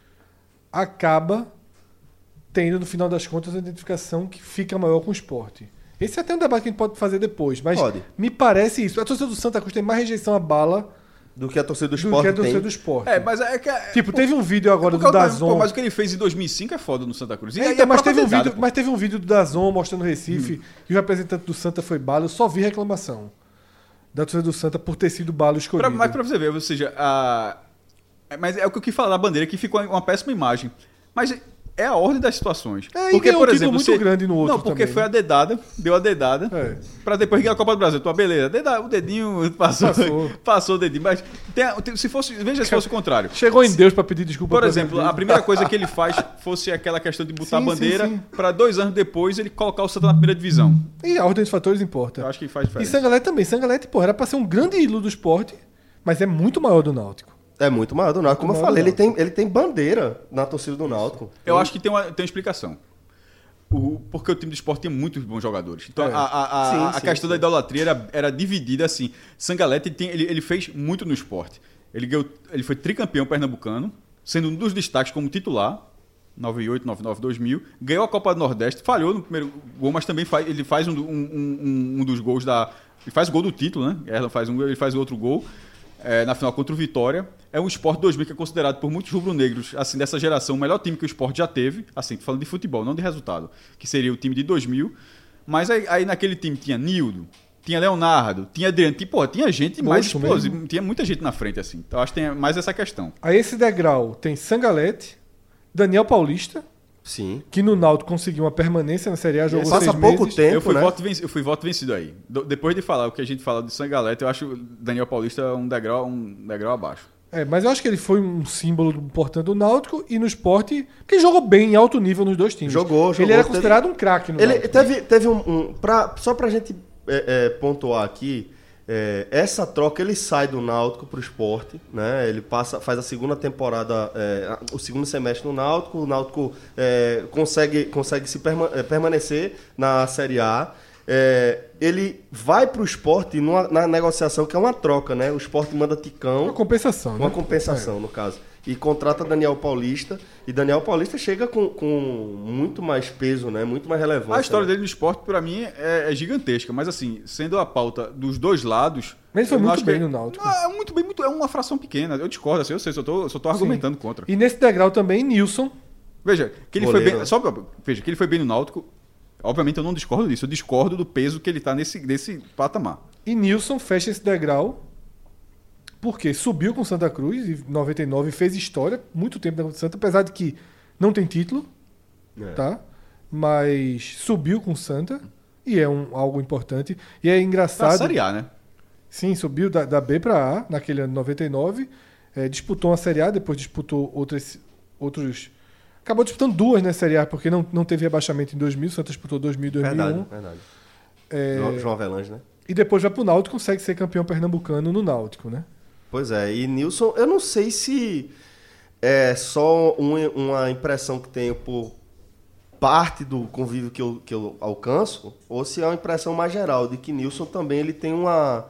acaba tendo, no final das contas, a identificação que fica maior com o Sport. Esse é até um debate que a gente pode fazer depois, mas me parece isso. A torcida do Santa Cruz tem mais rejeição à Bala do que a torcida do do Sport que a torcida tem. do Sport. Mas é que... Tipo, teve um vídeo agora do Dazon. Mas o que ele fez em 2005 é foda no Santa Cruz. Então, mas teve um vídeo do Dazon mostrando Recife e o representante do Santa foi Bala. Eu só vi reclamação da torcida do Santa por ter sido Bala escolhido. Mas pra você ver, ou seja, mas é o que eu quis falar da bandeira, que ficou uma péssima imagem. Mas é a ordem das situações. Porque, por exemplo, muito grande no outro. Não, porque também, foi a dedada, deu a dedada, pra depois ganhar a Copa do Brasil. Tua beleza, o dedinho passou o dedinho. Mas se fosse o contrário. Chegou em Deus pra pedir desculpa. Por exemplo, a primeira coisa que ele faz fosse aquela questão de botar a bandeira pra 2 anos depois ele colocar o Santa na primeira divisão. E a ordem dos fatores importa. Eu acho que faz diferença. E Sangalete também. Sangalete, era pra ser um grande ídolo do esporte, mas é muito maior do Náutico. É muito maior do Náutico. Como eu falei, ele tem bandeira na torcida do Náutico. Eu acho que tem uma explicação. Porque o time do esporte tem muitos bons jogadores. Então, a questão da idolatria era dividida assim. Sangalete, ele fez muito no esporte. Ele foi tricampeão pernambucano, sendo um dos destaques como titular, 98, 99, 2000. Ganhou a Copa do Nordeste, falhou no primeiro gol, mas também ele faz um dos gols ele faz o gol do título, né? Ele faz outro gol. Na final contra o Vitória. É um Sport 2000 que é considerado por muitos rubro-negros, assim, dessa geração, o melhor time que o Sport já teve, assim, falando de futebol, não de resultado, que seria o time de 2000. Mas aí naquele time tinha Nildo, tinha Leonardo, tinha Adriano, tinha gente mais explosiva, tinha muita gente na frente, assim. Então acho que tem mais essa questão. Aí esse degrau tem Sangalete, Daniel Paulista, sim, que no Náutico conseguiu uma permanência na Série A, jogou 6 meses. Passa pouco tempo, eu fui voto vencido aí. Depois de falar o que a gente fala de Sangalete, eu acho o Daniel Paulista um degrau abaixo. Mas eu acho que ele foi um símbolo importante do Náutico e no esporte, porque ele jogou bem em alto nível nos dois times. Jogou. Ele era considerado um craque no Náutico. Teve só pra gente pontuar aqui, essa troca, ele sai do Náutico pro Sport, né? Ele faz a segunda temporada, o segundo semestre no Náutico. O Náutico consegue permanecer na Série A. Ele vai pro Sport na negociação, que é uma troca, né? O Sport manda Ticão. Uma compensação, Uma compensação, no caso. E contrata Daniel Paulista. E Daniel Paulista chega com muito mais peso, né? Muito mais relevância. A história dele no esporte, pra mim, é gigantesca. Mas, assim, sendo a pauta dos dois lados... Mas ele foi muito bem no Náutico. Muito bem, é uma fração pequena. Eu discordo, assim, eu sei, só tô argumentando contra. E nesse degrau também, Nilson. Veja, que ele foi bem... Veja, que ele foi bem no Náutico... Obviamente eu não discordo disso. Eu discordo do peso que ele tá nesse patamar. E Nilson fecha esse degrau... Porque subiu com o Santa Cruz em 99 e fez história, muito tempo na Santa, apesar de que não tem título, tá? Mas subiu com o Santa e é algo importante. E é engraçado... Pra Série A, né? Sim, subiu da B para A naquele ano de 99, disputou uma Série A, depois disputou outros... Acabou disputando 2 na Série A, porque não teve rebaixamento em 2000, o Santa disputou 2000 e 2001. Verdade. João Avelange, né? E depois vai pro Náutico, consegue ser campeão pernambucano no Náutico, né? Pois é, e Nilson, eu não sei se é só uma impressão que tenho por parte do convívio que eu alcanço, ou se é uma impressão mais geral, de que Nilson também ele tem uma...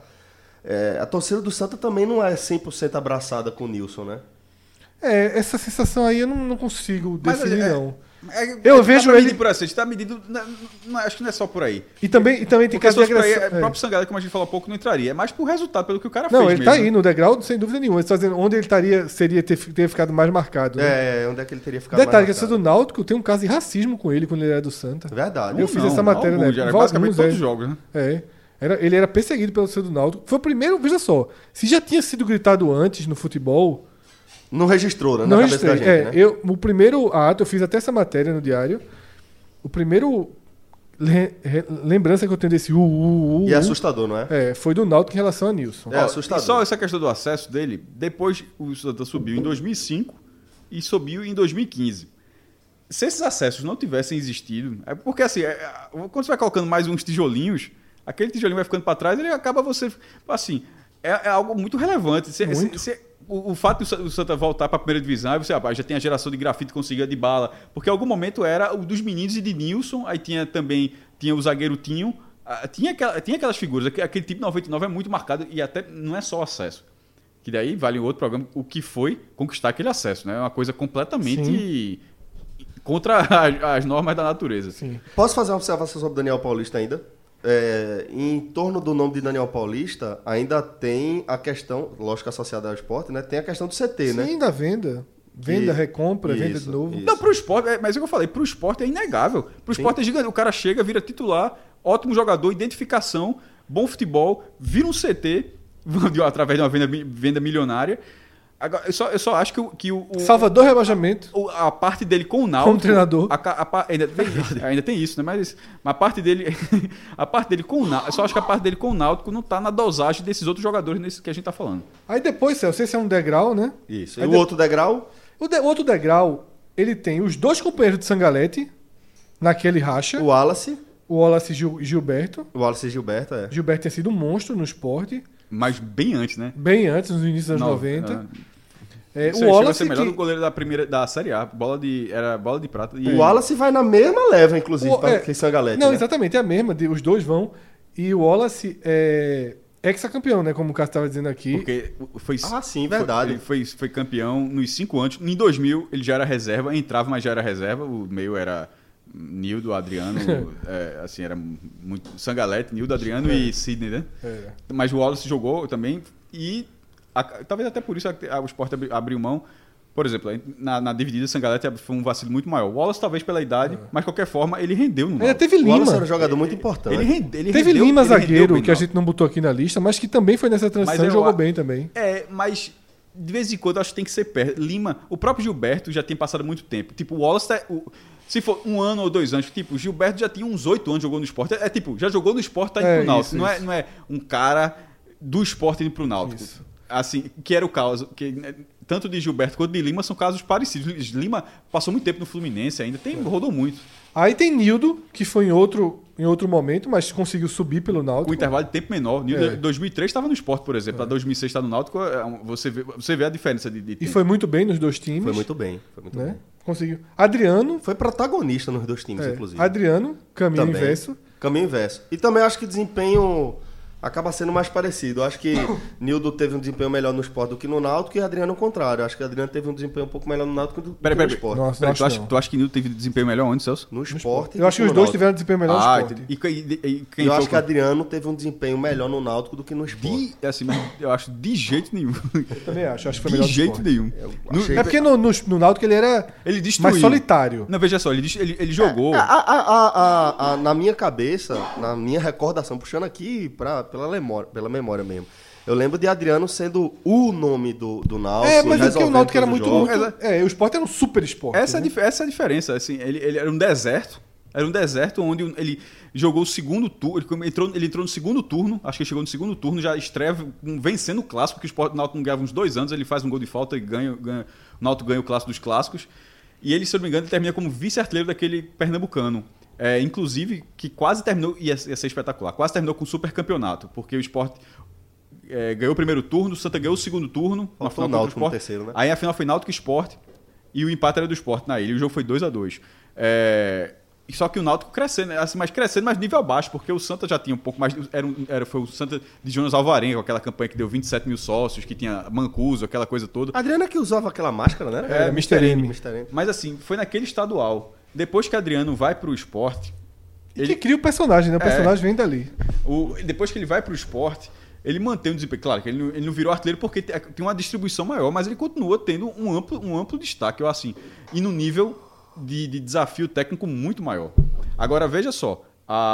a torcida do Santa também não é 100% abraçada com o Nilson, né? Essa sensação aí eu não consigo definir, não. Eu vejo ele por assim, está medido, acho que não é só por aí. E também tem caso de agressão. O próprio Sangalete, como a gente falou há pouco, não entraria. É mais por resultado, pelo que o cara fez. Não, ele está aí no degrau, sem dúvida nenhuma. Ele está dizendo onde ele ter ficado mais marcado. Né? Onde é que ele teria ficado mais marcado. Detalhe, que do Náutico tem um caso de racismo com ele quando ele era do Santa. Verdade. Eu fiz essa matéria, né? Era basicamente todos os jogos, né? Ele era perseguido pelo torcedor do Náutico. Foi o primeiro, veja só, se já tinha sido gritado antes no futebol... Não registrou, né? Não registrei. Né? O primeiro ato, eu fiz até essa matéria no diário. O primeiro lembrança que eu tenho desse E é assustador, não é? Foi do Náutico em relação a Nilson. É assustador. E só essa questão do acesso dele, depois o Santa subiu em 2005 e subiu em 2015. Se esses acessos não tivessem existido... É porque, assim, quando você vai colocando mais uns tijolinhos, aquele tijolinho vai ficando para trás, ele acaba você... Assim, é algo muito relevante. O fato do Santa voltar para a primeira divisão, aí você já tem a geração de grafite conseguida de bala, porque em algum momento era o dos meninos e de Nilson, aí tinha o zagueiro Tinho, tinha aquelas figuras, aquele tipo 99 é muito marcado e até não é só acesso, que daí vale outro programa, o que foi conquistar aquele acesso, né? É uma coisa completamente contra as normas da natureza. Sim. Posso fazer uma observação sobre Daniel Paulista ainda? Em torno do nome de Daniel Paulista, ainda tem a questão, lógico, associada ao esporte, né? Tem a questão do CT, né? Sim, da venda. Venda, recompra, venda de novo. Não, pro esporte, mas é o que eu falei, pro esporte é inegável. Pro esporte é gigante. O cara chega, vira titular, ótimo jogador, identificação, bom futebol, vira um CT, através de uma venda milionária. Agora, eu só acho que o Salvador rebaixamento. a parte dele com o Náutico... Como treinador. Ainda tem isso, né? Mas a parte dele... a parte dele com o Náutico... Eu só acho que a parte dele com o Náutico não tá na dosagem desses outros jogadores que a gente tá falando. Aí depois, Celso, esse é um degrau, né? Isso. Aí E o outro degrau? O outro degrau, ele tem os 2 companheiros de Sangalete, naquele racha. O Wallace. O Wallace e Gilberto. O Wallace e Gilberto, é. Gilberto tinha sido um monstro no esporte. Mas bem antes, né? Bem antes, nos inícios dos anos 90. O Wallace a ser melhor do goleiro da Série A. Era bola de prata. O Wallace vai na mesma leva, inclusive, que Sangalete. Não, né? exatamente, é a mesma. Os dois vão. E o Wallace é ex-campeão, né? Como o Cássio estava dizendo aqui. Porque foi... sim, verdade. Ele foi campeão nos 5 anos. Em 2000, ele já era reserva. Entrava, mas já era reserva. O meio era Nildo, Adriano. assim, era muito... Sangalete, Nildo, Adriano e Sidney, né? Mas o Wallace jogou também. E talvez até por isso o Sport abriu mão. Por exemplo, na dividida, Sangalete foi um vacilo muito maior. O Wallace, talvez pela idade, mas de qualquer forma, ele rendeu no Náutico. Teve Lima. O Wallace era um jogador muito importante. Ele teve rendeu, Lima, ele zagueiro, rendeu que a gente não botou aqui na lista, mas que também foi nessa transição e jogou bem também. Mas de vez em quando eu acho que tem que ser perto. Lima, o próprio Gilberto já tem passado muito tempo. Tipo, o Wallace se for 1 ano ou 2 anos, tipo, o Gilberto já tinha uns 8 anos jogou no Sport. Tipo, já jogou no Sport, tá indo pro Náutico. Não é um cara do Sport indo pro Náutico. Isso. Assim, que era o caso, que tanto de Gilberto quanto de Lima são casos parecidos. Lima passou muito tempo no Fluminense ainda, rodou muito. Aí tem Nildo, que foi em outro momento, mas conseguiu subir pelo Náutico. Com intervalo de tempo menor. Nildo, em 2003 estava no Sport, por exemplo. Em 2006 está no Náutico, você vê a diferença de tempo. E foi muito bem nos 2 times. Foi muito bem. Né? Conseguiu. Adriano... Foi protagonista nos 2 times, inclusive. Adriano, caminho inverso. Caminho inverso. E também acho que desempenho... acaba sendo mais parecido. Eu acho que Nildo teve um desempenho melhor no Sport do que no Náutico e Adriano o contrário. Eu acho que Adriano teve um desempenho um pouco melhor no Náutico do que no Sport. Nossa, tu acha que Nildo teve desempenho melhor onde, Celso? No Sport. Eu acho que os dois tiveram desempenho melhor no Sport. Eu acho que Adriano teve um desempenho melhor no Náutico do que no Sport. Eu acho de jeito nenhum. Eu também acho que foi melhor no Sport. De jeito nenhum. É porque no Náutico ele era mais solitário. Não, veja só, ele jogou... Na minha cabeça, na minha recordação, puxando aqui pela memória mesmo. Eu lembro de Adriano sendo o nome do Náutico. Mas é porque o Náutico era muito... o Sport era um super esporte. Essa é a diferença. Assim, ele era um deserto. Era um deserto onde ele jogou o segundo turno. Ele entrou no segundo turno. Acho que ele chegou no segundo turno, já estreia vencendo o clássico, porque o Náutico não ganhava uns 2 anos. Ele faz um gol de falta e o Náutico ganha o clássico dos clássicos. E ele, se eu não me engano, ele termina como vice-artilheiro daquele pernambucano. Inclusive, que quase terminou, ia ser espetacular, quase terminou com o super campeonato, porque o Sport ganhou o primeiro turno, o Santa ganhou o segundo turno, na final contra o Sport, no terceiro, né? Aí a final foi Náutico e Sport, e o empate era do Sport na ilha, e o jogo foi 2-2. Só que o Náutico crescendo, assim, mas nível abaixo, porque o Santa já tinha um pouco mais. Foi o Santa de Jonas Alvarenga, com aquela campanha que deu 27 mil sócios, que tinha Mancuso, aquela coisa toda. Adriano é que usava aquela máscara, né? Mr. M. Mas assim, foi naquele estadual. Depois que Adriano vai pro Sport... Que cria o personagem, né? O personagem vem dali. Depois que ele vai pro Sport, ele mantém o desempenho. Claro que ele não virou artilheiro porque tem uma distribuição maior, mas ele continua tendo um amplo destaque, assim, e no nível de desafio técnico muito maior. Agora, veja só,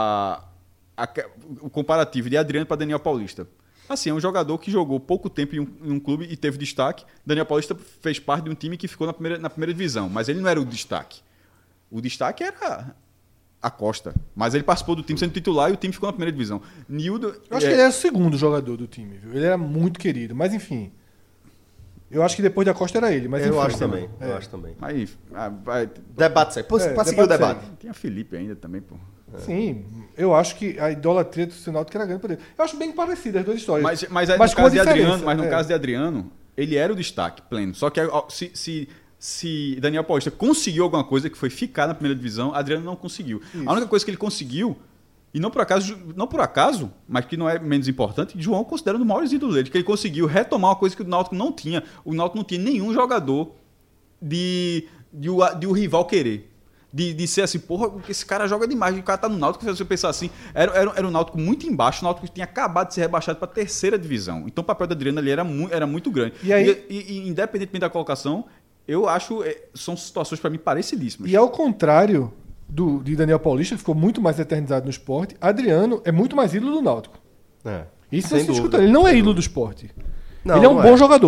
o comparativo de Adriano para Daniel Paulista. Assim, é um jogador que jogou pouco tempo em um clube e teve destaque. Daniel Paulista fez parte de um time que ficou na primeira divisão, mas ele não era o destaque. O destaque era a Costa. Mas ele participou do time sendo titular e o time ficou na primeira divisão. Nildo... Eu acho que ele era o segundo jogador do time, viu? Ele era muito querido. Mas, enfim... Eu acho que depois da Costa era ele. Mas, enfim, eu acho também. Mas... Debate sai. Pra seguir o debate. Tem a Felipe ainda também, pô. Sim, eu acho que a idolatria do Náutico era grande por ele. Eu acho bem parecido as duas histórias. Mas no caso de Adriano, caso de Adriano, ele era o destaque pleno. Só que se Daniel Paulista conseguiu alguma coisa, que foi ficar na primeira divisão, Adriano não conseguiu. Isso. A única coisa que ele conseguiu, e não por acaso, mas que não é menos importante, João considera um dos maiores ídolos dele, que ele conseguiu retomar uma coisa que o Náutico não tinha. O Náutico não tinha nenhum jogador de o rival querer. De ser assim, porra, esse cara joga demais, o cara tá no Náutico, se você pensar assim, era um Náutico muito embaixo, o Náutico tinha acabado de ser rebaixado para a terceira divisão. Então o papel da Adriano ali era muito grande. E aí, e independentemente da colocação, eu acho, são situações para mim parecidíssimas. E ao contrário de Daniel Paulista, que ficou muito mais eternizado no esporte, Adriano é muito mais ídolo do Náutico. Isso não se discute. Ele não é ídolo do esporte. Ele é um bom jogador.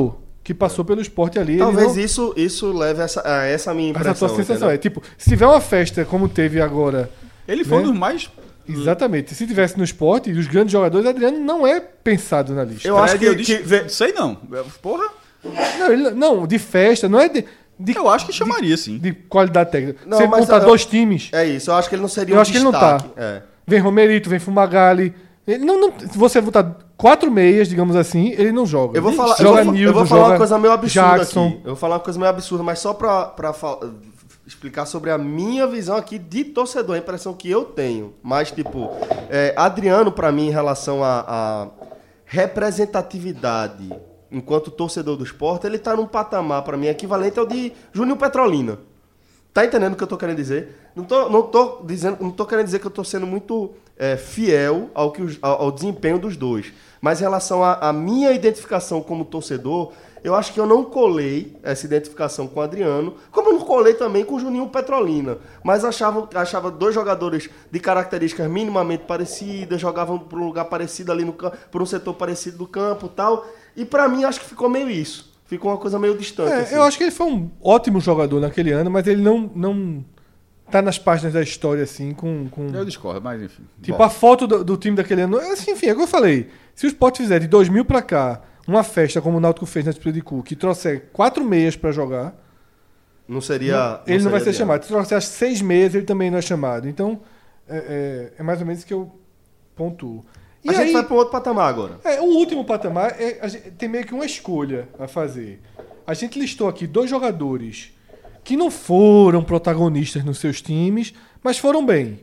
que passou pelo Sport ali. Talvez isso leve a essa minha impressão. Essa tua sensação entendeu? é, tipo, se tiver uma festa como teve agora... Ele foi né? um dos mais... Exatamente. Se tivesse no Sport, os grandes jogadores, Adriano não é pensado na lista. Eu acho Fred, que sei não. Porra. Não, de festa, não é de Eu acho que chamaria, sim. de qualidade técnica. Não, Você mas montar eu- dois times, é isso. Eu acho que ele não seria eu acho que ele não tá. É. Vem Romerito, vem Fumagalli. Ele se você botar 4 meias, digamos assim, ele não joga. Eu vou falar, Joga eu vou Nildo, falar joga uma coisa meio absurda Jackson. aqui. Eu vou falar uma coisa meio absurda, mas só pra explicar sobre a minha visão aqui de torcedor, a impressão que eu tenho. Mas, tipo, Adriano, pra mim, em relação à representatividade enquanto torcedor do Sport, ele tá num patamar, pra mim, equivalente ao de Juninho Petrolina. Tá entendendo o que eu tô querendo dizer? Não tô querendo dizer que eu tô sendo muito fiel ao desempenho dos dois. Mas em relação à minha identificação como torcedor, eu acho que eu não colei essa identificação com o Adriano, como eu não colei também com o Juninho Petrolina. Mas achava dois jogadores de características minimamente parecidas, jogavam por um lugar parecido ali no campo, por um setor parecido do campo e tal. E pra mim acho que ficou meio isso. Ficou uma coisa meio distante. Assim. Eu acho que ele foi um ótimo jogador naquele ano, mas ele não tá nas páginas da história assim com... Eu discordo, mas enfim. Tipo, a foto do time daquele ano... Assim, enfim, é o que eu falei. Se o Sport fizer de 2000 pra cá uma festa como o Náutico fez na Disputa de Cu, que trouxer 4 meias pra jogar... Não seria... Ele não vai ser Adriano. chamado. Se trouxer as 6 meias, ele também não é chamado. Então, é mais ou menos isso que eu pontuo. E A aí, gente vai para um outro patamar agora. o último patamar, tem meio que uma escolha a fazer. A gente listou aqui 2 jogadores que não foram protagonistas nos seus times, mas foram bem.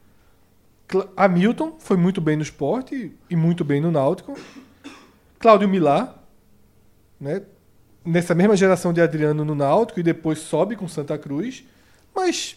Hamilton foi muito bem no Sport e muito bem no Náutico. Cláudio Milá, né? Nessa mesma geração de Adriano no Náutico e depois sobe com Santa Cruz. Mas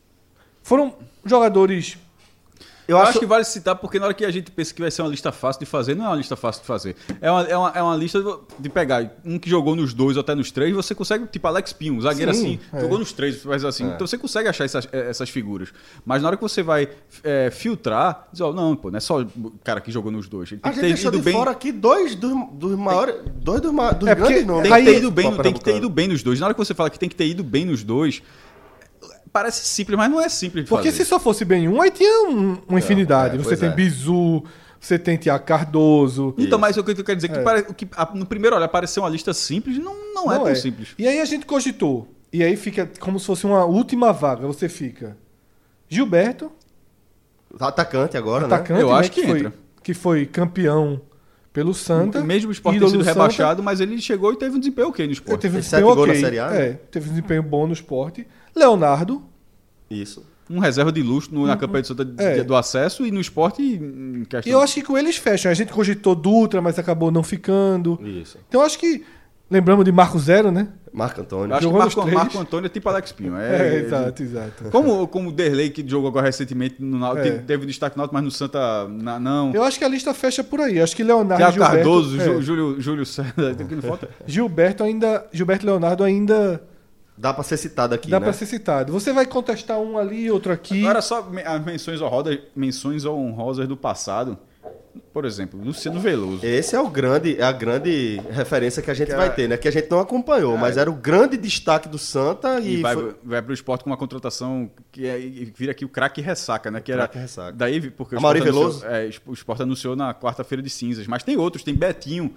foram jogadores... Eu acho que vale citar, porque na hora que a gente pensa que vai ser uma lista fácil de fazer, não é uma lista fácil de fazer. É uma lista de pegar um que jogou nos 2 ou até nos 3, você consegue, tipo Alex Pinho, um zagueiro Sim, assim, jogou nos 3, mas assim. Então você consegue achar essas figuras. Mas na hora que você vai filtrar, diz, não, pô, não é só o cara que jogou nos 2. Ele tem A que gente ter deixou ido de bem. fora aqui dois dos maiores... Dois dos grandes nomes. Tem que ter ido bem nos 2. Na hora que você fala que tem que ter ido bem nos 2, parece simples, mas não é simples de Porque fazer. se só fosse bem um, aí tinha uma infinidade. Você pois tem é. Bizu, você tem Tiago Cardoso. Então, mas o que eu quero dizer é que no primeiro olhar pareceu uma lista simples, não é tão simples. E aí a gente cogitou. E aí fica como se fosse uma última vaga. Você fica Gilberto, Atacante agora, atacante, Eu né, acho que entra. que foi campeão pelo Santa. Mesmo o Sport ter ídolo sido do Santa. rebaixado, mas ele chegou e teve um desempenho ok no Ele Sport. teve um Fez 7 desempenho gols na ok. Série A, né? Teve um desempenho bom no Sport. Leonardo, Isso. Um reserva de luxo na campanha de Santa do acesso e no Sport em questão. e eu acho que com eles fecham. A gente cogitou Dutra, mas acabou não ficando. Isso. Então eu acho que... Lembramos de Marco Zero, né? Marco Antônio. Eu acho jogou nos que três. Marco Antônio é tipo Alex Pinho. Exato. Como o Derlei, que jogou agora recentemente no Náutico, É. teve destaque no Náutico, mas no Santa não. Eu acho que a lista fecha por aí. Acho que Leonardo Tiago e Gilberto... Cardoso, Júlio César, tem que não falta. Gilberto e Leonardo ainda Dá pra ser citado aqui, dá né? pra ser citado. Você vai contestar um ali, outro aqui. Agora só as menções honrosas do passado. Por exemplo, Luciano Veloso. Esse é a grande referência que a gente vai ter, né? Que a gente não acompanhou, mas era o grande destaque do Santa E vai foi... pro Sport com uma contratação que vira aqui o craque ressaca, né? Que era Craque ressaca. daí porque Amaury Veloso? O Sport anunciou na quarta-feira de cinzas, mas tem outros, tem Betinho,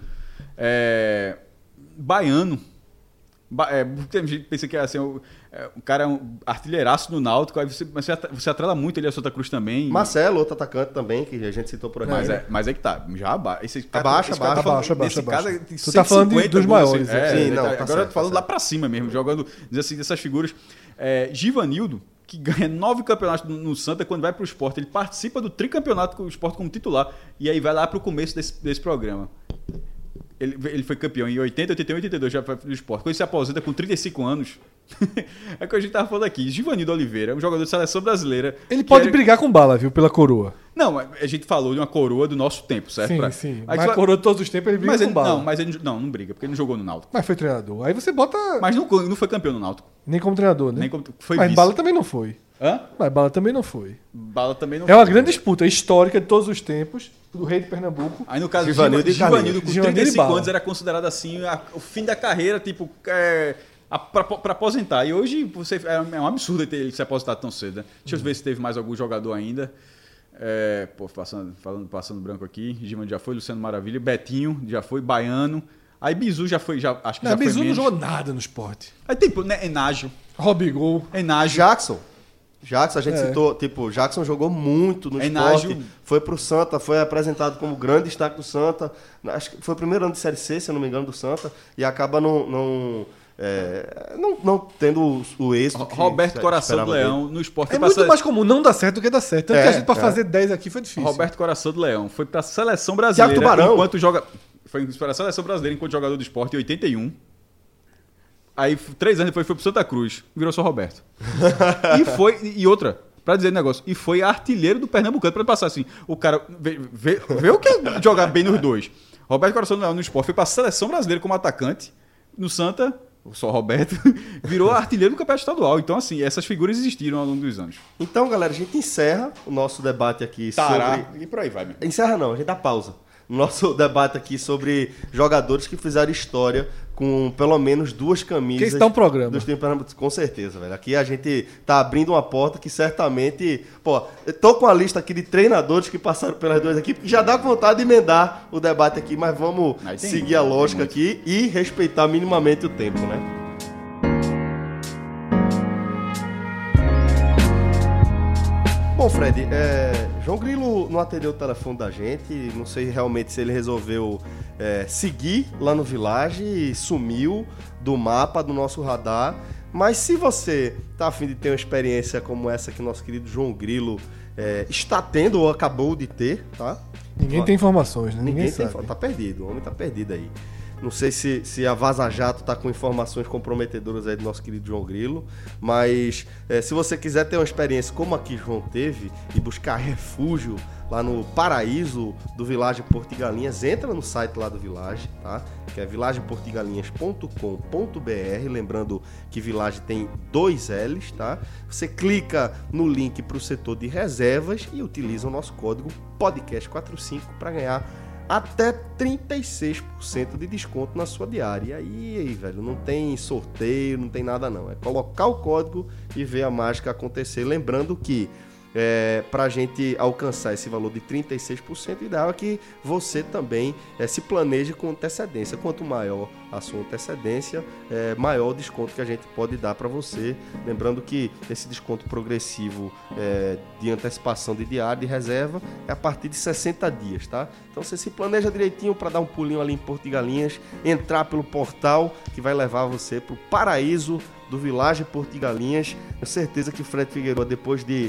Baiano. Tem gente que pensa que assim, o cara é um artilheiraço no Náutico, aí você atrela muito ele a Santa Cruz também. Marcelo, outro atacante também, que a gente citou por aqui. Mas é que tá, já abaixa. Abaixa. Tu tá falando dos maiores, Sim, não, tá agora certo, eu tô falando tá lá pra cima mesmo, jogando assim, dessas figuras. Givanildo, que ganha 9 campeonatos no Santa, quando vai pro Sport, ele participa do tricampeonato com o Sport como titular, e aí vai lá pro começo desse programa. Ele foi campeão em 80, 81 e 82 já foi do Sport. Quando ele se aposenta com 35 anos, é o que a gente tava falando aqui. Givanildo Oliveira, um jogador de seleção brasileira. Ele pode brigar com bala, viu, pela coroa. Não, a gente falou de uma coroa do nosso tempo, certo? Sim. Aí Mas a coroa de todos os tempos ele briga com bala. Mas ele não briga, porque ele não jogou no Náutico. Mas foi treinador. Aí você bota... Mas não foi campeão no Náutico. Nem como treinador, né? Nem como, foi Mas vice. bala também não foi. Hã? Mas Bala também não foi. Bala também não É uma grande disputa histórica de todos os tempos do rei de Pernambuco. Aí no caso Givanildo de Givanildo, e com Givanildo 35 e Bala. anos, era considerado assim o fim da carreira, tipo, pra aposentar. E hoje é um absurdo ele se aposentar tão cedo, né? Deixa eu ver se teve mais algum jogador ainda. Passando branco aqui. Givanildo já foi, Luciano Maravilha, Betinho já foi, Baiano. Aí Bizu já foi, acho que já foi Bizu não menos. jogou nada no esporte. Aí tipo, né, Enágio. Robigol. Enágio. Jackson, a gente citou, tipo, Jackson jogou muito no Enágio. esporte, foi pro Santa, foi apresentado como grande destaque do Santa, acho que foi o primeiro ano de Série C, se eu não me engano, do Santa, e acaba não tendo o êxito que Roberto se Coração do esperava Leão dele. no esporte. É muito mais comum não dar certo do que dar certo. Tanto que a gente, pra fazer 10 aqui, foi difícil. Roberto Coração do Leão foi pra Seleção Brasileira Thiago Tubarão. enquanto joga. Foi para a Seleção Brasileira enquanto jogador do esporte em 81. Aí, 3 anos depois, foi pro Santa Cruz. Virou só Roberto. E outra, pra dizer negócio, e foi artilheiro do Pernambucano, pra passar assim, o cara vê o que é jogar bem nos dois. Roberto Coração do Leão no esporte foi pra Seleção Brasileira como atacante. No Santa, só Roberto, virou artilheiro do campeonato estadual. Então, assim, essas figuras existiram ao longo dos anos. Então, galera, a gente encerra o nosso debate aqui sobre... E por aí vai, meu. Encerra não, a gente dá pausa. Nosso debate aqui sobre jogadores que fizeram história com pelo menos 2 camisas. Que está um programa. Dos times pernambucanos. Com certeza, velho. Aqui a gente tá abrindo uma porta que certamente... Pô, eu tô com a lista aqui de treinadores que passaram pelas 2 aqui, porque já dá vontade de emendar o debate aqui, mas vamos seguir a lógica aqui e respeitar minimamente o tempo, né? Bom, Fred, João Grilo não atendeu o telefone da gente, não sei realmente se ele resolveu seguir lá no Village e sumiu do mapa, do nosso radar, mas se você tá a fim de ter uma experiência como essa que nosso querido João Grilo está tendo ou acabou de ter, tá? Ninguém tem informações, né? Ninguém tem, sabe. tá perdido, o homem tá perdido aí. Não sei se a Vaza Jato está com informações comprometedoras aí do nosso querido João Grilo, mas se você quiser ter uma experiência como a que João teve e buscar refúgio lá no paraíso do Village Porto e Galinhas, entra no site lá do Village, tá? Que é villageportigalinhas.com.br, lembrando que Village tem 2 L's, tá? Você clica no link para o setor de reservas e utiliza o nosso código podcast45 para ganhar até 36% de desconto na sua diária. E aí, velho, não tem sorteio, não tem nada não. É colocar o código e ver a mágica acontecer. Lembrando que para a gente alcançar esse valor de 36%, o ideal é que você também se planeje com antecedência. Quanto maior a sua antecedência, maior o desconto que a gente pode dar para você. Lembrando que esse desconto progressivo de antecipação de diária, de reserva, é a partir de 60 dias, tá? Então você se planeja direitinho para dar um pulinho ali em Porto de Galinhas, entrar pelo portal que vai levar você para o paraíso do Village Porto de Galinhas. Tenho certeza que o Fred Figueiredo, depois de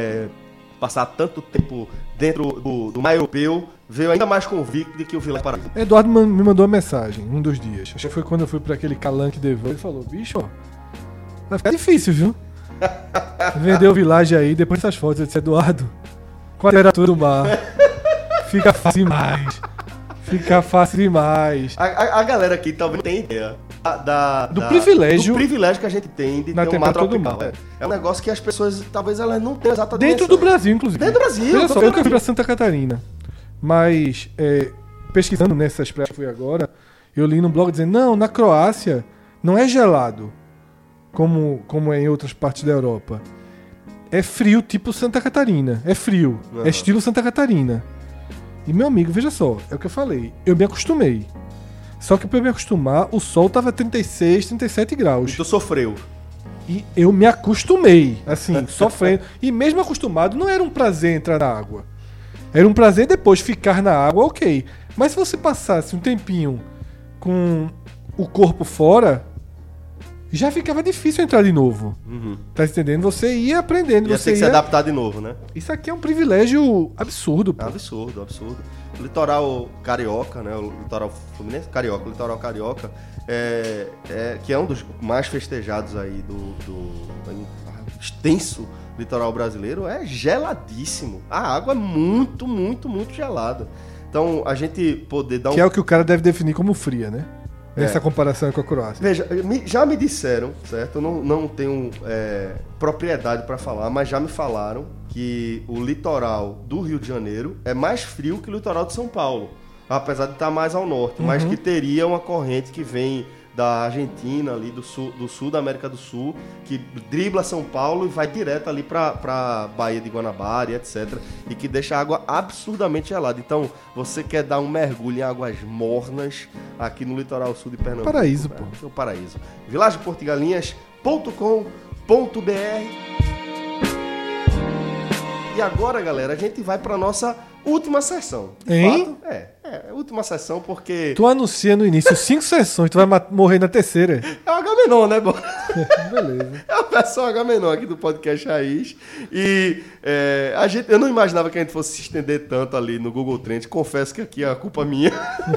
passar tanto tempo dentro do mar europeu, veio ainda mais convicto de que o Village Paraíso. Eduardo me mandou uma mensagem um dos dias. Acho que foi quando eu fui para aquele Calanque Devan. Ele falou: bicho, ó, vai ficar difícil, viu? Vender o Village aí, depois dessas fotos. Eu disse: Eduardo, com a temperatura do mar, fica fácil demais. Fica fácil demais. A galera aqui talvez não tenha ideia do privilégio que a gente tem de na ter um mar temperatura tropical. do mar. É um negócio que as pessoas talvez elas não tenham exata Dentro dimensão. do Brasil, inclusive. Dentro do Brasil. Veja só, eu nunca fui pra Santa Catarina. Mas, pesquisando nessas praias que fui agora, eu li num blog dizendo: não, na Croácia não é gelado, como é em outras partes da Europa. É frio tipo Santa Catarina. É frio. Uhum. É estilo Santa Catarina. E, meu amigo, veja só, é o que eu falei. Eu me acostumei. Só que pra eu me acostumar, o sol tava 36, 37 graus. E tu sofreu. E eu me acostumei, assim, sofrendo. E mesmo acostumado, não era um prazer entrar na água. Era um prazer depois ficar na água, ok. Mas se você passasse um tempinho com o corpo fora, já ficava difícil entrar de novo. Uhum. Tá entendendo? Você ia aprendendo. Ia você ter que se adaptar de novo, né? Isso aqui é um privilégio absurdo, pô. Absurdo, absurdo. O litoral carioca, né? O litoral fluminense, carioca, o litoral carioca, que é um dos mais festejados aí do extenso litoral brasileiro, é geladíssimo. A água é muito, muito, muito gelada. Então, a gente poder dar Que é o que o cara deve definir como fria, né? nessa comparação com a Croácia. Veja, já me disseram, certo? Eu não tenho propriedade para falar, mas já me falaram que o litoral do Rio de Janeiro é mais frio que o litoral de São Paulo, apesar de estar mais ao norte, mas que teria uma corrente que vem da Argentina, ali do sul da América do Sul, que dribla São Paulo e vai direto ali para Baía de Guanabara e etc. E que deixa a água absurdamente gelada. Então, você quer dar um mergulho em águas mornas aqui no litoral sul de Pernambuco. Paraíso, pô. É o paraíso. vilageportugalinhas.com.br. E agora, galera, a gente vai para nossa última sessão. Hein? Fato, última sessão porque... Tu anuncia no início 5 sessões, tu vai morrer na terceira. É o Agamenon, né, Beleza. É a versão Agamenon aqui do podcast Raiz. E eu não imaginava que a gente fosse se estender tanto ali no Google Trends. Confesso que aqui é a culpa minha.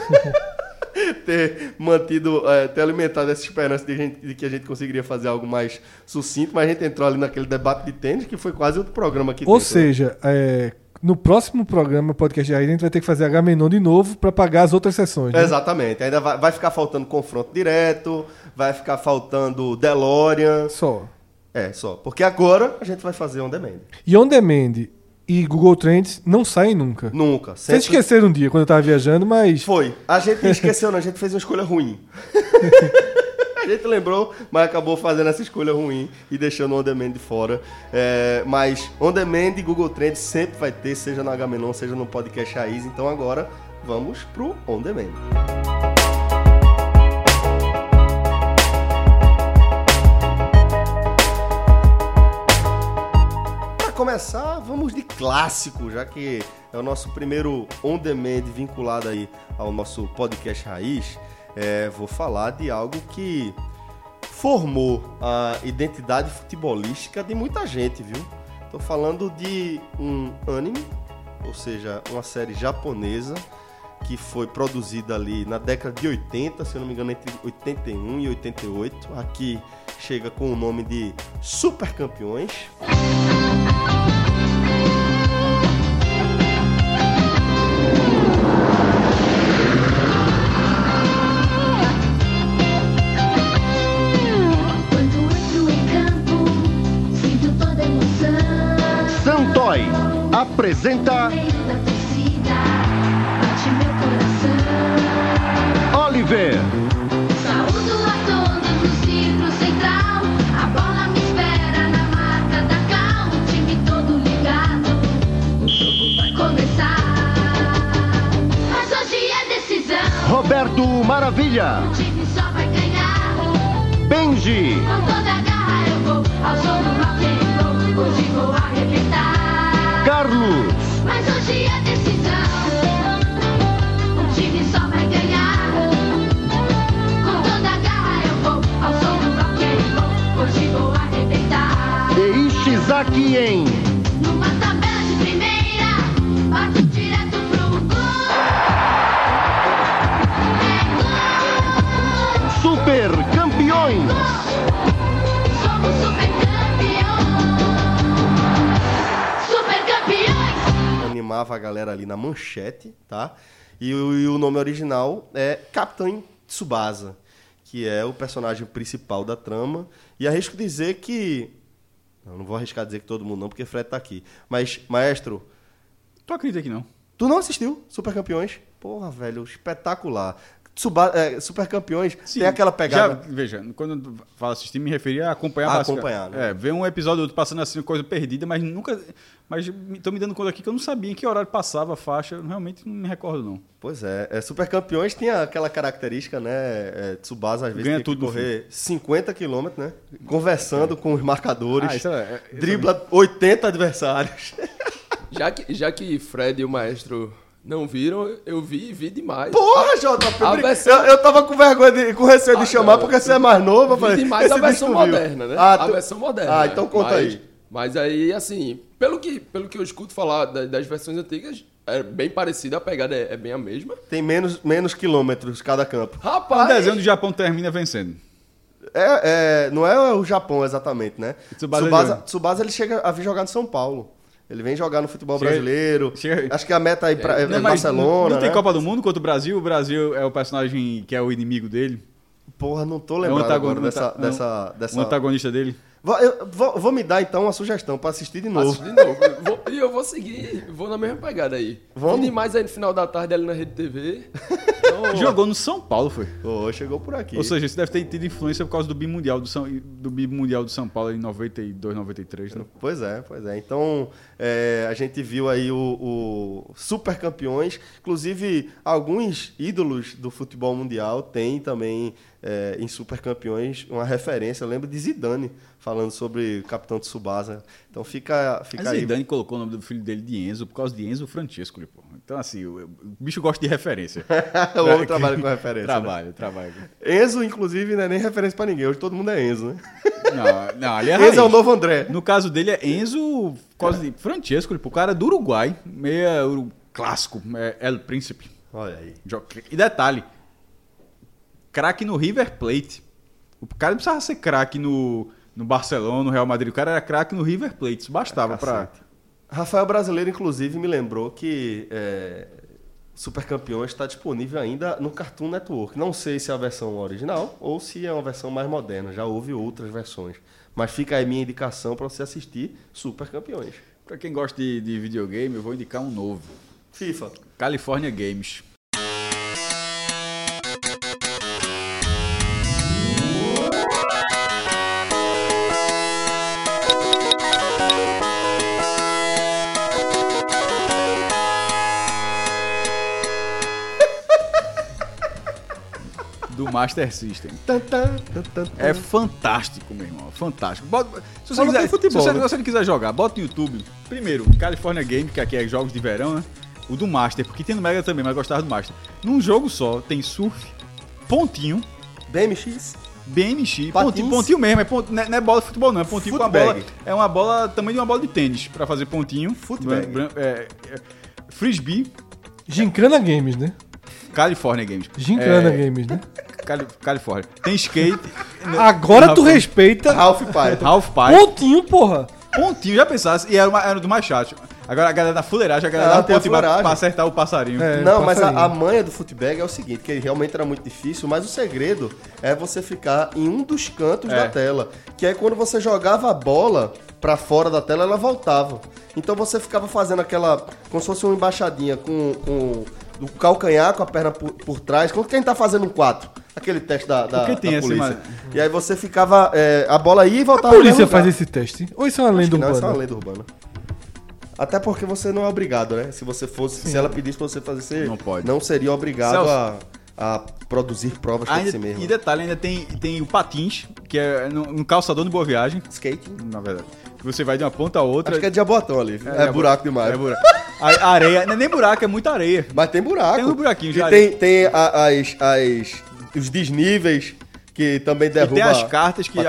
ter alimentado essa esperança de que a gente conseguiria fazer algo mais sucinto, mas a gente entrou ali naquele debate de tênis, que foi quase outro programa aqui. Ou seja, no próximo programa, podcast Raiz, a gente vai ter que fazer Agamenon de novo para pagar as outras sessões. Né? Exatamente. Ainda vai ficar faltando confronto direto, vai ficar faltando DeLorean. Só. Só. Porque agora a gente vai fazer On Demand. E On Demand e Google Trends não saem nunca. Nunca. Vocês esqueceram um dia, quando eu tava viajando, mas... Foi. A gente esqueceu, não. A gente fez uma escolha ruim. A gente lembrou, mas acabou fazendo essa escolha ruim e deixando o On Demand de fora. Mas On Demand e Google Trends sempre vai ter, seja no Agamenon, seja no podcast Raiz. Então agora vamos pro On Demand. Para começar, vamos de clássico, já que é o nosso primeiro On Demand vinculado aí ao nosso podcast Raiz. Vou falar de algo que formou a identidade futebolística de muita gente, viu? Tô falando de um anime, ou seja, uma série japonesa que foi produzida ali na década de 80, se eu não me engano, entre 81 e 88. Aqui chega com o nome de Super Campeões. Santoy apresenta Oliver. Saúdo a todos no círculo central. A bola me espera na marca da Cal. O time todo ligado. O jogo vai começar. Mas hoje é decisão. Roberto Maravilha. O time só vai ganhar. Benji. Com toda a garra eu vou ao som do rock and roll. Hoje vou arrebentar. Carlos. Mas hoje é decisão. O time só vai ganhar. Com toda a garra eu vou ao som do rock and roll. Hoje vou arrebentar. E Ishizaki em Numa tabela de primeira, parto direto pro gol. É gol. Super Campeões. Somos super campeões. Super campeões. Animava a galera ali na manchete, tá? E o nome original é Capitão Tsubasa, que é o personagem principal da trama. E arrisco dizer que... Não vou arriscar dizer que todo mundo não, porque Fred tá aqui. Mas, maestro... Tu acredita que não? Tu não assistiu Super Campeões? Porra, velho, espetacular. Super Campeões tem aquela pegada... Veja, quando eu falo assistir, me referia a acompanhar. Acompanhar, né? Ver um episódio outro passando assim, coisa perdida, mas nunca... Mas tô me dando conta aqui que eu não sabia em que horário passava a faixa, eu realmente não me recordo, não. Pois é. Super Campeões tem aquela característica, né? Tsubasa às vezes Ganha tem tudo que correr 50 km, né? Conversando com os marcadores. Isso dribla 80 adversários. Já que Fred e o maestro não viram, eu vi demais. Porra, JP! Eu tava com vergonha, com receio de chamar, porque você é mais novo. Eu falei, demais a versão moderna, né? A versão moderna. Então conta aí. Mas aí, assim, pelo que eu escuto falar das versões antigas, é bem parecida, a pegada é bem a mesma. Tem menos quilômetros cada campo. Rapaz! O desenho do Japão termina vencendo. Não é o Japão exatamente, né? Tsubasa ele chega a vir jogar no São Paulo. Ele vem jogar no futebol brasileiro. Acho que a meta é Barcelona. Não tem né? Copa do Mundo contra o Brasil? O Brasil é o personagem que é o inimigo dele. Porra, não tô lembrado agora dessa... O antagonista dele? Vou me dar, então, uma sugestão pra assistir de novo. E eu vou seguir, vou na mesma pegada aí. Vamos? E mais aí no final da tarde ali na Rede TV. Jogou no São Paulo, foi? Chegou por aqui. Ou seja, isso deve ter tido influência por causa do Bimundial do São Paulo em 92, 93, né? Pois é. Então, a gente viu aí o Super Campeões. Inclusive, alguns ídolos do futebol mundial têm também em Super Campeões uma referência. Eu lembro de Zidane falando sobre o capitão Tsubasa. Então fica aí. Zidane colocou o nome do filho dele de Enzo por causa de Enzo Francesco. Pô. Então, assim, o bicho gosta de referência. O homem trabalha com referência. Trabalho. Enzo, inclusive, não é nem referência pra ninguém. Hoje todo mundo é Enzo, né? Não, ali é Enzo raiz. é o novo André. No caso dele é Enzo por causa de Francesco. O cara é do Uruguai, meio clássico, El Príncipe. Olha aí. E detalhe, craque no River Plate. O cara não precisava ser craque no Barcelona, no Real Madrid. O cara era craque no River Plate. Isso bastava pra... Rafael Brasileiro, inclusive, me lembrou que Super Campeões está disponível ainda no Cartoon Network. Não sei se é a versão original ou se é uma versão mais moderna. Já houve outras versões. Mas fica aí minha indicação para você assistir Super Campeões. Pra quem gosta de videogame, eu vou indicar um novo. FIFA. California Games. Do Master System. É fantástico, meu irmão. Fantástico. Se você não quiser jogar, bota no YouTube. Primeiro, California Game, que aqui é jogos de verão, né? O do Master, porque tem no Mega também, mas gostava do Master. Num jogo só, tem surf, pontinho. BMX. Pontinho mesmo. Não é bola de futebol, não. É pontinho com a bola. É uma bola, tamanho de uma bola de tênis, pra fazer pontinho. Frisbee. Gincana Games, né? California Games. Gincana Games, né? Califórnia. Tem skate. Agora tu respeita. Half Pipe. Pontinho, porra. Pontinho, já pensasse. E era do mais chato. Agora a galera da fuleiragem, a galera dá um pontinho pra acertar o passarinho. Não, mas a manha do futebag é o seguinte, que realmente era muito difícil, mas o segredo é você ficar em um dos cantos da tela. Que aí quando você jogava a bola pra fora da tela, ela voltava. Então você ficava fazendo aquela... como se fosse uma embaixadinha com o calcanhar, com a perna por trás. Como quem tá fazendo um 4. Aquele teste da polícia. E aí você ficava... a bola ia e voltava. A polícia faz esse teste? Ou isso é uma lenda urbana? Não, isso é uma lenda urbana. Até porque você não é obrigado, né? Se ela pedisse pra você fazer, você não seria obrigado a produzir provas por si mesmo. E detalhe, ainda tem o patins, que é no calçador de Boa Viagem. Skating. Na verdade. Que você vai de uma ponta a outra. Acho que é de Jabotão ali. É buraco demais. É buraco. A areia, não é nem buraco, é muita areia. Mas tem buraco. Tem um buraquinho já. E tem os desníveis que também derruba. E tem as cartas que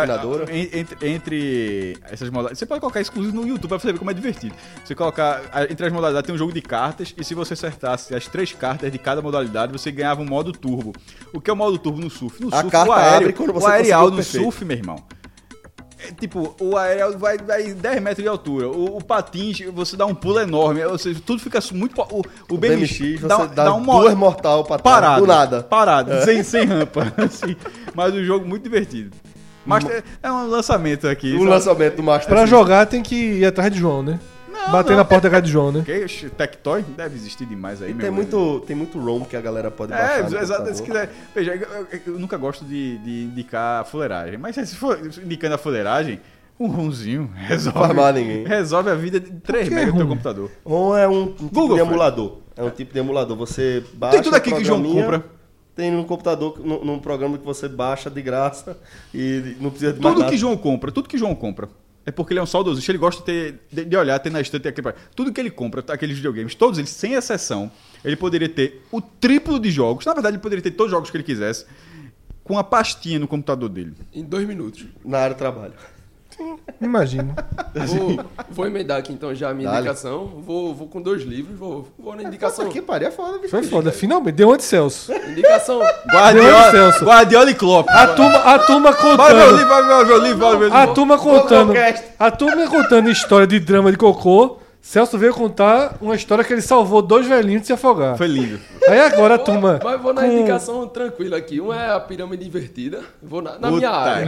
entre essas modalidades. Você pode colocar isso inclusive no YouTube pra você ver como é divertido. Você colocar entre as modalidades tem um jogo de cartas e se você acertasse as 3 cartas de cada modalidade, você ganhava um modo turbo. O que é o modo turbo no surf? No a surf, carta abre quando você o aerial no perfeito. surf, meu irmão. Tipo, o aerial vai 10 metros de altura. O patins, você dá um pulo enorme. Ou seja, tudo fica muito... O BMX dá um duas mortal pra trás, do nada. Parado, sem rampa. Assim. Mas um jogo muito divertido. Master é um lançamento aqui. Lançamento do Master. Pra jogar tem que ir atrás de João, né? Bater na porta da casa de João, né? Tectoy deve existir demais aí, e tem muito ROM que a galera pode baixar. Exato. Se quiser. Veja, eu nunca gosto de indicar a fuleiragem. Mas se for indicando a fuleiragem, um ROMzinho resolve a vida de 3 megas do teu computador. ROM é um tipo de emulador. É um tipo de emulador. Você baixa. Tem tudo aqui que o João compra. Tem no computador, num programa que você baixa de graça e não precisa de mais nada. Tudo que João compra. É porque ele é um saudosista, ele gosta de olhar, ter na estante aqui. Tudo que ele compra, aqueles videogames, todos eles, sem exceção, ele poderia ter o triplo de jogos. Na verdade, ele poderia ter todos os jogos que ele quisesse com a pastinha no computador dele. Em 2 minutos. Na área de trabalho. Imagino. Vou emendar aqui então já a minha indicação. Vou com 2 livros, vou na indicação. Aqui pariu é foda, bicho. Foi foda, finalmente. Deu onde, Celso? Indicação. Guardiola e Klopp. A turma contando. Vai ver o livro. A turma contando história de drama de cocô. Celso veio contar uma história que ele salvou 2 velhinhos de se afogar. Foi lindo. Aí agora, turma. Mas vou na indicação tranquila aqui. Um é a pirâmide invertida. Vou na minha área.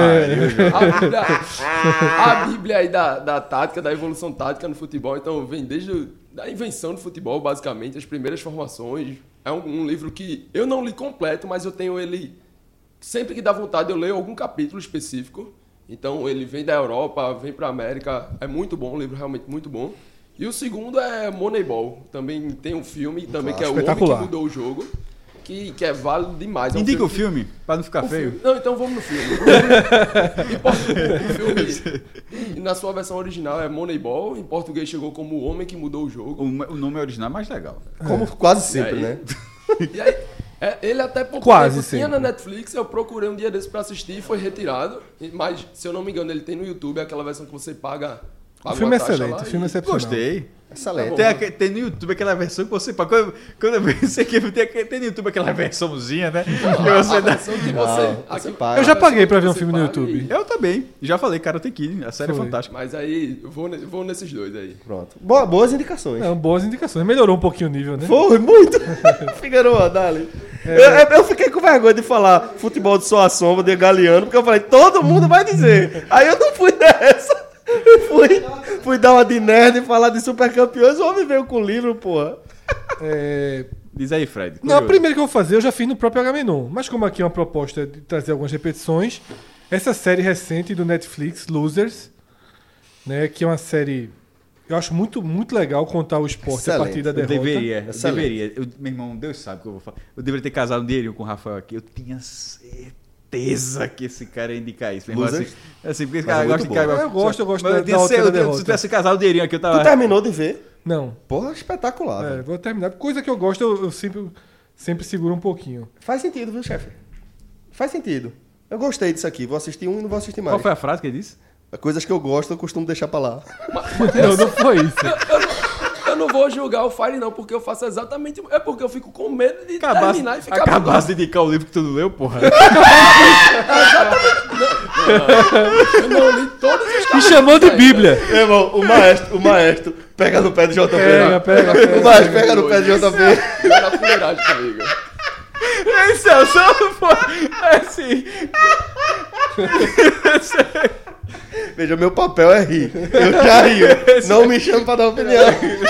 A Bíblia aí da tática, da evolução tática no futebol. Então vem desde a invenção do futebol, basicamente, as primeiras formações. É um livro que eu não li completo, mas eu tenho ele... Sempre que dá vontade eu leio algum capítulo específico. Então ele vem da Europa, vem pra América. É muito bom, um livro realmente muito bom. E o segundo é Moneyball. Também tem um filme também que é O Homem que Mudou o Jogo. Que é válido demais. É um Indica o filme, pra não ficar feio. Não, então vamos no filme. O filme, na sua versão original, é Moneyball. Em português chegou como O Homem que Mudou o Jogo. O nome original é mais legal. Como quase sempre, né? E aí, ele até pouco quase tempo tinha sempre. na Netflix, eu procurei um dia desse pra assistir e foi retirado. Mas, se eu não me engano, ele tem no YouTube, aquela versão que você paga O filme é uma taxa excelente, lá o filme é e- excepcional. Gostei. Excelente. Tem no YouTube aquela versão que você paga. Quando eu pensei que tem no YouTube aquela versãozinha, né? Que você a dá. versão que Não, você... você aqui- paga. Eu já a versão paguei pra que ver um você filme no paga YouTube. Eu também. Já falei, Karate Kid. A série é Foi. fantástica. Mas aí, eu vou nesses dois aí. Pronto. Boas indicações. Não, boas indicações. Melhorou um pouquinho o nível, né? Foi muito. Figueiredo, dali. Eu fiquei com vergonha de falar futebol de só a sombra, de Galeano, porque eu falei, todo mundo vai dizer. Aí eu não fui nessa. Fui dar uma de nerd e falar de super campeões, o homem veio com o livro, porra. Diz aí, Fred. Não, a curioso. primeira que eu vou fazer eu já fiz no próprio Agamenon. Mas como aqui é uma proposta de trazer algumas repetições, essa série recente do Netflix, Losers, né, que é uma série... Eu acho muito, muito legal contar o esporte a Excelente. partir da Eu derrota. deveria. Meu irmão, Deus sabe o que eu vou falar. Eu deveria ter casado um dinheirinho com o Rafael aqui. Eu tinha certeza que esse cara ia indicar isso. Meu irmão, Losers? assim, porque esse Mas cara é gosta muito de cara. bom. Eu gosto Mas da tinha outra certeza, derrota. se tivesse casado o dinheirinho aqui, eu tava. Tu terminou de ver? Não, Porra, espetacular. velho. vou terminar. Coisa que eu gosto, eu sempre seguro um pouquinho. Faz sentido, viu, chefe? Faz sentido. Eu gostei disso aqui. Vou assistir um e não vou assistir mais. Qual foi a frase que ele disse? Coisas que eu gosto, eu costumo deixar pra lá. Não foi isso. Eu não vou julgar o Fire, não, porque eu faço exatamente... É porque eu fico com medo de terminar e ficar... Acabasse de indicar o livro que tu não leu, porra. Eu não li todas as Me chamou de Bíblia. Meu irmão, o maestro pega no pé do JP. Pega. O maestro pega no pé do JP. Fica na fuleiragem comigo. Esse é só assim. Veja, meu papel é rir. Eu já rio. Não me chama pra dar opinião.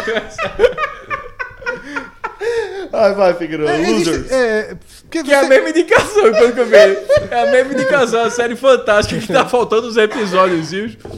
Vai, Figueiredo. Losers. Que é a mesma indicação, pelo que eu vi. É a mesma indicação, a série fantástica que tá faltando os episódios.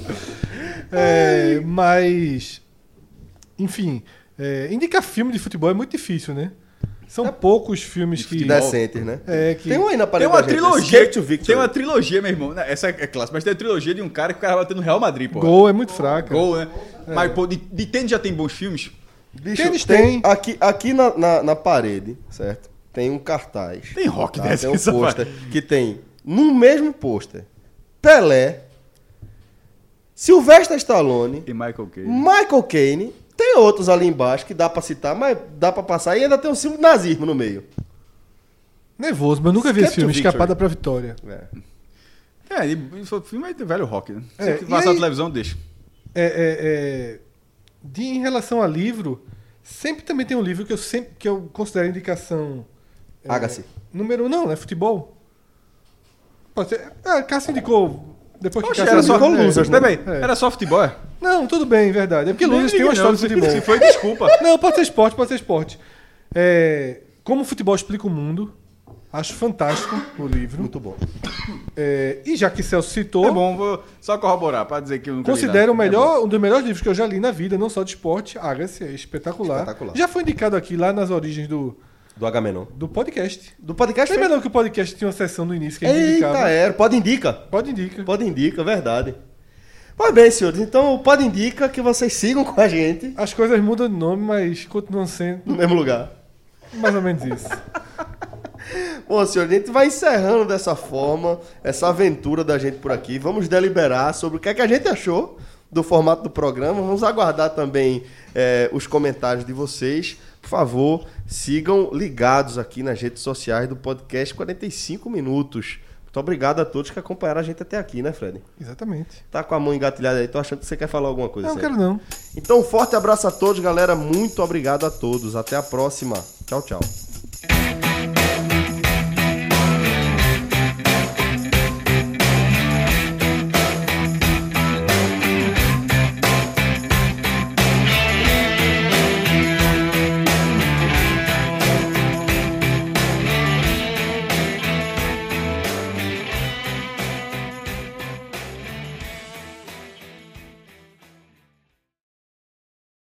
Mas, enfim, indicar filme de futebol é muito difícil, né? São poucos filmes que... Decentes, né? que Tem um aí na Tem parede uma da gente, trilogia. Escape to Victory. Tem uma trilogia, meu irmão. Essa é clássica, mas tem a trilogia de um cara que o cara bateu no Real Madrid, pô. Gol é muito fraca. Gol, né? Mas, pô, de tênis já tem bons filmes? Bicho, Tênis tem. Aqui na parede, certo? Tem um cartaz. Tem rock Tá? dessa. Tem um essa pôster que tem, no mesmo pôster, Pelé, Sylvester Stallone, E Michael Caine. Michael Caine, tem outros ali embaixo que dá pra citar, mas dá pra passar e ainda tem um símbolo de nazismo no meio. Nervoso, mas eu nunca vi esse Escape to filme, Escapada pra Vitória. O filme é velho rock, né? É, Se e passar na aí- televisão, deixa. Em relação a livro, sempre também tem um livro que eu considero indicação... Agassi. Número 1, não, é futebol. Pode ser. Cássio indicou... Depois que Oxe, Cássio era só indicou, Losers, Peraí, né? peraí, era só futebol, é? Não, tudo bem, verdade. É porque Nem Losers tem uma liguei, história não. de futebol. Se foi, desculpa. Não, pode ser esporte. Como o futebol explica o mundo, acho fantástico o livro. Muito bom. E já que Celso citou, É bom, vou só corroborar pra dizer que eu nunca li considero nada. um dos melhores livros que eu já li na vida, não só de esporte. Agassi, é espetacular. Espetacular. Já foi indicado aqui lá nas origens do Agamenon. podcast. Do podcast Lembra não que o podcast tinha uma sessão no início que a gente indicava? Eita, Pode indica. Pode indicar. Pode indica, verdade. Pois bem, senhores. Então, o Pode indica que vocês sigam com a gente As coisas mudam de nome, mas continuam sendo no mesmo lugar. mais ou menos isso. Bom, senhores, a gente vai encerrando dessa forma essa aventura da gente por aqui. Vamos deliberar sobre o que é que a gente achou do formato do programa. Vamos aguardar também os comentários de vocês. Por favor, sigam ligados aqui nas redes sociais do podcast 45 Minutos. Muito obrigado a todos que acompanharam a gente até aqui, né, Fred? Exatamente. Tá com a mão engatilhada aí, tô achando que você quer falar alguma coisa. Não quero não. Então, um forte abraço a todos, galera. Muito obrigado a todos. Até a próxima. Tchau, tchau.